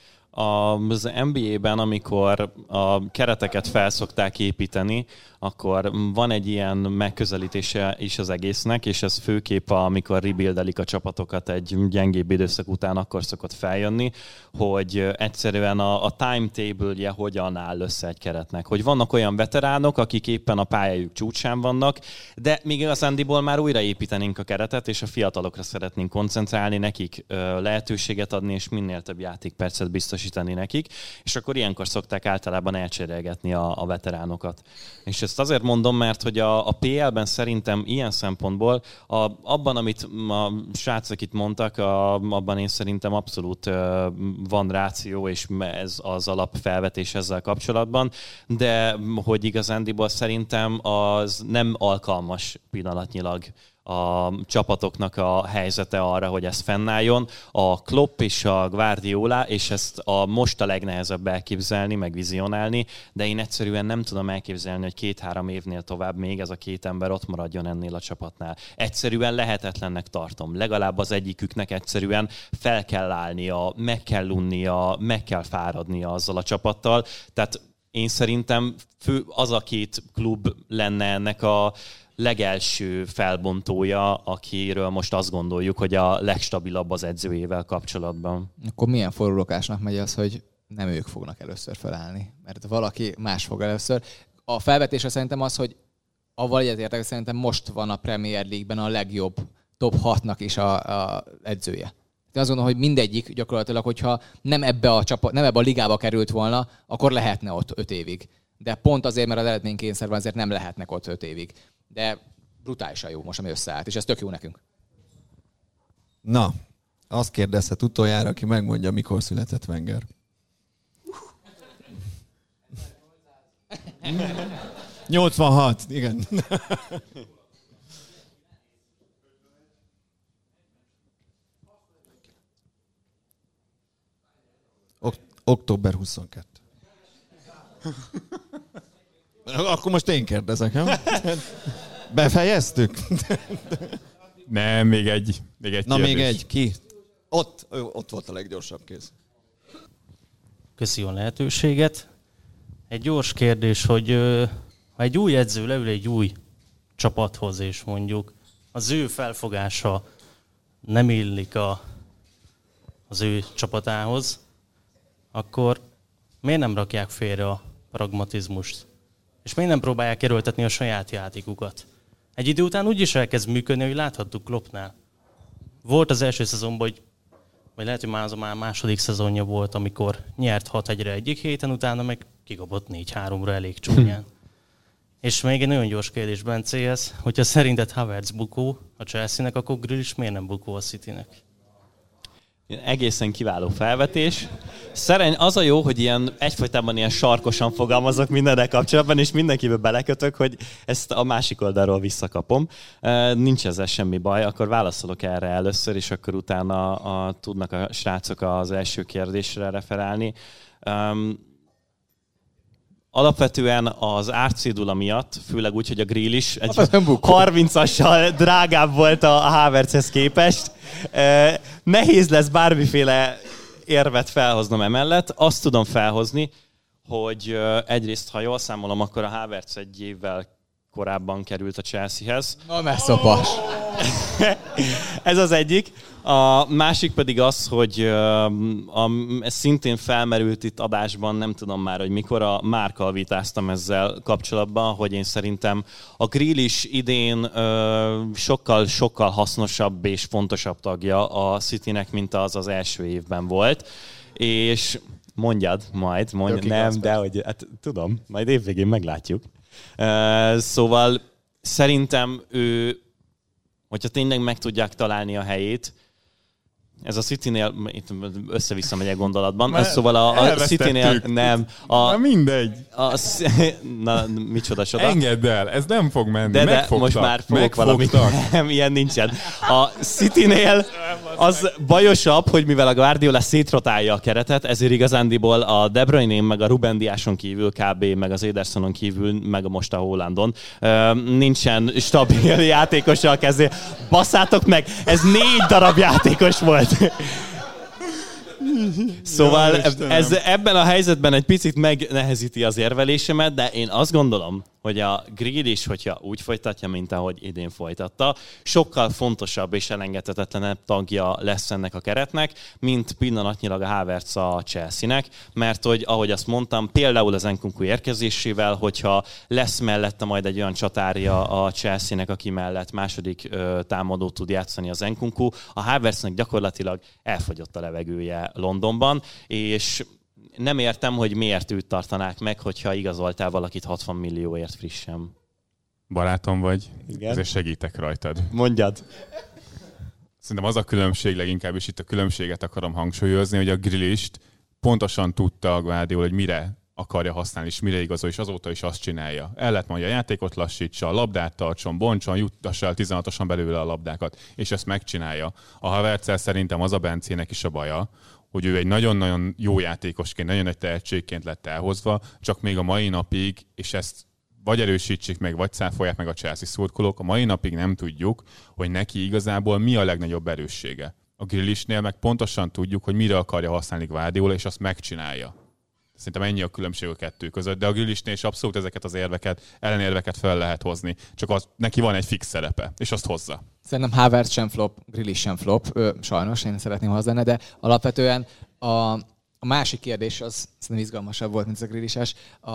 Az NBA-ben, amikor a kereteket felszokták építeni, akkor van egy ilyen megközelítése is az egésznek, és ez főképp, amikor rebuildelik a csapatokat egy gyengébb időszak után, akkor szokott feljönni, hogy egyszerűen a timetable-je hogyan áll össze egy keretnek. Hogy vannak olyan veteránok, akik éppen a pályájuk csúcsán vannak, de még igazándiból már újraépítenénk a keretet, és a fiatalokra szeretnénk koncentrálni, nekik lehetőséget adni, és minél több játékpercet biztosítani nekik, és akkor ilyenkor szokták általában elcserélgetni a veteránokat. És ezt azért mondom, mert hogy a PL-ben szerintem ilyen szempontból abban, amit a srácok itt mondtak, abban én szerintem abszolút van ráció, és ez az alapfelvetés ezzel kapcsolatban, de hogy igazándiból szerintem az nem alkalmas pillanatnyilag a csapatoknak a helyzete arra, hogy ez fennálljon. A Klopp és a Guardiola, és ezt most a legnehezebb elképzelni, meg vizionálni, de én egyszerűen nem tudom elképzelni, hogy 2-3 évnél tovább még ez a 2 ember ott maradjon ennél a csapatnál. Egyszerűen lehetetlennek tartom. Legalább az egyiküknek egyszerűen fel kell állnia, meg kell unnia, meg kell fáradnia azzal a csapattal. Tehát én szerintem az a 2 klub lenne ennek a legelső felbontója, akiről most azt gondoljuk, hogy a legstabilabb az edzőjével kapcsolatban. Akkor milyen forrólokásnak megy az, hogy nem ők fognak először felállni, mert valaki más fog először. A felvetése szerintem az, hogy avval egyetértek, szerintem most van a Premier League-ben a legjobb top 6-nak is a edzője. Én azt gondolom, hogy mindegyik gyakorlatilag, hogyha nem ebbe a ligába került volna, akkor lehetne ott 5 évig. De pont azért, mert az eredménykényszer van, azért nem lehetnek ott 5 évig. De brutálisan jó most, ami összeállt, és ez tök jó nekünk. Na, azt kérdezhet utoljára, aki megmondja, mikor született Wenger. ...86, igen. Október 22. Akkor most én kérdezek, nem? Befejeztük? Nem, még egy Na kérdés. még egy, ki? Ott volt a leggyorsabb kéz. Köszi a lehetőséget. Egy gyors kérdés, hogy ha egy új edző leül egy új csapathoz, és mondjuk az ő felfogása nem illik az ő csapatához, akkor miért nem rakják félre a pragmatizmust? És miért nem próbálják erőltetni a saját játékukat? Egy idő után úgy is elkezd működni, hogy láthattuk Kloppnál. Volt az első szezonban, vagy lehet, hogy már az a második szezonja volt, amikor nyert 6-1-re egyik héten, utána meg kikapott 4-3-ra elég csúnyán. És még egy nagyon gyors kérdés Bencéhez, hogyha szerinted Havertz bukó a Chelsea-nek, akkor Grealish miért nem bukó a City-nek? Egészen kiváló felvetés. Az a jó, hogy egyfajtában ilyen sarkosan fogalmazok mindennel kapcsolatban, és mindenkibe belekötök, hogy ezt a másik oldalról visszakapom. Nincs ezzel semmi baj, akkor válaszolok erre először, és akkor utána tudnak a srácok az első kérdésre referálni. Alapvetően az árcédula miatt, főleg úgy, hogy a Grealish egy 30-assal drágább volt a Havertzhez képest. Nehéz lesz bármiféle érvet felhoznom emellett. Azt tudom felhozni, hogy egyrészt, ha jól számolom, akkor a Havertz egy évvel korábban került a Chelseahez. Na, messzopas. Ez az egyik. A másik pedig az, hogy ez szintén felmerült itt adásban, nem tudom már, hogy mikor, a Márkkal vitáztam ezzel kapcsolatban, hogy én szerintem a Grealish idén sokkal hasznosabb és fontosabb tagja a Citynek, mint az első évben volt. És mondjad, nem, de hogy hát, tudom, majd évvégén meglátjuk. Szóval szerintem ő, hogyha tényleg meg tudják találni a helyét, ez a Citynél, itt össze-vissza megyek gondolatban, szóval a Citynél nem. Mindegy. Na, micsoda soda. Engedd el, ez nem fog menni. De most már fogok valamit. Nem, ilyen nincsen. A Citynél az bajosabb, hogy mivel a Guardiola szétrotálja a keretet, ezért igazándiból a De Bruyne-n, meg a Ruben Diason kívül kb. Meg az Edersonon kívül, meg most a Haalandon nincsen stabil játékos a kezé. Basszátok meg, ez 4 darab játékos volt. Szóval ez ebben a helyzetben egy picit megnehezíti az érvelésemet, de én azt gondolom, hogy a Grealish, hogyha úgy folytatja, mint ahogy idén folytatta, sokkal fontosabb és elengedhetetlenebb tagja lesz ennek a keretnek, mint pillanatnyilag a Havertz a Chelsea-nek, mert hogy, ahogy azt mondtam, például az Nkunku érkezésével, hogyha lesz mellette majd egy olyan csatárja a Chelsea-nek, aki mellett második támadót tud játszani az Nkunku, a Havertznek gyakorlatilag elfogyott a levegője Londonban, és nem értem, hogy miért őt tartanák meg, hogyha igazoltál valakit 60 millióért frissen. Barátom vagy, igen? Ezért segítek rajtad. Mondjad. Szerintem az a különbség, leginkább is itt a különbséget akarom hangsúlyozni, hogy a Grealisht pontosan tudta a Guardiola, hogy mire akarja használni, és mire igazol, és azóta is azt csinálja. El lehet mondja, a játékot lassítsa, a labdát tartson, bontson, juttassa el 16-osan belőle a labdákat, és ezt megcsinálja. A Havertzel szerintem az a Bencének is a baja, hogy ő egy nagyon-nagyon jó játékosként, nagyon nagy tehetségként lett elhozva, csak még a mai napig, és ezt vagy erősítsék meg, vagy cáfolják meg a Chelsea szurkolók, a mai napig nem tudjuk, hogy neki igazából mi a legnagyobb erőssége. A Grealishnél meg pontosan tudjuk, hogy mire akarja használni Guardiola, és azt megcsinálja. Szerintem ennyi a különbség a kettő között, de a Grealishnél is abszolút ezeket az ellenérveket fel lehet hozni, csak neki van egy fix szerepe, és azt hozza. Szerintem Havertz sem flop, Grealish sem flop, sajnos én szeretném hozzáadni, de alapvetően a másik kérdés az szerintem izgalmasabb volt, mint a Grealish-es.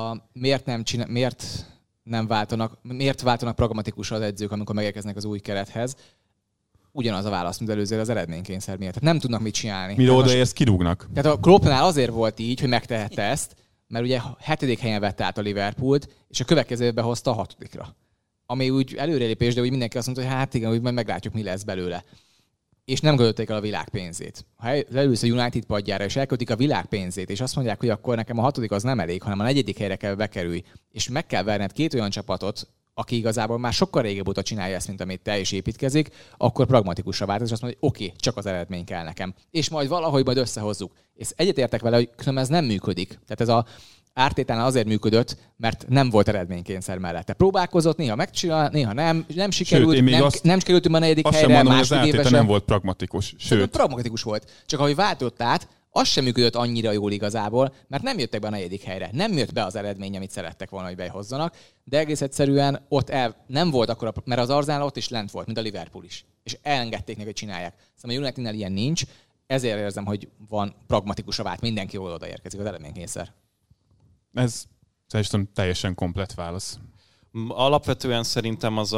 Miért váltanak pragmatikusra az edzők, amikor megérkeznek az új kerethez? Ugyanaz a válasz, mint előzőre az eredménykényszer miatt. Tehát nem tudnak mit csinálni. Mire odaérsz, kirúgnak. Tehát a Kloppnál azért volt így, hogy megtehette ezt, mert ugye 7. helyen vette át a Liverpoolt, és a következő évben hozta a 6-ra. Ami úgy előrelépés, de úgy mindenki azt mondta, hogy hát igen, úgy majd meglátjuk, mi lesz belőle. És nem költötték el a világ pénzét. Ha leülsz a United padjára, és elköltik a világ pénzét, és azt mondják, hogy akkor nekem a 6. az nem elég, hanem a 4. helyre kell bekerülj, és meg kell verned 2 olyan csapatot, aki igazából már sokkal régebb óta csinálja ezt, mint amit te is építkezik, akkor pragmatikusra vált, és azt mondja, hogy oké, csak az eredmény kell nekem. És majd valahogy majd összehozzuk. És egyetértek vele, hogy különben ez nem működik. Tehát ez a ártételen azért működött, mert nem volt eredménykényszer mellette. Próbálkozott, néha megcsinál, néha nem sikerült, nem sikerült a 4. helyre, második évesen. Nem volt pragmatikus. Sőt, pragmatikus volt. Csak ahogy váltott át, az sem működött annyira jól igazából, mert nem jöttek be a 4. helyre. Nem jött be az eredmény, amit szerettek volna, hogy behozzanak, de egész egyszerűen ott nem volt akkora, mert az Arsenal ott is lent volt, mint a Liverpool is. És elengedték neki, hogy csinálják. Szóval a Unitednél ilyen nincs, ezért érzem, hogy van pragmatikus vált, mindenki jól odaérkezik az eredménykényszer. Ez szerintem teljesen komplett válasz. Alapvetően szerintem az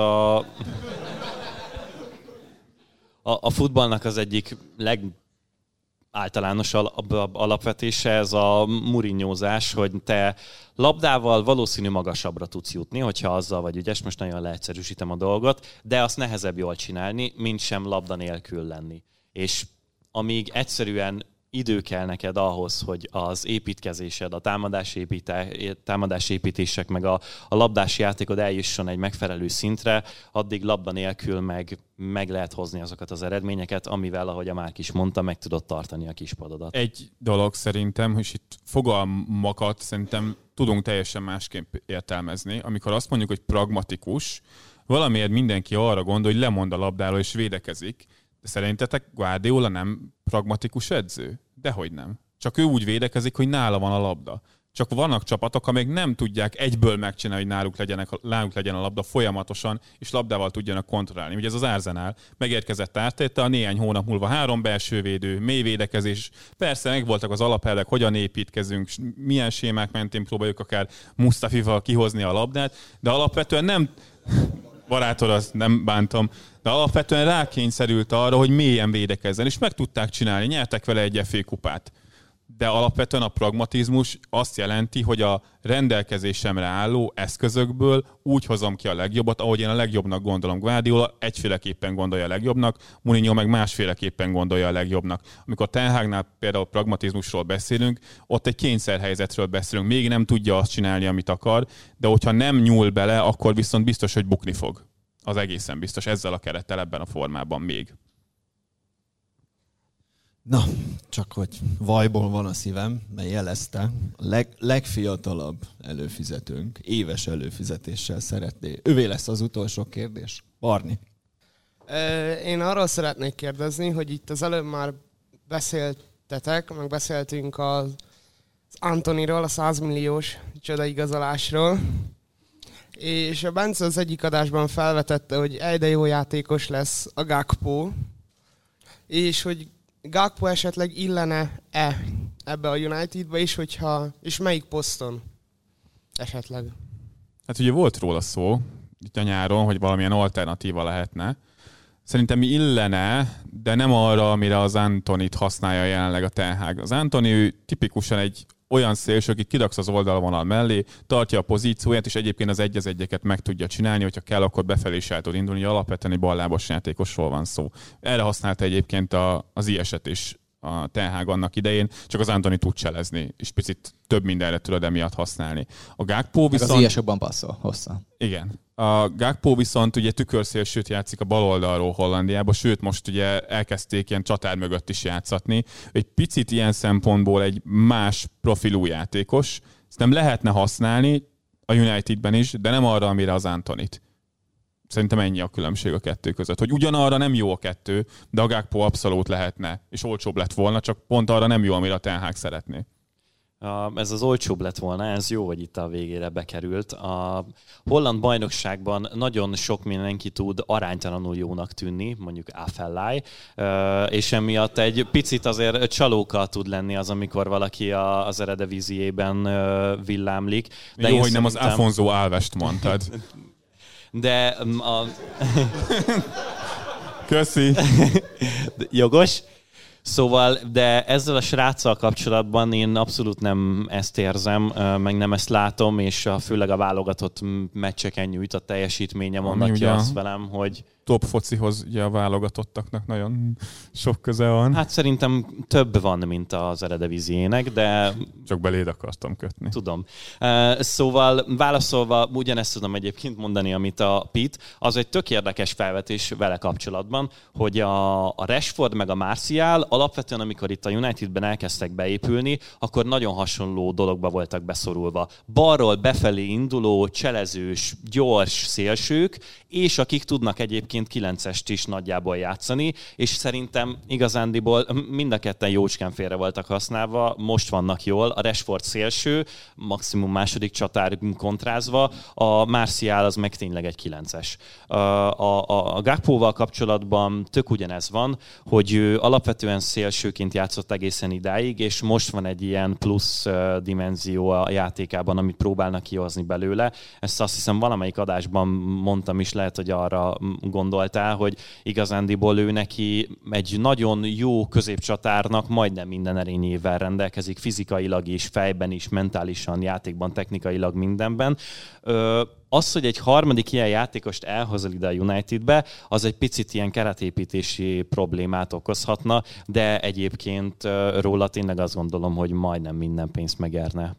a futballnak az egyik általánosabb alapvetése ez a murinyózás, hogy te labdával valószínű magasabbra tudsz jutni, hogyha azzal vagy ügyes, most nagyon leegyszerűsítem a dolgot, de azt nehezebb jól csinálni, mint sem labda nélkül lenni. És amíg egyszerűen idő kell neked ahhoz, hogy az építkezésed, a támadásépítések, meg a labdás játékod eljusson egy megfelelő szintre, addig labda nélkül meg lehet hozni azokat az eredményeket, amivel, ahogy a Márk is mondta, meg tudod tartani a kispadodat. Egy dolog szerintem, és itt fogalmakat szerintem tudunk teljesen másképp értelmezni. Amikor azt mondjuk, hogy pragmatikus, valamiért mindenki arra gondol, hogy lemond a labdáról és védekezik. De szerintetek Guardiola nem pragmatikus edző? Dehogy nem. Csak ő úgy védekezik, hogy nála van a labda. Csak vannak csapatok, amelyek nem tudják egyből megcsinálni, hogy náluk legyen a labda folyamatosan, és labdával tudjanak kontrollálni. Ugye ez az Arsenal. Megérkezett Arteta, néhány hónap múlva 3 belsővédő, mély védekezés. Persze megvoltak az alapelvek, hogyan építkezünk, milyen sémák mentén próbáljuk akár Mustafival kihozni a labdát, de alapvetően nem... Barátod, azt nem bántom, de alapvetően rákényszerült arra, hogy mélyen védekezzen, és meg tudták csinálni, nyertek vele egy FA kupát. De alapvetően a pragmatizmus azt jelenti, hogy a rendelkezésemre álló eszközökből úgy hozom ki a legjobbat, ahogy én a legjobbnak gondolom. Guardiola egyféleképpen gondolja a legjobbnak, Mourinho meg másféleképpen gondolja a legjobbnak. Amikor Ten Hagnál például pragmatizmusról beszélünk, ott egy kényszerhelyzetről beszélünk. Még nem tudja azt csinálni, amit akar, de hogyha nem nyúl bele, akkor viszont biztos, hogy bukni fog. Az egészen biztos, ezzel a kerettel ebben a formában még. Na, csak hogy vajból van a szívem, mert jelezte, a legfiatalabb előfizetőnk, éves előfizetéssel szeretné. Ővé lesz az utolsó kérdés. Barni. Én arról szeretnék kérdezni, hogy itt az előbb már beszéltetek, meg beszéltünk az Antoniról, a 100 milliós csodaigazolásról, és a Bence az egyik adásban felvetette, hogy de jó játékos lesz a Gakpo, és hogy Gakpo esetleg illene-e ebbe a Unitedbe is, és melyik poszton esetleg? Hát ugye volt róla szó itt a nyáron, hogy valamilyen alternatíva lehetne. Szerintem illene, de nem arra, amire az Antonit használja jelenleg a Ten Hag. Az Antoni tipikusan egy olyan szélső, aki kiraksz az oldalvonal mellé, tartja a pozícióját, és egyébként az egy-egyeket meg tudja csinálni, hogyha kell, akkor befelé is el tud indulni, alapvetően egy ballábos játékosról van szó. Erre használta egyébként az IS-et is a Ten Hag annak idején, csak az Antoni tud cselezni, és picit több mindenre tudod emiatt használni. A Gakpo viszont... Az IS jobban passzol, hosszan. Igen. A Gakpo viszont ugye tükörszélsőt játszik a bal oldalról Hollandiába, sőt most ugye elkezdték ilyen csatár mögött is játszatni. Egy picit ilyen szempontból egy más profilú játékos. Ezt nem lehetne használni a Unitedben is, de nem arra, amire az Antonit. Szerintem ennyi a különbség a kettő között. Hogy ugyanarra nem jó a kettő, de a Gakpo abszolút lehetne, és olcsóbb lett volna, csak pont arra nem jó, amire a Ten Hag szeretné. Ez az olcsóbb lett volna, ez jó, hogy itt a végére bekerült. A holland bajnokságban nagyon sok mindenki tud aránytalanul jónak tűnni, mondjuk Afellay, és emiatt egy picit azért csalóka tud lenni az, amikor valaki az Eredivisie-ben villámlik. De jó, hogy nem az Afonso Alvest mondtad. De Köszi. Jogos. Szóval, de ezzel a sráccal kapcsolatban én abszolút nem ezt érzem, meg nem ezt látom, és főleg a válogatott meccseken nyújtott teljesítménye mondatja azt velem, hogy... Top focihoz ugye a válogatottaknak nagyon sok köze van. Hát szerintem több van, mint az Eredivisie-nek, de... Csak beléd akartam kötni. Tudom. Szóval válaszolva ugyanezt tudom egyébként mondani, amit a Pete, az egy tök érdekes felvetés vele kapcsolatban, hogy a Rashford meg a Martial alapvetően, amikor itt a Unitedben elkezdtek beépülni, akkor nagyon hasonló dologba voltak beszorulva. Balról befelé induló, cselezős, gyors szélsők, és akik tudnak egyébként egyébként 9-est is nagyjából játszani, és szerintem igazándiból mind a ketten jócskán félre voltak használva, most vannak jól, a Rashford szélső, maximum második csatár kontrázva, a Martial az meg tényleg egy 9-es. A Gakpóval kapcsolatban tök ugyanez van, hogy ő alapvetően szélsőként játszott egészen idáig, és most van egy ilyen plusz dimenzió a játékában, amit próbálnak kihozni belőle. Ezt azt hiszem valamelyik adásban mondtam is, lehet, hogy arra gondoltál, hogy igazándiból ő neki egy nagyon jó középcsatárnak majdnem minden erényével rendelkezik, fizikailag is, fejben is, mentálisan, játékban, technikailag, mindenben. Az, hogy egy harmadik ilyen játékost elhozol ide a Unitedbe, az egy picit ilyen keretépítési problémát okozhatna, de egyébként róla tényleg azt gondolom, hogy majdnem minden pénzt megérne.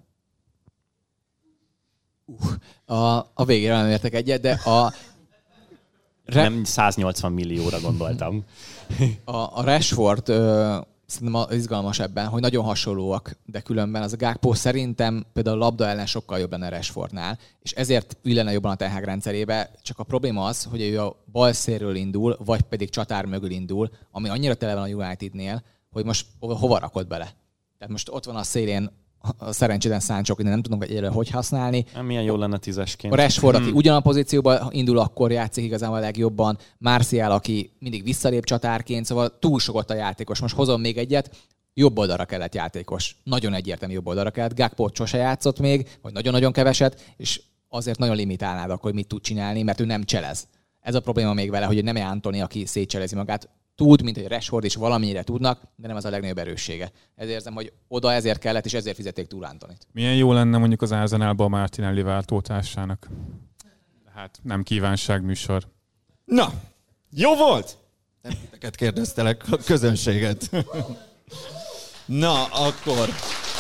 A végére nem értek egyet, de nem 180 millióra gondoltam. A Rashford szerintem izgalmas ebben, hogy nagyon hasonlóak, de különben az a Gakpo szerintem például a labda ellen sokkal jobb lenne Rashfordnál, és ezért illene jobban a Ten Hag rendszerébe, csak a probléma az, hogy ő a bal szélről indul, vagy pedig csatár mögül indul, ami annyira tele van a Unitednél, hogy most hova rakod bele. Tehát most ott van a szélén a szerencsétlen Sancho, de nem tudunk egyelőre hogy használni. Milyen jó lenne 10-esként. A Rashford, aki ugyan a pozícióban indul, akkor játszik igazából a legjobban. Martial, aki mindig visszalép csatárként, szóval túl sokat a játékos. Most hozom még egyet, jobb oldalra kellett játékos. Nagyon egyértelmű jobb oldalra kellett. Gakpo sose játszott még, vagy nagyon-nagyon keveset, és azért nagyon limitálnád akkor, hogy mit tud csinálni, mert ő nem cselez. Ez a probléma még vele, hogy nem Antony, aki szétcselezi magát. Tud, mint hogy Rashford is valamennyire tudnak, de nem az a legnagyobb erőssége. Ezért érzem, hogy oda ezért kellett, és ezért fizették túl Antonit. Milyen jó lenne mondjuk az Arsenalba a Martinelli váltótársának. Hát nem kívánság műsor. Na, jó volt? Nem titeket kérdeztelek, a közönséget. Na, akkor...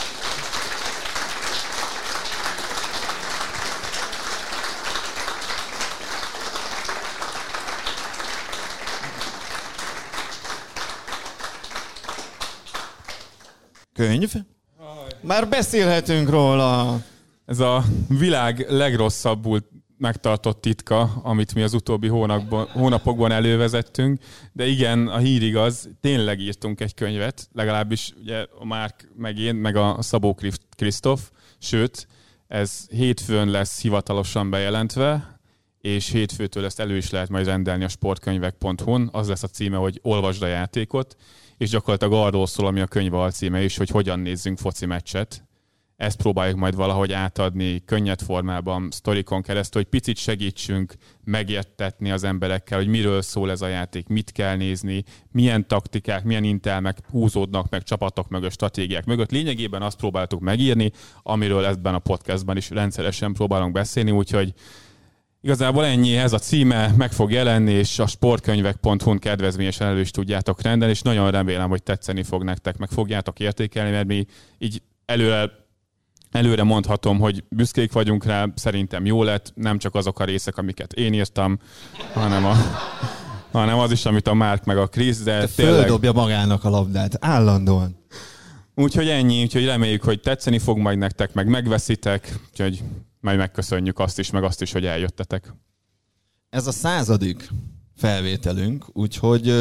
Könyv? Már beszélhetünk róla. Ez a világ legrosszabbul megtartott titka, amit mi az utóbbi hónapokban elővezettünk, de igen, a hír igaz, tényleg írtunk egy könyvet, legalábbis ugye a Márk meg én, meg a Szabó Krisztof, sőt, ez hétfőn lesz hivatalosan bejelentve, és hétfőtől ezt elő is lehet majd rendelni a sportkönyvek.hu-n, az lesz a címe, hogy olvasd a játékot, és gyakorlatilag arról szól, ami a könyv alcíme is, hogy hogyan nézzünk foci meccset. Ezt próbáljuk majd valahogy átadni könnyed formában, sztorikon keresztül, hogy picit segítsünk megértetni az emberekkel, hogy miről szól ez a játék, mit kell nézni, milyen taktikák, milyen intelmek húzódnak meg csapatok mögött, stratégiák mögött. Lényegében azt próbáltuk megírni, amiről ebben a podcastban is rendszeresen próbálunk beszélni, úgyhogy igazából ennyi, ez a címe, meg fog jelenni, és a sportkönyvek.hu-n kedvezményesen elő is tudjátok rendelni, és nagyon remélem, hogy tetszeni fog nektek, meg fogjátok értékelni, mert mi így előre mondhatom, hogy büszkék vagyunk rá, szerintem jó lett, nem csak azok a részek, amiket én írtam, hanem az is, amit a Márk meg a Krisz, de tényleg... Földobja magának a labdát, állandóan. Úgyhogy ennyi, úgyhogy reméljük, hogy tetszeni fog majd nektek, meg megveszitek, úgyhogy majd megköszönjük azt is, meg azt is, hogy eljöttetek. Ez a 100. felvételünk, úgyhogy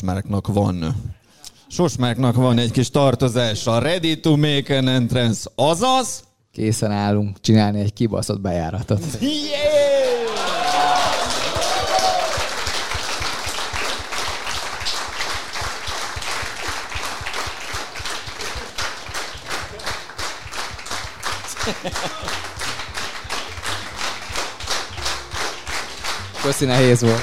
Sosmárknak van egy kis tartozása. Ready to make an entrance, azaz? Készen állunk csinálni egy kibaszott bejáratot. Yeah! Köszi, nehéz volt.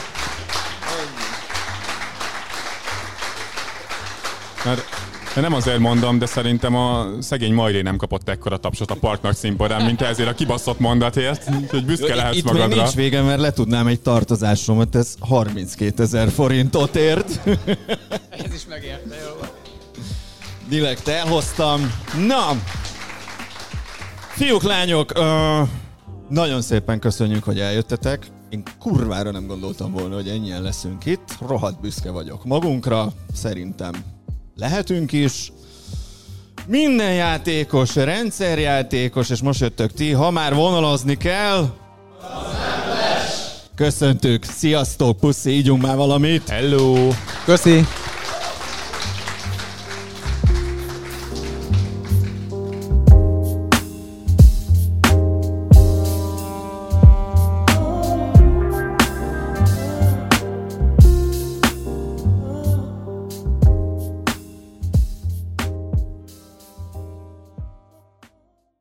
Mert nem azért mondom, de szerintem a szegény Majré nem kapott ekkora tapsot a Parknak színpadán, mint ezért a kibaszott mondatért, úgyhogy büszke lehetsz itt magadra. Itt még nincs vége, mert letudnám egy tartozásomat, ez 32 000 forintot ért. Ez is megérte, jó. Direkt elhoztam. Na! Fiúk, lányok, nagyon szépen köszönjük, hogy eljöttetek. Én kurvára nem gondoltam volna, hogy ennyien leszünk itt. Rohadt büszke vagyok magunkra. Szerintem lehetünk is. Minden játékos, rendszerjátékos, és most jöttök ti, ha már vonalazni kell... Köszöntük, sziasztok, puszi, ígyunk már valamit. Hello! Köszi!